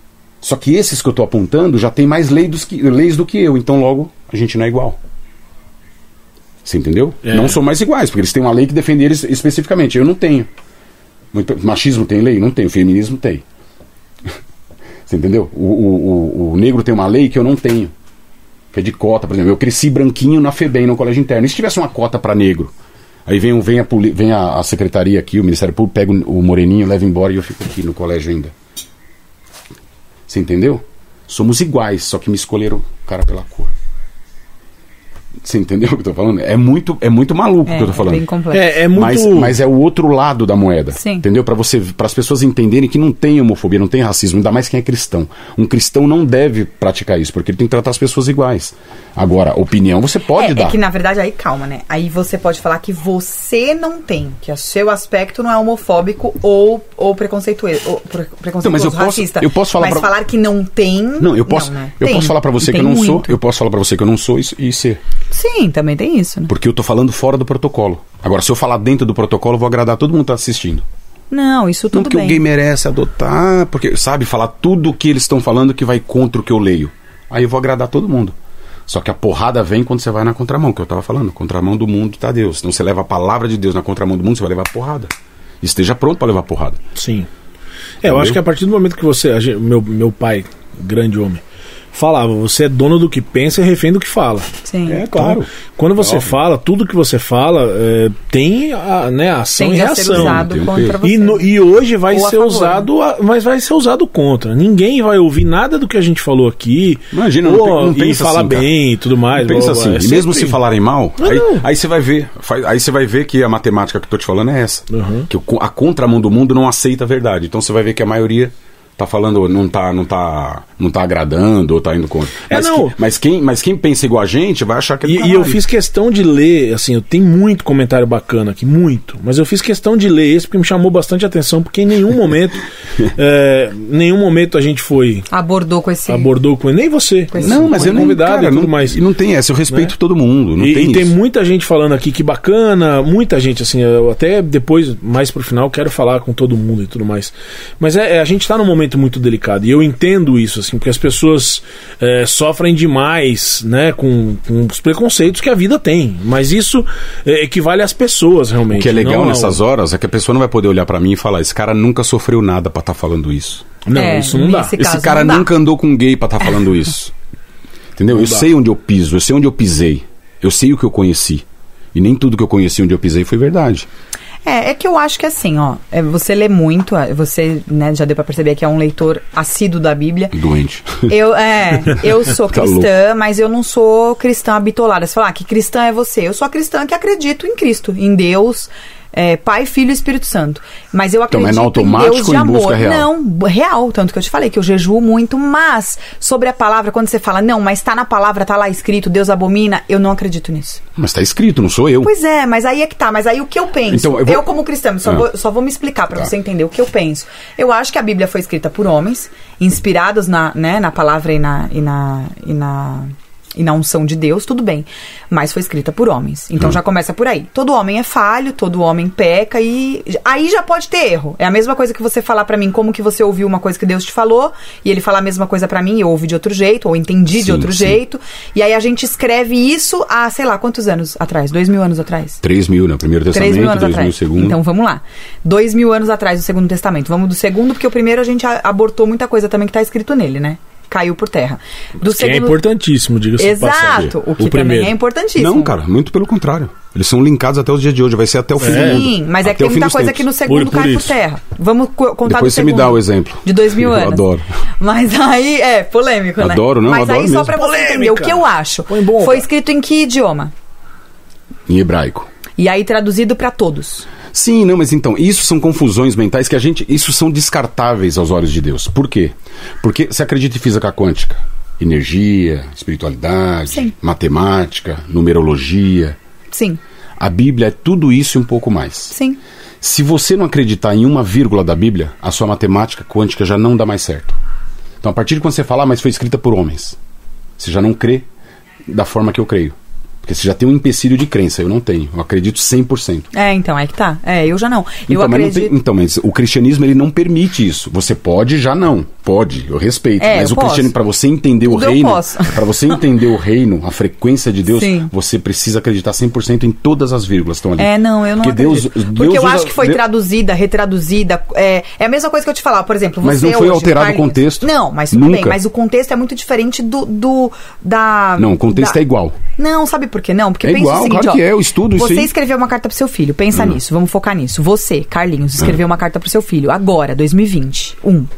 Só que esses que eu estou apontando já tem mais lei dos que, leis do que eu. Então logo a gente não é igual. Você entendeu? É. Não são mais iguais, porque eles têm uma lei que defende eles especificamente. Eu não tenho. Muito, machismo tem lei? Não tem. O feminismo tem. Você entendeu? O, o, o, o negro tem uma lei que eu não tenho. Que é de cota, por exemplo. Eu cresci branquinho na FEBEM, no colégio interno. E se tivesse uma cota para negro? Aí vem, vem, a, vem a, a secretaria aqui, o Ministério Público, pega o, o moreninho, leva embora e eu fico aqui no colégio ainda. Você entendeu? Somos iguais, só que me escolheram o cara pela cor. Você entendeu o que eu tô falando? É muito, é muito maluco o é, que eu tô falando. É bem complexo. É, é muito... mas, mas é o outro lado da moeda. Sim. Entendeu? Para você, para as pessoas entenderem que não tem homofobia, não tem racismo, ainda mais quem é cristão. Um cristão não deve praticar isso, porque ele tem que tratar as pessoas iguais. Agora, opinião você pode é, dar. É que na verdade, aí calma, né? Aí você pode falar que você não tem, que o seu aspecto não é homofóbico ou, ou preconceituoso, ou pre, preconceituoso então, mas eu racista. Posso, eu posso falar mas pra... falar que não tem... Não, eu posso, não, né? eu tem, posso falar para você que eu não muito. sou, eu posso falar para você que eu não sou e, e ser. Sim, também tem isso, né? Porque eu tô falando fora do protocolo. Agora, se eu falar dentro do protocolo, eu vou agradar todo mundo que tá assistindo. Não, isso tudo Não porque bem. o gay merece adotar, porque sabe falar tudo o que eles estão falando que vai contra o que eu leio. Aí eu vou agradar todo mundo. Só que a porrada vem quando você vai na contramão, que eu tava falando. Contramão do mundo tá Deus. Então você leva a palavra de Deus na contramão do mundo, você vai levar porrada. Esteja pronto para levar porrada. Sim. É, eu acho que a partir do momento que você... a gente- meu, meu pai, grande homem, falava, você é dono do que pensa e refém do que fala. Sim. É claro. Então, quando você É fala, tudo que você fala é, tem a, né, ação Tende e a ser reação. usado Tem um contra peso. você. E, no- e hoje vai Ou a ser favor, usado, a- mas vai ser usado contra. Ninguém vai ouvir nada do que a gente falou aqui. Imagina, não ou, pe- não e pensa fala assim, cara. bem e tudo mais. Pensa blá, blá, assim, blá. É e mesmo sempre- se falarem mal, Não, aí, não. aí você vai ver, faz- aí você vai ver que a matemática que eu tô te falando é essa. Uhum. Que o co- a contramão do mundo não aceita a verdade. Então você vai ver que a maioria tá falando, não tá, não tá, não tá agradando ou tá indo contra. É, Mas, não. que- mas, quem, mas quem pensa igual a gente vai achar que é do E, e caralho. eu fiz questão de ler, assim, eu tenho muito comentário bacana aqui, muito. Mas eu fiz questão de ler esse porque me chamou bastante atenção, porque em nenhum momento, é, nenhum momento a gente foi, Abordou com esse... abordou com nem você. Com esse- Não, mas foi eu não, convidado cara, e tudo não, mais. e não tem essa, eu respeito Né? todo mundo, não e tem e tem isso. muita gente falando aqui que bacana, muita gente, assim, eu até depois, mais pro final, quero falar com todo mundo e tudo mais. Mas é, é, a gente tá num momento muito delicado, e eu entendo isso, assim, porque as pessoas é, sofrem demais, né, com, com os preconceitos que a vida tem. Mas isso é, equivale às pessoas, realmente. O que é legal não ao- nessas horas é que a pessoa não vai poder olhar pra mim e falar, esse cara nunca sofreu nada pra estar falando isso. Não, É, isso não dá. nesse- Esse caso, cara não dá. nunca andou com um gay pra estar falando isso. Entendeu? Não Eu dá. sei onde eu piso, eu sei onde eu pisei. Eu sei o que eu conheci. E nem tudo que eu conheci onde eu pisei foi verdade. É, é que eu acho que assim, ó, é, você lê muito, é, você, né, já deu pra perceber que é um leitor assíduo da Bíblia. Doente. Eu, é, eu sou Tá cristã, mas eu não sou cristã habitolada. Você fala, ah, que cristã é você? Eu sou a cristã que acredito em Cristo, em Deus, é, Pai, Filho e Espírito Santo. Mas eu Então, acredito mas no em automático Deus de ou em amor. busca real? Não, real, tanto que eu te falei que eu jejuo muito, mas sobre a palavra, quando você fala, não, mas tá na palavra, tá lá escrito, Deus abomina, eu não acredito nisso. Mas tá escrito, não sou eu. Pois é, mas aí é que tá. Mas aí o que eu penso? Então, eu eu, vou- como cristã, só, Ah. vou, só vou me explicar pra Tá. você entender o que eu penso. Eu acho que a Bíblia foi escrita por homens, inspirados na, né, na palavra e na, e na, e na, e na unção de Deus, tudo bem. Mas foi escrita por homens. Então Hum. já começa por aí. Todo homem é falho, todo homem peca e aí já pode ter erro. É a mesma coisa que você falar pra mim como que você ouviu uma coisa que Deus te falou e ele falar a mesma coisa pra mim e eu ouvi de outro jeito ou entendi de Sim, outro sim. jeito. E aí a gente escreve isso há, sei lá, quantos anos atrás? Dois mil anos atrás? Três mil, né? Primeiro Três Testamento, mil anos dois mil atrás. segundo. Então vamos lá. Dois mil anos atrás do Segundo Testamento. Vamos do segundo, porque o primeiro a gente a- abortou muita coisa também que está escrito nele, né? Caiu por terra. Do Que é importantíssimo, diga-se de passagem. Exato. O que O também primeiro. é importantíssimo. Não, cara, muito pelo contrário. Eles são linkados até os dias de hoje, vai ser até o fim do mundo. Sim, mas é Até que tem o fim muita dos coisa tempos. que no segundo Por- por cai por isso. terra. Vamos co- contar Depois do você me segundo. dá o exemplo. De dois mil Eu anos. adoro. Mas aí, é, polêmico, né? Adoro, não, Mas adoro aí, só mesmo. pra você Polêmica. entender, o que eu acho. Põe bomba. Foi escrito em que idioma? Em hebraico. E aí traduzido pra todos. Sim, não, mas então, isso são confusões mentais que a gente. Isso são descartáveis aos olhos de Deus. Por quê? Porque você acredita em física quântica, energia, espiritualidade, Sim. matemática, numerologia. Sim, A Bíblia é tudo isso e um pouco mais. sim. Se você não acreditar em uma vírgula da Bíblia, a sua matemática quântica já não dá mais certo. Então, a partir de quando você falar, mas foi escrita por homens, você já não crê da forma que eu creio. Porque você já tem um empecilho de crença, eu não tenho. Eu acredito cem por cento. É, então, é que tá. É, eu já não. Eu Então, mas não acredito. tem- então, mas o cristianismo ele não permite isso. Você pode, já não. Pode, eu respeito. É, mas eu o cristianismo, posso. para você entender Tudo o eu reino, posso. para você entender o reino, a frequência de Deus, Sim. você precisa acreditar cem por cento em todas as vírgulas que estão ali. É, não, eu não Porque acredito. Deus, Porque Deus eu usa- acho que foi Deus- traduzida, retraduzida. É, é a mesma coisa que eu te falar, por exemplo, você Mas não foi hoje, alterado o Carlinhos. contexto. Não, mas tudo Nunca. bem. Mas o contexto é muito diferente do, do da... Não, o contexto da- é igual. Não, sabe por quê? Não, porque É pensa igual, o seguinte, claro ó, que é, eu estudo isso Você aí. escreveu uma carta pro seu filho, pensa Hum. nisso, vamos focar nisso. Você, Carlinhos, escreveu uma carta pro seu filho, agora, dois mil e vinte e um.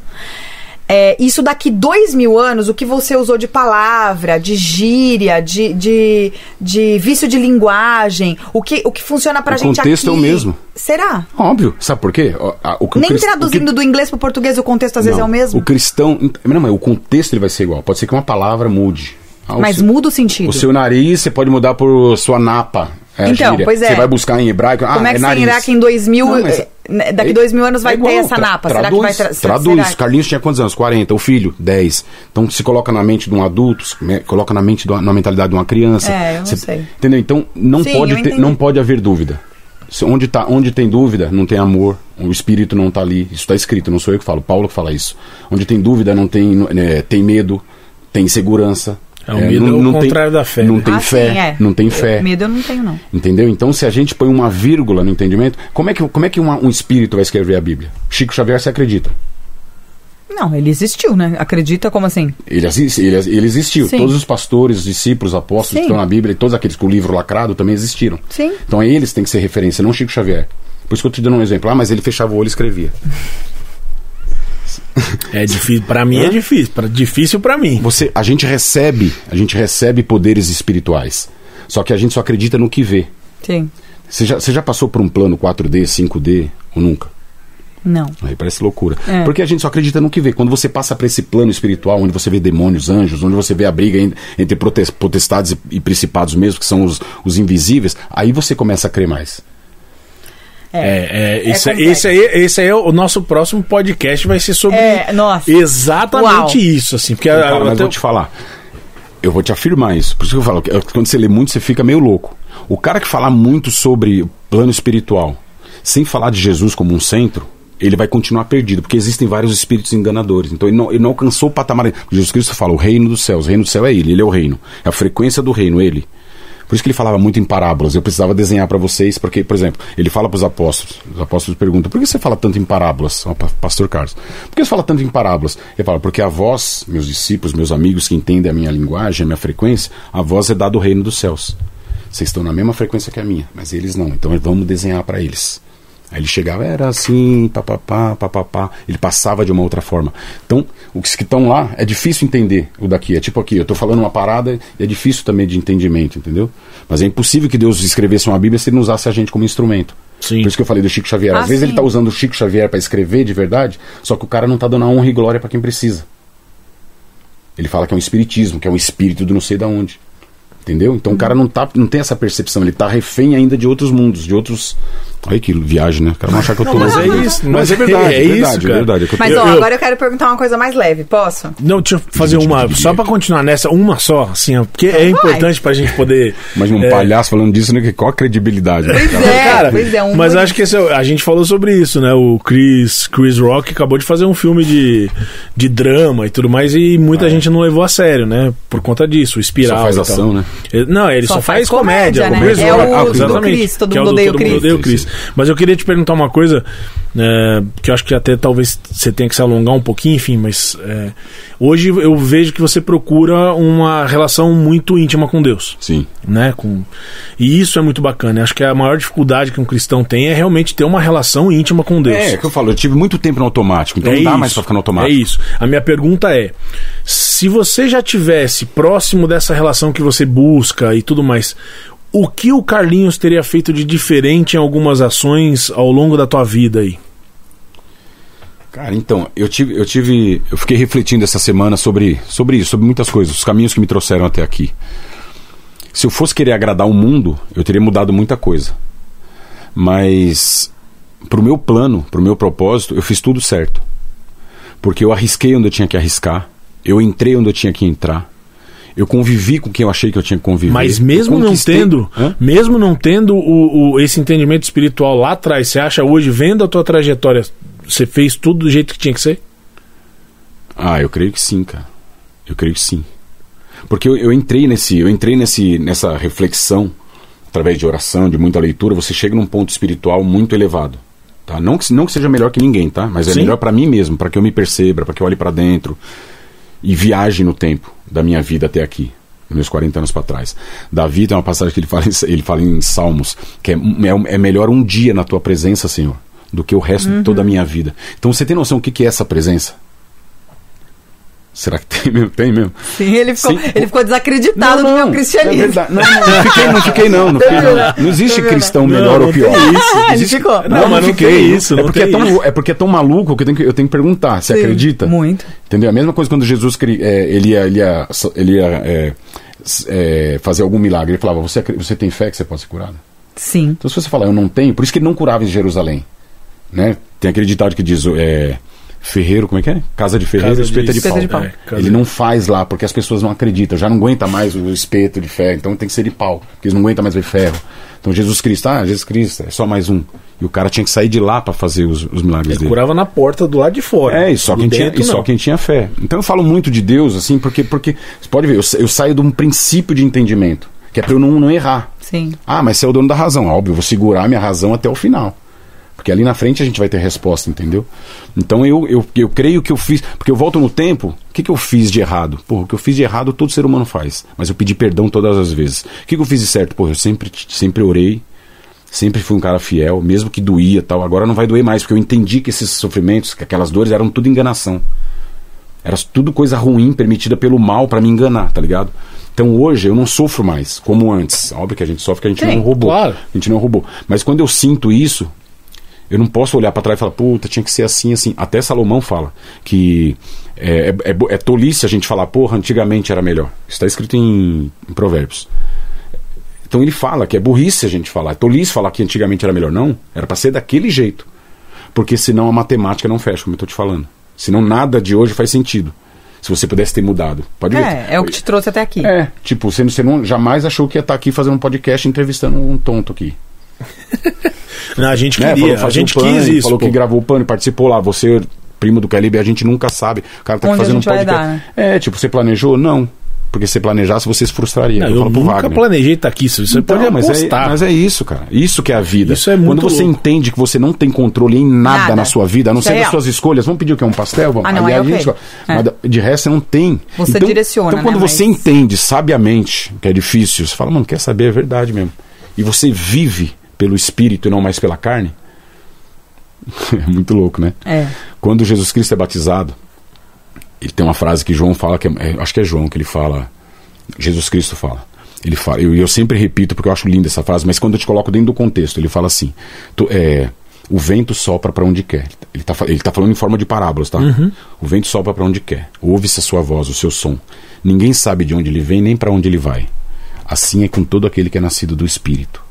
É, isso daqui dois mil anos, o que você usou de palavra, de gíria, de, de, de vício de linguagem, o que, o que funciona pra O gente aqui... contexto é o mesmo. Será? Óbvio. Sabe por quê? O- a- o que o Nem crist- traduzindo o que- do inglês pro português, o contexto às vezes Não, é o mesmo. O cristão... Não, mas o contexto ele vai ser igual. Pode ser que uma palavra mude. Ah, o Mas seu- muda o sentido. O seu nariz, você pode mudar por sua napa. É a Então, gíria. pois é. Você vai buscar em hebraico. Como ah, é que nariz. será que em dois mil, Não, mas- eh, né, daqui é- dois mil anos vai é igual, ter essa tra- napa? Traduz, será que vai tra- traduz. será- Carlinhos tinha quantos anos? quarenta. O filho, dez. Então se coloca na mente de um adulto, se me- coloca na mente, de uma- na mentalidade de uma criança. É, eu não Você- sei. Entendeu? Então não, Sim, pode eu ter, entendi. não pode haver dúvida. Se- Onde, tá, onde tem dúvida, não tem amor, o Espírito não está ali. Isso está escrito, não sou eu que falo, Paulo que fala isso. Onde tem dúvida, não tem, né, tem medo, tem insegurança. É, o medo é o contrário tem, da fé, Não né? tem Ah, fé, sim, é. não tem fé. Medo eu não tenho, não. Entendeu? Então, se a gente põe uma vírgula no entendimento, como é que, como é que uma- um espírito vai escrever a Bíblia? Chico Xavier, você acredita? Não, ele existiu, né? Acredita como assim? Ele, exi- ele, ele existiu. Sim. Todos os pastores, discípulos, apóstolos Sim. que estão na Bíblia, e todos aqueles com o livro lacrado também existiram. Sim. Então, eles têm que ser referência, não Chico Xavier. Por isso que eu te dando um exemplo. Ah, mas ele fechava o olho e escrevia. É difícil, pra mim é difícil, pra, difícil pra mim. Você, a gente recebe, a gente recebe poderes espirituais. Só que a gente só acredita no que vê. Sim. Você já, você já passou por um plano quatro D, cinco D ou nunca? Não. Aí parece loucura. É. Porque a gente só acredita no que vê. Quando você passa para esse plano espiritual, onde você vê demônios, anjos, onde você vê a briga en- entre prote- potestades e, e principados mesmo, que são os, os invisíveis, aí você começa a crer mais. É, é, É esse, complexo. esse, aí, esse aí é o nosso próximo podcast, vai ser sobre É, nossa. exatamente Uau. isso, assim, porque Cara, a- mas até- vou te falar. Eu vou te afirmar isso. Por isso que eu falo, que quando você lê muito, você fica meio louco. O cara que fala muito sobre o plano espiritual, sem falar de Jesus como um centro, ele vai continuar perdido, porque existem vários espíritos enganadores. Então ele não, ele não alcançou o patamar. Jesus Cristo fala, o reino dos céus. O reino do céu é ele, ele é o reino. É a frequência do reino, ele. Por isso que ele falava muito em parábolas. Eu precisava desenhar para vocês, porque, por exemplo, ele fala para os apóstolos. Os apóstolos perguntam, por que você fala tanto em parábolas? Ó, pa- Pastor Carlos. Por que você fala tanto em parábolas? Ele fala, porque a voz, meus discípulos, meus amigos que entendem a minha linguagem, a minha frequência, a voz é dada do reino dos céus. Vocês estão na mesma frequência que a minha, mas eles não. Então vamos desenhar para eles. Aí ele chegava, era assim, papapá, papapá. Ele passava de uma outra forma. Então, os que estão lá, é difícil entender o daqui. É tipo aqui, eu estou falando uma parada e é difícil também de entendimento, entendeu? Mas é impossível que Deus escrevesse uma Bíblia se ele não usasse a gente como instrumento. Sim. Por isso que eu falei do Chico Xavier. Ah, Às vezes sim. ele está usando o Chico Xavier para escrever de verdade, só que o cara não está dando a honra e glória para quem precisa. Ele fala que é um espiritismo, que é um espírito do não sei da onde. Entendeu? Então o cara não, tá, não tem essa percepção, ele tá refém ainda de outros mundos, de outros. Olha que viagem, né? O cara não achar que eu tô Não, mas louco. é isso, Mas mas é verdade, é é isso, verdade, cara. é verdade. É que eu tô- Mas, Eu- ó, eu- agora eu quero perguntar uma coisa mais leve, posso? Não, deixa eu fazer uma, só pra continuar nessa, uma só, assim, ó, porque é importante pra gente poder... Mas um é, palhaço falando disso, né? Qual a credibilidade? né? Pois é, Cara, pois é. Um mas muito- acho que esse é o- a gente falou sobre isso, né? O Chris, Chris Rock acabou de fazer um filme de, de drama e tudo mais, e muita gente não levou a sério, né? Por conta disso, o Espiral. Só faz e tal. ação, né? Ele- Não, ele só, Só faz faz comédia. comédia, o né? Chris É Rock, o do exatamente, Chris, todo que é o mundo do odeia o Todo Mundo Chris. Odeia o Chris. Mas eu queria te perguntar uma coisa, é, que eu acho que até talvez você tenha que se alongar um pouquinho, enfim, mas é, hoje eu vejo que você procura uma relação muito íntima com Deus. Sim. Né? Com... E isso é muito bacana. Eu acho que a maior dificuldade que um cristão tem é realmente ter uma relação íntima com Deus. É, é que eu falo, eu tive muito tempo no automático, então É não dá isso, mais pra ficar no automático. É isso. A minha pergunta é: se você já tivesse próximo dessa relação que você busca e tudo mais, o que o Carlinhos teria feito de diferente em algumas ações ao longo da tua vida aí? Cara, então, eu tive, eu tive, eu fiquei refletindo essa semana sobre, sobre isso, sobre muitas coisas, os caminhos que me trouxeram até aqui. Se eu fosse querer agradar o mundo, eu teria mudado muita coisa. Mas pro meu plano, pro meu propósito, eu fiz tudo certo. Porque eu arrisquei onde eu tinha que arriscar, eu entrei onde eu tinha que entrar. Eu convivi com quem eu achei que eu tinha que conviver. Mas mesmo eu não conquistei- tendo, Hã? mesmo não tendo o, o- esse entendimento espiritual lá atrás, você acha hoje, vendo a tua trajetória, você fez tudo do jeito que tinha que ser? Ah, eu creio que sim, cara. Eu creio que sim. Porque eu, eu entrei nesse, eu entrei nesse, nessa reflexão através de oração, de muita leitura. Você chega num ponto espiritual muito elevado, tá? Não que, não que seja melhor que ninguém, tá? Mas é Sim. melhor pra mim mesmo, pra que eu me perceba, pra que eu olhe pra dentro e viaje no tempo da minha vida até aqui, meus quarenta anos pra trás. Davi tem uma passagem que ele fala, em, ele fala em Salmos que é, é, é melhor um dia na tua presença, Senhor, do que o resto de toda a minha vida. Então você tem noção o que, que é essa presença? Será que tem mesmo? Tem mesmo? Sim, ele ficou, Sim. ele ficou desacreditado no meu cristianismo. É verdade. Não, não, não fiquei, não fiquei não. Não, fiquei, não. Não existe cristão melhor Não, ou pior. não tem isso. Não Ele existe- ficou. Não, Não, não mas não fiquei. tem isso, É não porque, tem é, tão, isso. é porque é tão maluco que eu tenho que, eu tenho que perguntar. Você Sim, acredita? muito. Entendeu? A mesma coisa quando Jesus cri- é, ele ia, ele ia, ele ia é, s- é, fazer algum milagre. Ele falava, você, acre- você tem fé que você pode ser curado? Sim. Então se você falar, eu não tenho, por isso que ele não curava em Jerusalém. Né? Tem aquele ditado que diz, é, ferreiro, como é que é? Casa de ferreiro, Casa de espeta de, espeta pau. de pau. É, casa Ele de- não faz lá, porque as pessoas não acreditam, já não aguenta mais o espeto de ferro, então tem que ser de pau, porque eles não aguentam mais ver ferro. Então Jesus Cristo, ah, Jesus Cristo, é só mais um. E o cara tinha que sair de lá para fazer os, os milagres Ele dele. curava na porta do lado de fora. É, e só, Do quem tinha, dentro, e só não. quem tinha fé. Então eu falo muito de Deus, assim, porque, porque você pode ver, eu, sa- eu saio de um princípio de entendimento, que é para eu não, não errar. Sim. Ah, mas você é o dono da razão. Óbvio, eu vou segurar a minha razão até o final. Porque ali na frente a gente vai ter resposta, entendeu? Então eu, eu, eu creio que eu fiz. Porque eu volto no tempo, o que, que eu fiz de errado? Pô, o que eu fiz de errado todo ser humano faz. Mas eu pedi perdão todas as vezes. O que, que eu fiz de certo? Pô, eu sempre, sempre orei. Sempre fui um cara fiel, mesmo que doía e tal. Agora não vai doer mais, porque eu entendi que esses sofrimentos, que aquelas dores eram tudo enganação. Era tudo coisa ruim, permitida pelo mal pra me enganar, tá ligado? Então hoje eu não sofro mais, como antes. Óbvio que a gente sofre, que a gente Sim, não é um robô. claro. A gente não é um robô. Mas quando eu sinto isso, eu não posso olhar pra trás e falar, puta, tinha que ser assim, assim. Até Salomão fala que é, é, é, é tolice a gente falar, porra, antigamente era melhor. Isso tá escrito em, em Provérbios. Então ele fala que é burrice a gente falar, é tolice falar que antigamente era melhor. Não, era para ser daquele jeito. Porque senão a matemática não fecha, como eu tô te falando. Senão nada de hoje faz sentido. Se você pudesse ter mudado. Pode ver. É, é o que te trouxe até aqui. É, tipo, você, você não, jamais achou que ia estar aqui fazendo um podcast entrevistando um tonto aqui. Não, a gente Né? queria, Falou, a gente o Pane, quis isso. Falou pô. que gravou o Pane, participou lá. Você, primo do Calibre, a gente nunca sabe. O cara tá aqui Onde a fazendo um gente vai podcast. dar, né? É, tipo, você planejou? Não. Porque se você planejasse, você se frustraria. Não, eu eu falo pro nunca Wagner. planejei estar aqui. Você Então, pode mas apostar. é, mas é isso, cara. Isso que é a vida. Isso é muito Quando você louco. entende que você não tem controle em nada, Nada. na sua vida, a não Isso ser é das real. suas escolhas. Vamos pedir o que? Um pastel? Vamos. Ah, não, Aí é a ok. gente- É. Mas de resto você não tem. Você então, direciona, Então quando né, você mas- entende sabiamente que é difícil, você fala, mano, quer saber? É verdade mesmo. E você vive pelo espírito e não mais pela carne. É muito louco, né? É. Quando Jesus Cristo é batizado, ele tem uma frase que João fala, que é, é, acho que é João que ele fala, Jesus Cristo fala. Ele fala, eu, eu sempre repito porque eu acho linda essa frase, mas quando eu te coloco dentro do contexto, ele fala assim: tu, é, o vento sopra para onde quer. Ele está ele tá falando em forma de parábolas, tá? Uhum. O vento sopra para onde quer. Ouve-se a sua voz, o seu som. Ninguém sabe de onde ele vem nem para onde ele vai. Assim é com todo aquele que é nascido do Espírito.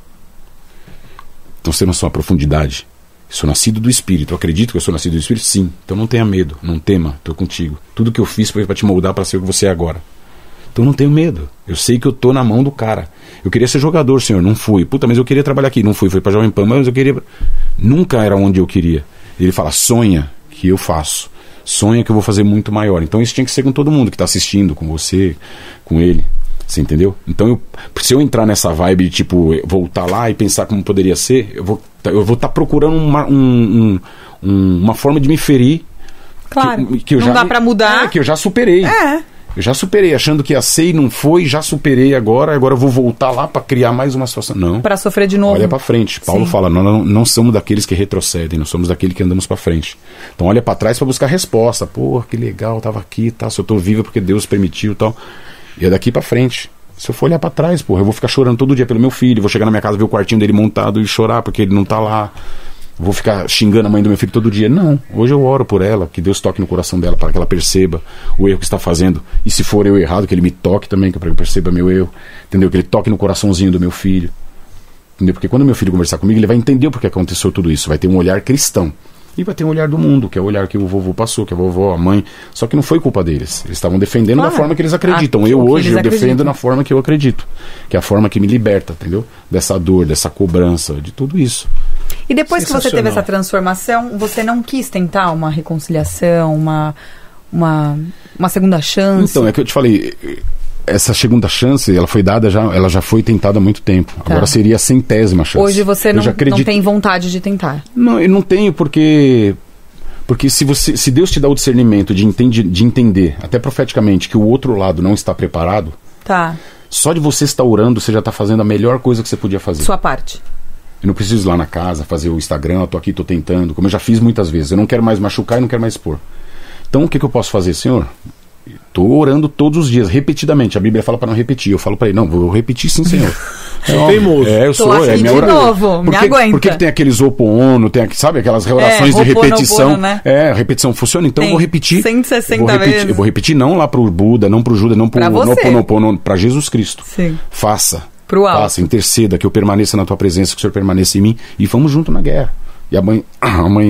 Então você não só a profundidade. Sou nascido do Espírito. Eu acredito que eu sou nascido do Espírito? Sim. Então não tenha medo, não tema, estou contigo. Tudo que eu fiz foi para te moldar para ser o que você é agora. Então não tenho medo. Eu sei que eu tô na mão do cara. Eu queria ser jogador, senhor, não fui. Puta, mas eu queria trabalhar aqui, não fui. Foi pra Jovem Pan, mas eu queria... Nunca era onde eu queria. Ele fala, sonha que eu faço. Sonha que eu vou fazer muito maior. Então isso tinha que ser com todo mundo que tá assistindo, com você, com ele. Você entendeu? Então eu, se eu entrar nessa vibe de tipo, voltar lá e pensar como poderia ser, eu vou eu vou estar tá procurando uma, um, um, um, uma forma de me ferir. Claro. Que, que eu não já, dá pra mudar. É, que eu já superei. É. Eu já superei, achando que ia ser e não foi, já superei agora, agora eu vou voltar lá para criar mais uma situação. Não. Pra sofrer de novo. Olha para frente. Paulo Sim. fala, nós não, não somos daqueles que retrocedem, nós somos daqueles que andamos para frente. Então olha para trás para buscar resposta. Pô, que legal, tava aqui, tá, se eu tô vivo é porque Deus permitiu e tal. E é daqui para frente. Se eu for olhar para trás, porra, eu vou ficar chorando todo dia pelo meu filho, vou chegar na minha casa ver o quartinho dele montado e chorar porque ele não tá lá. Vou ficar xingando a mãe do meu filho todo dia. Não, hoje eu oro por ela, que Deus toque no coração dela para que ela perceba o erro que está fazendo. E se for eu errado, que ele me toque também, que eu perceba meu erro. Entendeu? Que ele toque no coraçãozinho do meu filho. Entendeu? Porque quando meu filho conversar comigo, ele vai entender porque aconteceu tudo isso. Vai ter um olhar cristão. E vai ter um olhar do mundo, que é o olhar que o vovô passou, que a vovó, a mãe. Só que não foi culpa deles. Eles estavam defendendo Claro. da forma que eles acreditam. Ah, eu o que hoje eles eu defendo acreditam. na forma que eu acredito. Que é a forma que me liberta, entendeu? Dessa dor, dessa cobrança, de tudo isso. E depois que você teve Sensacional. essa transformação, você não quis tentar uma reconciliação, uma, uma, uma segunda chance? Então, é que eu te falei, essa segunda chance, ela foi dada já, ela já foi tentada há muito tempo. Tá. Agora seria a centésima chance. Hoje você Eu não, já não acredito- tem vontade de tentar. Não, eu não tenho porque porque se você, se Deus te dá o discernimento de, entende, de entender, até profeticamente, que o outro lado não está preparado, Tá. só de você estar orando, você já está fazendo a melhor coisa que você podia fazer. Sua parte. Eu não preciso ir lá na casa, fazer o Instagram, eu tô aqui, tô tentando, como eu já fiz muitas vezes. Eu não quero mais machucar e não quero mais expor. Então o que, que eu posso fazer, Senhor? Tô orando todos os dias, repetidamente. A Bíblia fala para não repetir. Eu falo para ele, não, vou repetir sim, Senhor. Sou teimoso. É, eu Tô sou. aqui é minha de oração. novo, me Por que- aguenta. Por que, que tem aqueles opono, tem, aqu- sabe, aquelas orações de Ho'oponopono, repetição? né? É, repetição funciona, então Tem eu vou repetir. cento e sessenta eu vou repetir, vezes. Eu vou repetir não lá pro Buda, não pro Judas, não pro Pra você. Ho'oponopono, para Jesus Cristo. Sim. Faça. Pro alto. Faça, interceda, que eu permaneça na tua presença, que o Senhor permaneça em mim e vamos junto na guerra. E amanhã, amanhã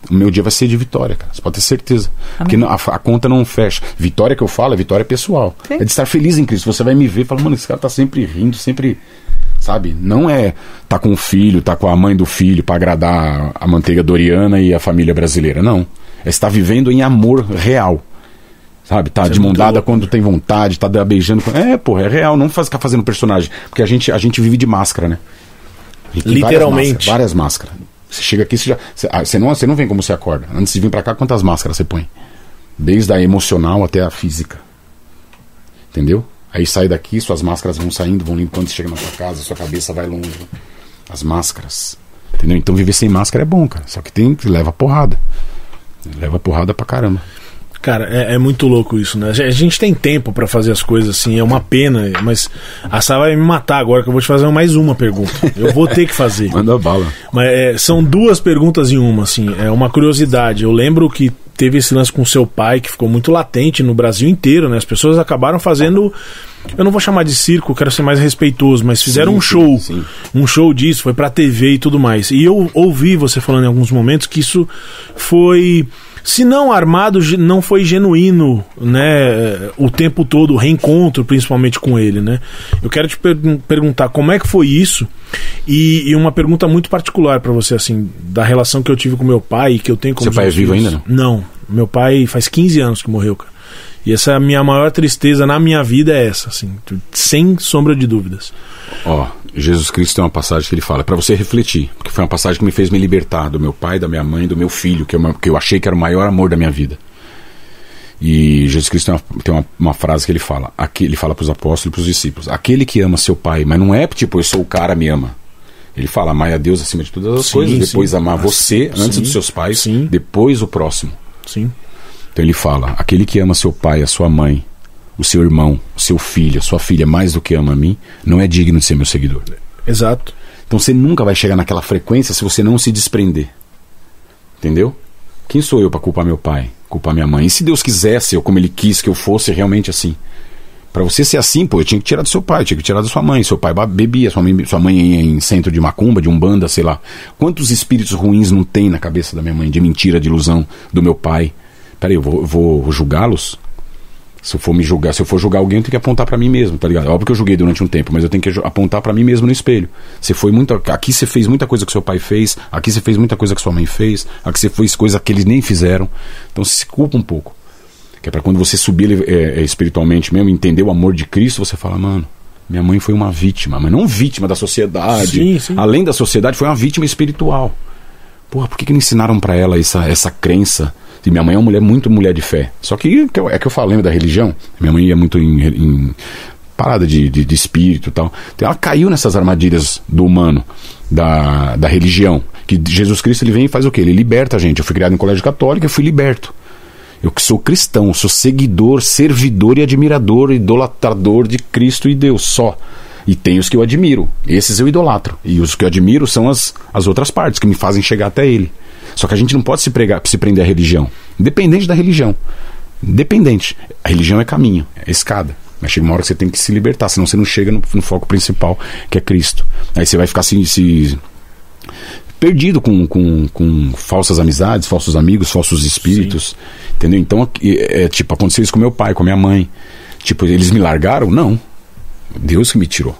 o meu dia vai ser de vitória, cara. Você pode ter certeza. Amém. Porque não, a, a conta não fecha. Vitória que eu falo é vitória pessoal. Sim. É de estar feliz em Cristo. Você vai me ver e fala, mano, esse cara tá sempre rindo, sempre... Sabe? Não é tá com o filho, tá com a mãe do filho pra agradar a manteiga doriana e a família brasileira. Não. É estar vivendo em amor real. Sabe? Tá Isso de é mão muito dada louco, quando né? tem vontade, tá beijando. É, porra, é real. Não faz, ficar fazendo personagem. Porque a gente, a gente vive de máscara, né? A gente tem Literalmente. Várias máscaras. Várias máscaras. Você chega aqui, você, já, você, ah, você, não, você não vem como você acorda. Antes de vir pra cá, quantas máscaras você põe? Desde a emocional até a física. Entendeu? Aí sai daqui, suas máscaras vão saindo, vão limpando, você chega na sua casa, sua cabeça vai longe. As máscaras. Entendeu? Então viver sem máscara é bom, cara. Só que tem que leva porrada. Leva porrada pra caramba. Cara, é, é muito louco isso, né? A gente tem tempo pra fazer as coisas assim, é uma pena, mas a Sá vai me matar agora que eu vou te fazer mais uma pergunta. Eu vou ter que fazer. Manda bala. Mas é, são duas perguntas em uma, assim, é uma curiosidade. Eu lembro que teve esse lance com seu pai que ficou muito latente no Brasil inteiro, né? As pessoas acabaram fazendo, eu não vou chamar de circo, quero ser mais respeitoso, mas fizeram Sim, um show, sim, sim. um show disso, foi pra T V e tudo mais. E eu ouvi você falando em alguns momentos que isso foi, se não armado, não foi genuíno, né, o tempo todo, o reencontro principalmente com ele, né? Eu quero te per- perguntar como é que foi isso e, e uma pergunta muito particular pra você, assim, da relação que eu tive com meu pai e que eu tenho com Seu os pai é meus vivo filhos. ainda, não? Não, meu pai faz quinze anos que morreu, cara. E essa é a minha maior tristeza na minha vida, é essa, assim, sem sombra de dúvidas. Ó, Jesus Cristo tem uma passagem que ele fala, pra você refletir, porque foi uma passagem que me fez me libertar do meu pai, da minha mãe, do meu filho, que eu, que eu achei que era o maior amor da minha vida. E Jesus Cristo tem uma, tem uma, uma frase que ele fala, aqui, ele fala pros apóstolos e pros discípulos, aquele que ama seu pai, mas não é tipo, eu sou o cara, me ama. Ele fala, amai a Deus acima de todas as Sim, coisas, depois sim. amar Ah, você, sim, antes dos seus pais, sim. depois o próximo. Sim. Então ele fala, aquele que ama seu pai, a sua mãe, o seu irmão, o seu filho, a sua filha mais do que ama a mim, não é digno de ser meu seguidor. Exato. Então você nunca vai chegar naquela frequência se você não se desprender. Entendeu? Quem sou eu para culpar meu pai, culpar minha mãe? E se Deus quisesse, ou como ele quis que eu fosse realmente assim? Para você ser assim, pô, eu tinha que tirar do seu pai, eu tinha que tirar da sua mãe. Seu pai bebia, sua mãe, sua mãe ia em centro de macumba, de umbanda, sei lá. Quantos espíritos ruins não tem na cabeça da minha mãe, de mentira, de ilusão, do meu pai? Peraí, eu vou, vou julgá-los? Se eu for me julgar, se eu for julgar alguém, eu tenho que apontar pra mim mesmo, tá ligado? Óbvio que eu julguei durante um tempo, mas eu tenho que apontar pra mim mesmo no espelho. Você foi muito, aqui você fez muita coisa que seu pai fez, aqui você fez muita coisa que sua mãe fez, aqui você fez coisa que eles nem fizeram. Então se culpa um pouco. Que é pra quando você subir é, é, espiritualmente mesmo, entender o amor de Cristo, você fala, mano, minha mãe foi uma vítima, mas não vítima da sociedade. Sim, sim. Além da sociedade, foi uma vítima espiritual. Porra, por que que não ensinaram pra ela essa, essa crença? E minha mãe é uma mulher, muito mulher de fé. Só que, que eu, é que eu falo, lembra da religião? Minha mãe ia muito em, em parada de, de, de espírito e tal. Então ela caiu nessas armadilhas do humano, da, da religião. Que Jesus Cristo, ele vem e faz o quê? Ele liberta a gente. Eu fui criado em colégio católico e fui liberto. Eu que sou cristão, sou seguidor, servidor e admirador, idolatrador de Cristo e Deus, só. E tem os que eu admiro, esses eu idolatro. E os que eu admiro são as, as outras partes que me fazem chegar até ele. Só que a gente não pode se, pregar, se prender à religião, independente da religião. Independente. A religião é caminho, é escada. Mas chega uma hora que você tem que se libertar, senão você não chega no, no foco principal, que é Cristo. Aí você vai ficar assim, se perdido com, com, com falsas amizades, falsos amigos, falsos espíritos. Sim. Entendeu? Então, é, é, tipo, aconteceu isso com meu pai, com minha mãe. Tipo, eles me largaram? Não. Deus que me tirou.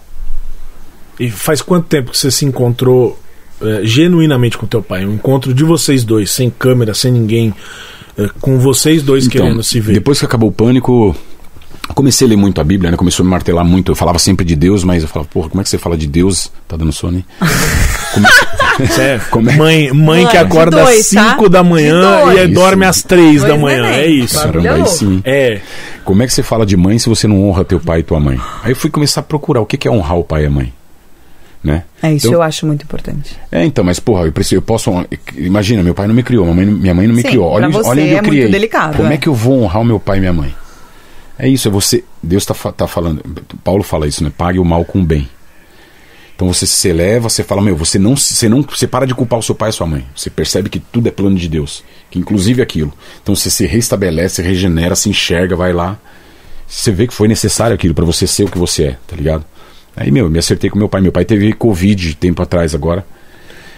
E faz quanto tempo que você se encontrou é, genuinamente com teu pai? Um encontro de vocês dois, sem câmera, sem ninguém, é, com vocês dois então, querendo se ver. Depois que acabou o pânico, eu comecei a ler muito a Bíblia, né? Começou a me martelar muito. Eu falava sempre de Deus, mas eu falava, porra, como é que você fala de Deus? Tá dando sono, hein? Como é... Como é... Mãe, mãe que acorda dois, às cinco tá? da manhã e aí dorme às três da manhã. É isso. Caramba, aí sim. É. Como é que você fala de mãe se você não honra teu pai e tua mãe? Aí eu fui começar a procurar o que é honrar o pai e a mãe. Né? É isso, então, eu acho muito importante. É, então, mas porra, eu, preciso, eu posso. Imagina, meu pai não me criou, minha mãe, minha mãe não me sim, criou. Olha, pra você olha onde eu é criei. Muito delicado, Como é. é que eu vou honrar o meu pai e minha mãe? É isso, é você. Deus está tá falando. Paulo fala isso, né? Pague o mal com o bem. Então você se eleva, você fala, meu, você não, você não, você para de culpar o seu pai e a sua mãe. Você percebe que tudo é plano de Deus, que inclusive aquilo. Então você se restabelece, regenera, se enxerga, vai lá. Você vê que foi necessário aquilo para você ser o que você é, tá ligado? Aí, meu, eu me acertei com meu pai. Meu pai teve Covid tempo atrás agora.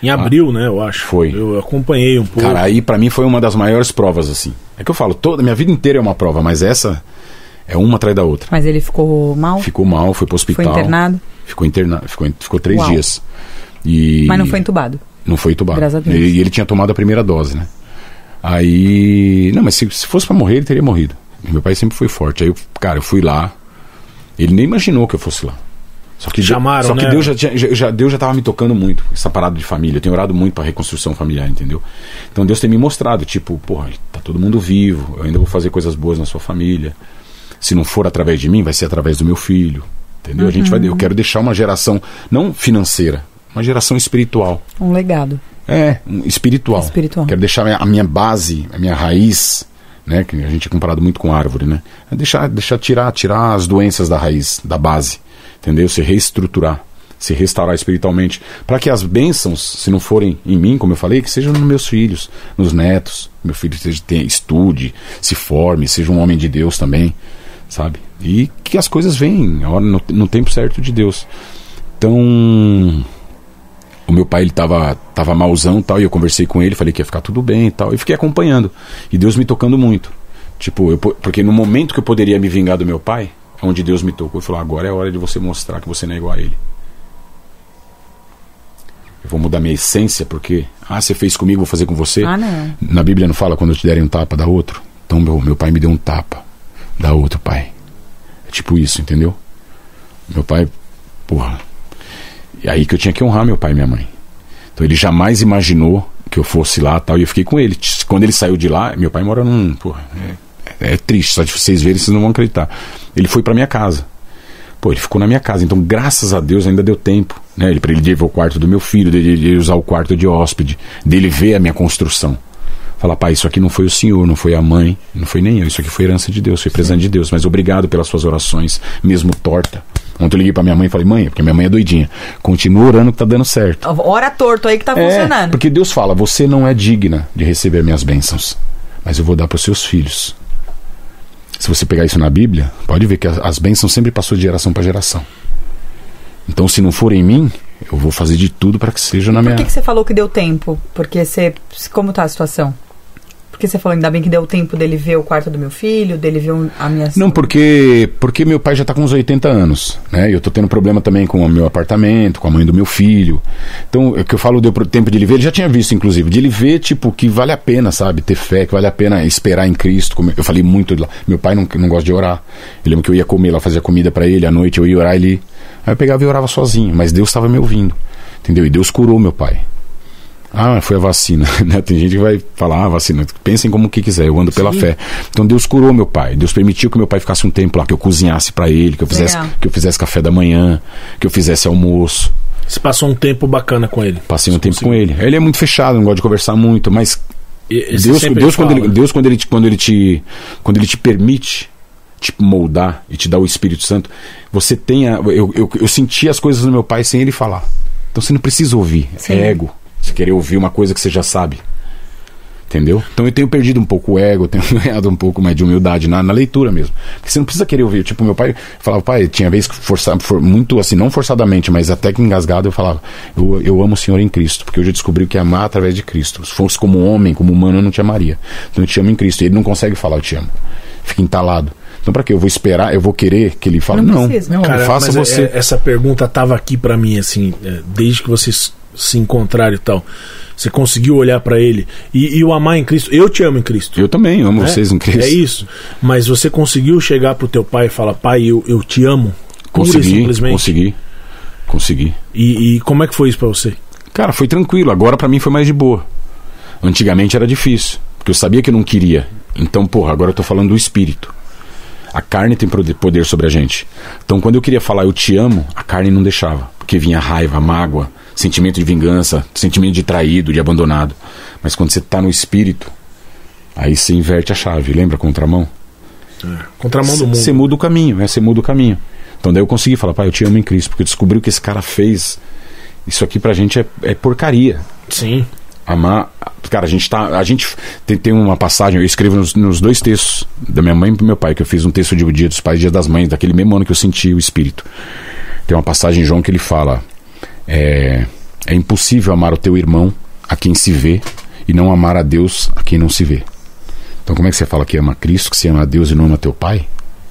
Em abril, ah, né, eu acho. Foi. Eu acompanhei um pouco. Cara, aí pra mim foi uma das maiores provas, assim. É que eu falo, toda minha vida inteira é uma prova, mas essa é uma atrás da outra. Mas ele ficou mal? Ficou mal, foi pro hospital. Foi internado? Ficou internado, ficou, ficou três Uau. dias. E mas não foi entubado? Não foi entubado. Graças a Deus. E, e ele tinha tomado a primeira dose, né? Aí... Não, mas se, se fosse pra morrer, ele teria morrido. Meu pai sempre foi forte. Aí, eu, cara, eu fui lá. Ele nem imaginou que eu fosse lá. Só que, Chamaram, só que né? Deus já, tinha, já, Deus já tava me tocando muito. Essa parada de família. Eu tenho orado muito pra reconstrução familiar, entendeu? Então Deus tem me mostrado, tipo, porra, tá todo mundo vivo. Eu ainda vou fazer coisas boas na sua família. Se não for através de mim, vai ser através do meu filho. Entendeu? Uhum. A gente vai, eu quero deixar uma geração, não financeira, uma geração espiritual. Um legado. É, um espiritual. Espiritual. Quero deixar a minha, a minha base, a minha raiz, né? Que a gente é comparado muito com árvore, né? É deixar, deixar tirar, tirar as doenças da raiz, da base. Entendeu? Se reestruturar, se restaurar espiritualmente, para que as bênçãos, se não forem em mim, como eu falei, que sejam nos meus filhos, nos netos. Meu filho seja, tenha, estude, se forme, seja um homem de Deus também, sabe? E que as coisas venham hora, no, no tempo certo de Deus. Então, o meu pai, ele tava, tava malzão e tal, e eu conversei com ele, falei que ia ficar tudo bem e tal, e fiquei acompanhando, e Deus me tocando muito. Tipo, eu, porque no momento que eu poderia me vingar do meu pai, onde Deus me tocou e falou, agora é a hora de você mostrar que você não é igual a ele. Eu vou mudar minha essência, porque ah, você fez comigo, vou fazer com você. Ah, não. Na Bíblia não fala quando te derem um tapa, dá outro. Então meu, meu pai me deu um tapa, dá outro, pai. É tipo isso, entendeu? Meu pai, porra. E aí que eu tinha que honrar meu pai e minha mãe. Então ele jamais imaginou que eu fosse lá tal, e eu fiquei com ele. Quando ele saiu de lá, meu pai mora num... Porra, é, é triste, só de vocês verem, vocês não vão acreditar. Ele foi pra minha casa. Pô, ele ficou na minha casa. Então, graças a Deus, ainda deu tempo, né? Ele, pra ele ver o quarto do meu filho, dele usar o quarto de hóspede, dele ver a minha construção. Falar, pai, isso aqui não foi o senhor, não foi a mãe, não foi nem eu. Isso aqui foi herança de Deus, foi presente de Deus. Mas obrigado pelas suas orações, mesmo torta. Ontem eu liguei pra minha mãe e falei, mãe, porque minha mãe é doidinha, continua orando que tá dando certo. Ora torto aí que tá é, funcionando. Porque Deus fala, você não é digna de receber minhas bênçãos, mas eu vou dar pros seus filhos. Se você pegar isso na Bíblia, pode ver que as, as bênçãos sempre passou de geração para geração. Então, se não for em mim, eu vou fazer de tudo para que seja na Por minha... Por que, que você falou que deu tempo? Porque você... Como tá a situação? Porque você falou, ainda bem que deu tempo dele ver o quarto do meu filho, dele ver a minha... Não, porque, porque meu pai já tá com uns oitenta anos, né? E eu tô tendo problema também com o meu apartamento, com a mãe do meu filho. Então, o que eu falo, deu tempo de ele ver, ele já tinha visto, inclusive, de ele ver, tipo, que vale a pena, sabe? Ter fé, que vale a pena esperar em Cristo. Como eu falei muito lá. Meu pai não, não gosta de orar. Eu lembro que eu ia comer lá, fazia comida para ele, à noite eu ia orar, ele... Aí eu pegava e orava sozinho, mas Deus estava me ouvindo, entendeu? E Deus curou meu pai. Ah, foi a vacina, né? Tem gente que vai falar, ah, vacina, pensem como que quiser, eu ando Sim. pela fé. Então Deus curou meu pai, Deus permitiu que meu pai ficasse um tempo lá, que eu cozinhasse para ele, que eu fizesse, que eu fizesse café da manhã, que eu fizesse almoço. Você passou um tempo bacana com ele? Passei um tempo com ele. Ele é muito fechado, não gosta de conversar muito, mas e, Deus, Deus, quando ele, Deus quando ele, quando ele te, quando ele te permite te moldar e te dar o Espírito Santo, você tem a, eu, eu, eu senti as coisas do meu pai sem ele falar. Então você não precisa ouvir, Sim. é ego. Você querer ouvir uma coisa que você já sabe. Entendeu? Então eu tenho perdido um pouco o ego, eu tenho ganhado um pouco mais de humildade na, na leitura mesmo. Porque você não precisa querer ouvir. Tipo, meu pai falava, pai, tinha vez que forçava, for, muito assim, não forçadamente, mas até que engasgado eu falava, eu, eu amo o Senhor em Cristo, porque eu já descobri que é amar através de Cristo. Se fosse como homem, como humano, eu não te amaria. Então eu te amo em Cristo. E ele não consegue falar, eu te amo. Fica entalado. Então pra quê? Eu vou esperar, eu vou querer que ele fale, não, não, não cara, faça mas você. É, essa pergunta tava aqui pra mim, assim, desde que vocês se encontraram e tal. Você conseguiu olhar pra ele e, e o amar em Cristo. Eu te amo em Cristo. Eu também amo é, vocês em Cristo. É isso. Mas você conseguiu chegar pro teu pai e falar, pai, eu, eu te amo? Consegui, simplesmente. consegui. Consegui. E, e como é que foi isso pra você? Cara, foi tranquilo. Agora pra mim foi mais de boa. Antigamente era difícil, porque eu sabia que eu não queria. Então, porra, agora eu tô falando do espírito. A carne tem poder sobre a gente. Então, quando eu queria falar eu te amo, a carne não deixava. Porque vinha raiva, mágoa, sentimento de vingança, sentimento de traído, de abandonado. Mas quando você está no espírito, aí você inverte a chave. Lembra? Contramão? É, contramão do mundo. Você muda o caminho, é, você muda o caminho. Então daí eu consegui falar, pai, eu te amo em Cristo. Porque eu descobri o que esse cara fez. Isso aqui pra gente é, é porcaria. Sim. Amar... Cara, a gente tá. A gente tem, tem uma passagem, eu escrevo nos, nos dois textos da minha mãe e do meu pai, que eu fiz um texto de Dia dos Pais e Dia das Mães, daquele mesmo ano que eu senti o Espírito. Tem uma passagem em João que ele fala: é, É impossível amar o teu irmão a quem se vê e não amar a Deus a quem não se vê. Então como é que você fala que ama Cristo, que você ama a Deus e não ama teu pai?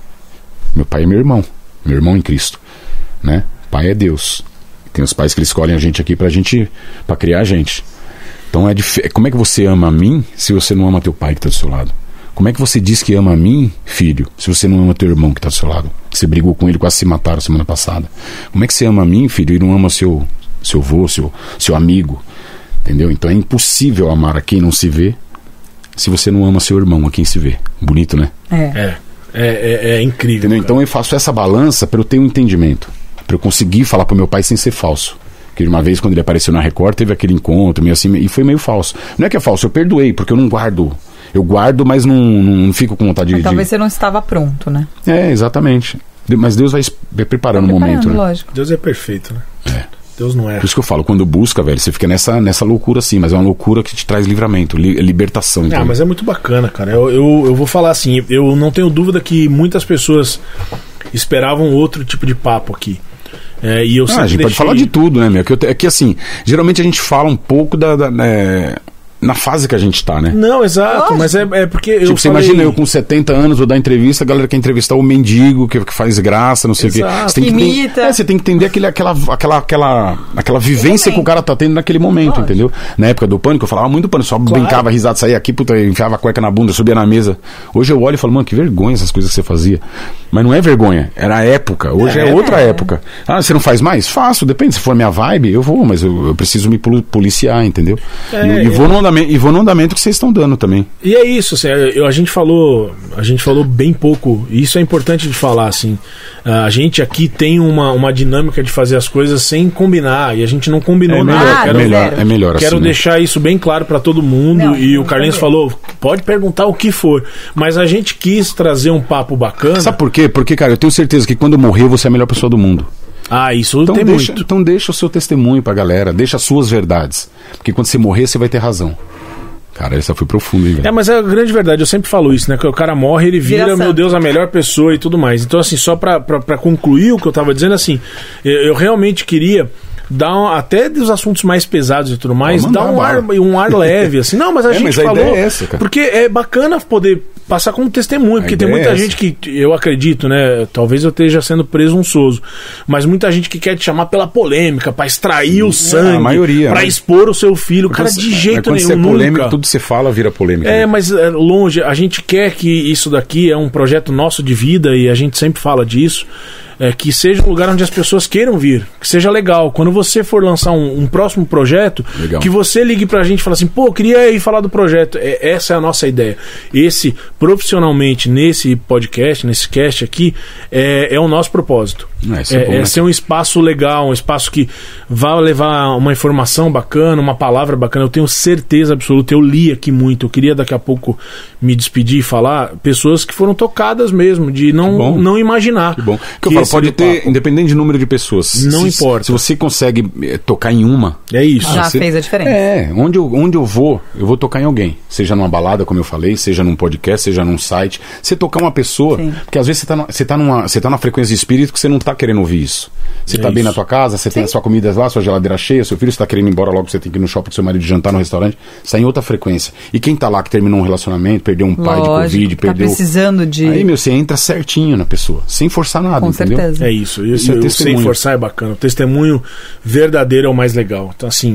Meu pai é meu irmão, meu irmão em Cristo, né? Pai é Deus. Tem os pais que eles escolhem a gente aqui pra gente, pra criar a gente. Então é dif... como é que você ama a mim se você não ama teu pai que está do seu lado? Como é que você diz que ama a mim, filho, se você não ama teu irmão que está do seu lado? Você brigou com ele, quase se mataram semana passada. Como é que você ama a mim, filho, e não ama seu, seu avô, seu, seu amigo? Entendeu? Então é impossível amar a quem não se vê se você não ama seu irmão a quem se vê. Bonito, né? É. É, é, é, é incrível. Entendeu? Então eu faço essa balança para eu ter um entendimento, para eu conseguir falar pro meu pai sem ser falso. Porque uma vez quando ele apareceu na Record teve aquele encontro meio assim, e foi meio falso. Não é que é falso, eu perdoei, porque eu não guardo. Eu guardo, mas não, não, não fico com vontade de... Talvez você não estava pronto, né? É, exatamente. Mas Deus vai preparando o momento, né? Lógico. Deus é perfeito, né? É. Deus não é. Por isso que eu falo, quando busca, velho, você fica nessa, nessa loucura assim, mas é uma loucura que te traz livramento, li, libertação. Então. Ah, mas é muito bacana, cara. Eu, eu, eu vou falar assim, eu não tenho dúvida que muitas pessoas esperavam outro tipo de papo aqui. É, e eu ah, a gente deixei... pode falar de tudo, né, meu? Que eu te, é que assim, geralmente a gente fala um pouco da... da é, na fase que a gente tá, né? Não, exato, mas é, é porque tipo, eu você falei... imagina eu com setenta anos, vou dar entrevista, a galera quer entrevistar o mendigo, que, que faz graça, não sei o quê. Você tem que imita. É, você tem que entender aquele, aquela, aquela, aquela, aquela vivência que o cara tá tendo naquele momento, Lógico. Entendeu? Na época do Pânico, eu falava muito do Pânico, só claro. brincava, risada, saía aqui, puta, enfiava a cueca na bunda, subia na mesa. Hoje eu olho e falo, mano, que vergonha essas coisas que você fazia. Mas não é vergonha, era a época. Hoje é, é outra é. época. Ah, você não faz mais? Faço, depende. Se for minha vibe, eu vou, mas eu, eu preciso me policiar, entendeu? É, e, e, vou no andamento, e vou no andamento que vocês estão dando também. E é isso, assim, eu, a gente falou, a gente falou bem pouco, e isso é importante de falar, assim. A gente aqui tem uma, uma dinâmica de fazer as coisas sem combinar, e a gente não combinou é nada. Melhor, quero, é melhor, é melhor Quero assim, deixar né? isso bem claro para todo mundo, não, e o Carlinhos falou, pode perguntar o que for, mas a gente quis trazer um papo bacana. Sabe por quê? Porque, cara, eu tenho certeza que quando eu morrer, você é a melhor pessoa do mundo. Ah, isso então tem deixa, muito. Então deixa o seu testemunho pra galera, deixa as suas verdades, porque quando você morrer, você vai ter razão. Cara, essa foi profunda, hein, velho? É, mas é a grande verdade, eu sempre falo isso, né? Que o cara morre, ele vira, vira meu Deus, a melhor pessoa e tudo mais. Então, assim, só pra, pra, pra concluir o que eu tava dizendo, assim, eu, eu realmente queria dar um, até dos assuntos mais pesados e tudo mais, dar um ar, um ar leve, assim. Não, mas a é, gente mas a falou... ideia é essa, cara. Porque é bacana poder passar como testemunho, porque tem muita é gente que, eu acredito, né, talvez eu esteja sendo presunçoso, mas muita gente que quer te chamar pela polêmica, pra extrair Sim, o sangue, a maioria, pra né? expor o seu filho, cara, quando, de jeito quando nenhum, você é polêmico, nunca. Tudo que você fala vira polêmica. É, né? mas é, longe, a gente quer que isso daqui é um projeto nosso de vida e a gente sempre fala disso, é, que seja um lugar onde as pessoas queiram vir, que seja legal. Quando você for lançar um, um próximo projeto, legal. Que você ligue pra gente e fale assim, pô, eu queria ir falar do projeto. É, essa é a nossa ideia. Esse, profissionalmente, nesse podcast, nesse cast aqui, é, é o nosso propósito. É, é, bom, é né? ser um espaço legal, um espaço que vai levar uma informação bacana, uma palavra bacana. Eu tenho certeza absoluta, eu li aqui muito. Eu queria daqui a pouco me despedir e falar pessoas que foram tocadas mesmo, de não, não imaginar. Que bom. Que eu falo, pode ter, papo. Independente de número de pessoas. Não se, importa. Se você consegue é, tocar em uma. É isso. Já você, fez a diferença. É, onde eu, onde eu vou, eu vou tocar em alguém. Seja numa balada, como eu falei, seja num podcast, seja num site. Você tocar uma pessoa, Sim. porque às vezes você tá, no, você, tá numa, você tá numa frequência de espírito que você não tá querendo ouvir isso. Você é tá isso. bem na tua casa, você Sim. tem a sua comida lá, sua geladeira cheia, seu filho está querendo ir embora logo, você tem que ir no shopping com seu marido jantar no restaurante, sai em outra frequência. E quem tá lá que terminou um relacionamento, perdeu um pai Lógico, de Covid, tá perdeu... precisando de... Aí, meu, você entra certinho na pessoa, sem forçar nada, Com entendeu? certeza. É isso. isso, isso é sem forçar é bacana. O testemunho verdadeiro é o mais legal. Então, assim,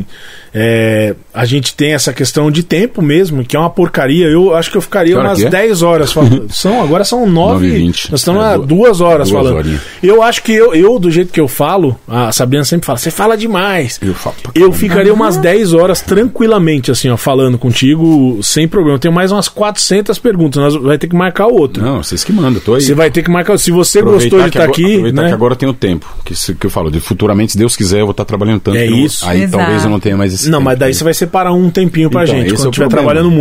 é, a gente tem essa questão de tempo mesmo, que é uma porcaria. Eu acho que eu ficaria que umas dez horas falando. São, agora são nove e vinte. Nós estamos é, há duas horas duas falando. Horinhas. Eu acho que eu, eu, do jeito que eu falo, a Sabrina sempre fala, você fala demais. Eu, falo eu ficaria umas dez horas tranquilamente, assim, ó, falando contigo, sem problema. Eu tenho mais umas quatrocentas perguntas. Nós vai ter que marcar outro. Não, vocês que mandam, tô aí. Você vai ter que marcar. Se você aproveitar gostou de estar tá aqui. Aproveitar né? que agora eu tenho tempo. Que, que eu falo, de futuramente, se Deus quiser, eu vou estar trabalhando tanto. É eu, isso. Aí Exato. talvez eu não tenha mais esse Não, tempo. mas daí você vai separar um tempinho pra então, gente, quando é estiver trabalhando muito.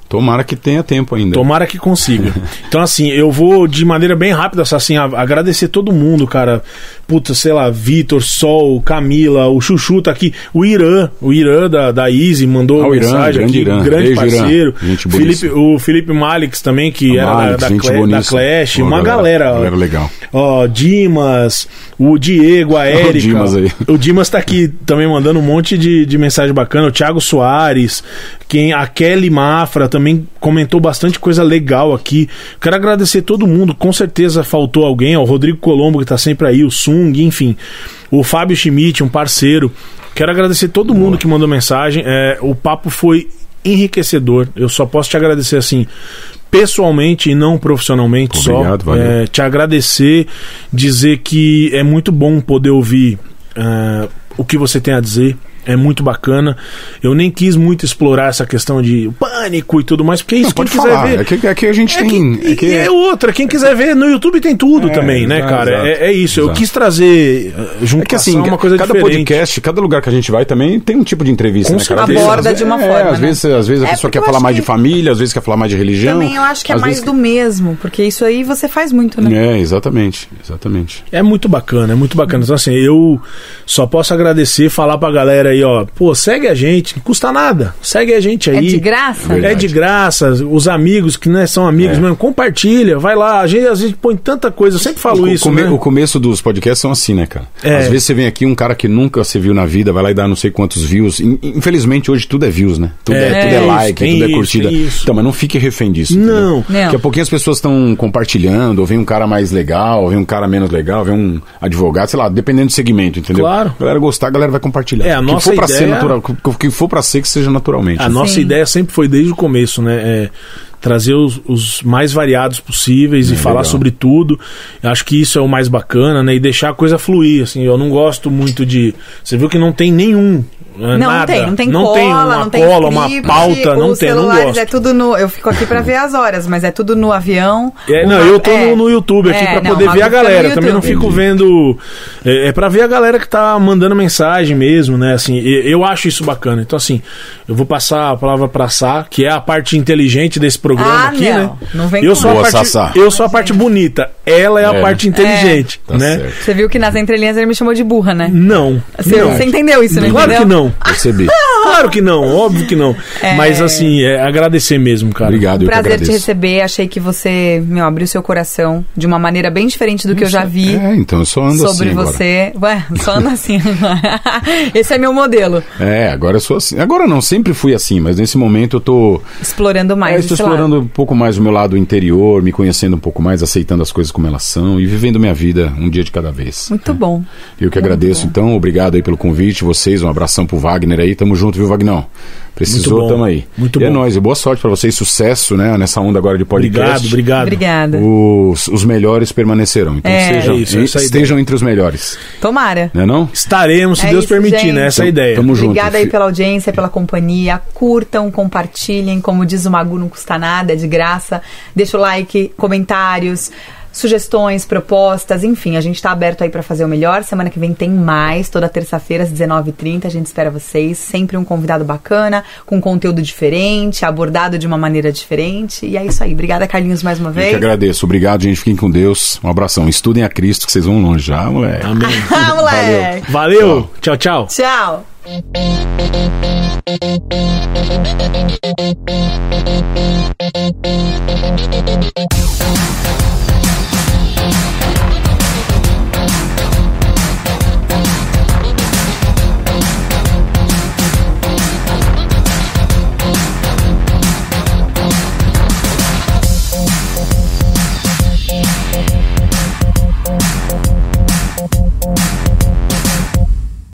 Tomara que tenha tempo ainda. Tomara que consiga. Então, assim, eu vou de maneira bem rápida, assim, a- agradecer todo mundo, cara. Puta, sei lá, Vitor, Sol, Camila, o Chuchu tá aqui. O Irã, o Irã da, da Easy mandou Ah, o Irã, mensagem grande aqui. Irã. Grande Beijo, parceiro. Irã. Gente Felipe, boníssima. o Felipe Malix também, que O era Malix, da, da, gente Cla- da boníssima. Clash. Pô, Uma galera. galera, galera legal. Ó, Dimas, o Diego, a Érica. Dimas aí. O Dimas tá aqui também mandando um monte de, de mensagem bacana. O Thiago Soares, quem, a Kelly Mafra também comentou bastante coisa legal aqui. Quero agradecer todo mundo. Com certeza faltou alguém. Ó, o Rodrigo Colombo, que tá sempre aí. O Sung, enfim. O Fábio Schmidt, um parceiro. Quero agradecer todo mundo que mandou mensagem. É, o papo foi enriquecedor. Eu só posso te agradecer assim, pessoalmente e não profissionalmente. Obrigado, só valeu. É, te agradecer, dizer que é muito bom poder ouvir é, o que você tem a dizer. É muito bacana. Eu nem quis muito explorar essa questão de pânico e tudo mais, porque é isso, Não, quem pode quiser falar. ver. É que, é que a gente É tem... que- é que- e é outra, quem quiser ver no YouTube tem tudo É, também, né, exato, cara? exato. É, é isso. Eu Exato. quis trazer uh, junto É que assim, uma coisa cada diferente. podcast, cada lugar que a gente vai também tem um tipo de entrevista, Com né, cara? Às certeza. vezes- Aborda às de uma vezes- forma, É, às né? vezes, às vezes a É, pessoa porque quer eu falar acho mais que- de família, às vezes quer falar mais de religião. Também eu acho que é às mais vezes- do mesmo, porque isso aí você faz muito, né? É, exatamente, exatamente. É muito bacana, é muito bacana. Então, assim, eu só posso agradecer, falar pra galera aí, ó, pô, segue a gente, não custa nada. Segue a gente aí. É de graça? Verdade. É de graça. Os amigos que né, são amigos É. mesmo, compartilha, vai lá. A gente, a gente põe tanta coisa, eu sempre falo o, isso, come- né? o começo dos podcasts são assim, né, cara? É. Às vezes você vem aqui, um cara que nunca você viu na vida, vai lá e dá não sei quantos views. In- Infelizmente, hoje tudo é views, né? Tudo é, É, tudo é isso, like, tem tudo é isso, curtida. tem isso. Então, mas não fique refém disso. Não. entendeu? Não. Daqui a pouquinho as pessoas estão compartilhando, ou vem um cara mais legal, ou vem um cara menos legal, vem um advogado, sei lá, dependendo do segmento, entendeu? Claro. A galera gostar, a galera vai compartilhar. É, a O que nossa for pra ser ideia- natural, o que for pra ser que seja naturalmente. A nossa Sim. ideia sempre foi desde o começo, né? É trazer os, os mais variados possíveis e É, falar legal. sobre tudo. Eu acho que isso é o mais bacana, né? E deixar a coisa fluir, assim. Eu não gosto muito de... Você viu que não tem nenhum... né, Não nada. tem, não tem não cola, tem uma não tem cola, script, uma pauta, não os tem, não celulares gosto. é tudo no... Eu fico aqui pra ver as horas, mas é tudo no avião. É, não, Uma- eu tô é. no, no YouTube aqui É, pra não, poder o ver a Mago fica no galera. Também não YouTube. fico vendo. É, é pra ver a galera que tá mandando mensagem mesmo, né? Assim, e- eu acho isso bacana. Então, assim, eu vou passar a palavra pra Sá, que é a parte inteligente desse programa Ah, aqui, não. né? Não vem eu com sou a Boa, parte, Sassá. eu sou a parte bonita. Ela é a É. parte inteligente, Tá né? certo. Você viu que nas entrelinhas ele me chamou de burra, né? Não. Você, não. você entendeu isso, né? Claro que não. Percebi. Claro que não, óbvio que não. É. Mas assim, é agradecer mesmo, cara. Obrigado, eu que Prazer te agradeço. receber. Achei que você, meu, abriu seu coração de uma maneira bem diferente do que eu já vi É, então eu só ando sobre assim agora. você. Ué, só anda assim. Esse é meu modelo. É, agora eu sou assim. Agora não, sempre fui assim, mas nesse momento eu tô. Explorando mais É, estou esse explorando lado. um pouco mais o meu lado interior, me conhecendo um pouco mais, aceitando as coisas como elas são e vivendo minha vida um dia de cada vez. Muito bom. Eu que agradeço, então, obrigado aí pelo convite, vocês, um abração pro Wagner aí, tamo junto, viu, Wagnão? Precisou, Muito bom, tamo aí. muito e é bom. nóis, e boa sorte pra vocês, sucesso, né, nessa onda agora de podcast. Obrigado, obrigado. Obrigada. Os, os melhores permanecerão, então É. sejam, É isso, essa é a estejam entre os melhores, Tomara. né não? Estaremos, se É Deus isso, permitir, gente. né? Essa é a ideia. Tamo junto. Obrigada aí fi- pela audiência, pela companhia. Curtam, compartilhem. Como diz o Magu, não custa nada, é de graça. Deixa o like, comentários, sugestões, propostas, enfim, a gente tá aberto aí pra fazer o melhor. Semana que vem tem mais, toda terça-feira às dezenove e trinta, a gente espera vocês. Sempre um convidado bacana, com conteúdo diferente, abordado de uma maneira diferente. E é isso aí. Obrigada, Carlinhos, mais uma Eu que vez. agradeço, obrigado, gente, fiquem com Deus, um abração, estudem a Cristo que vocês vão longe já, moleque. Amém. Ah, moleque! Valeu. Tchau, tchau. Tchau!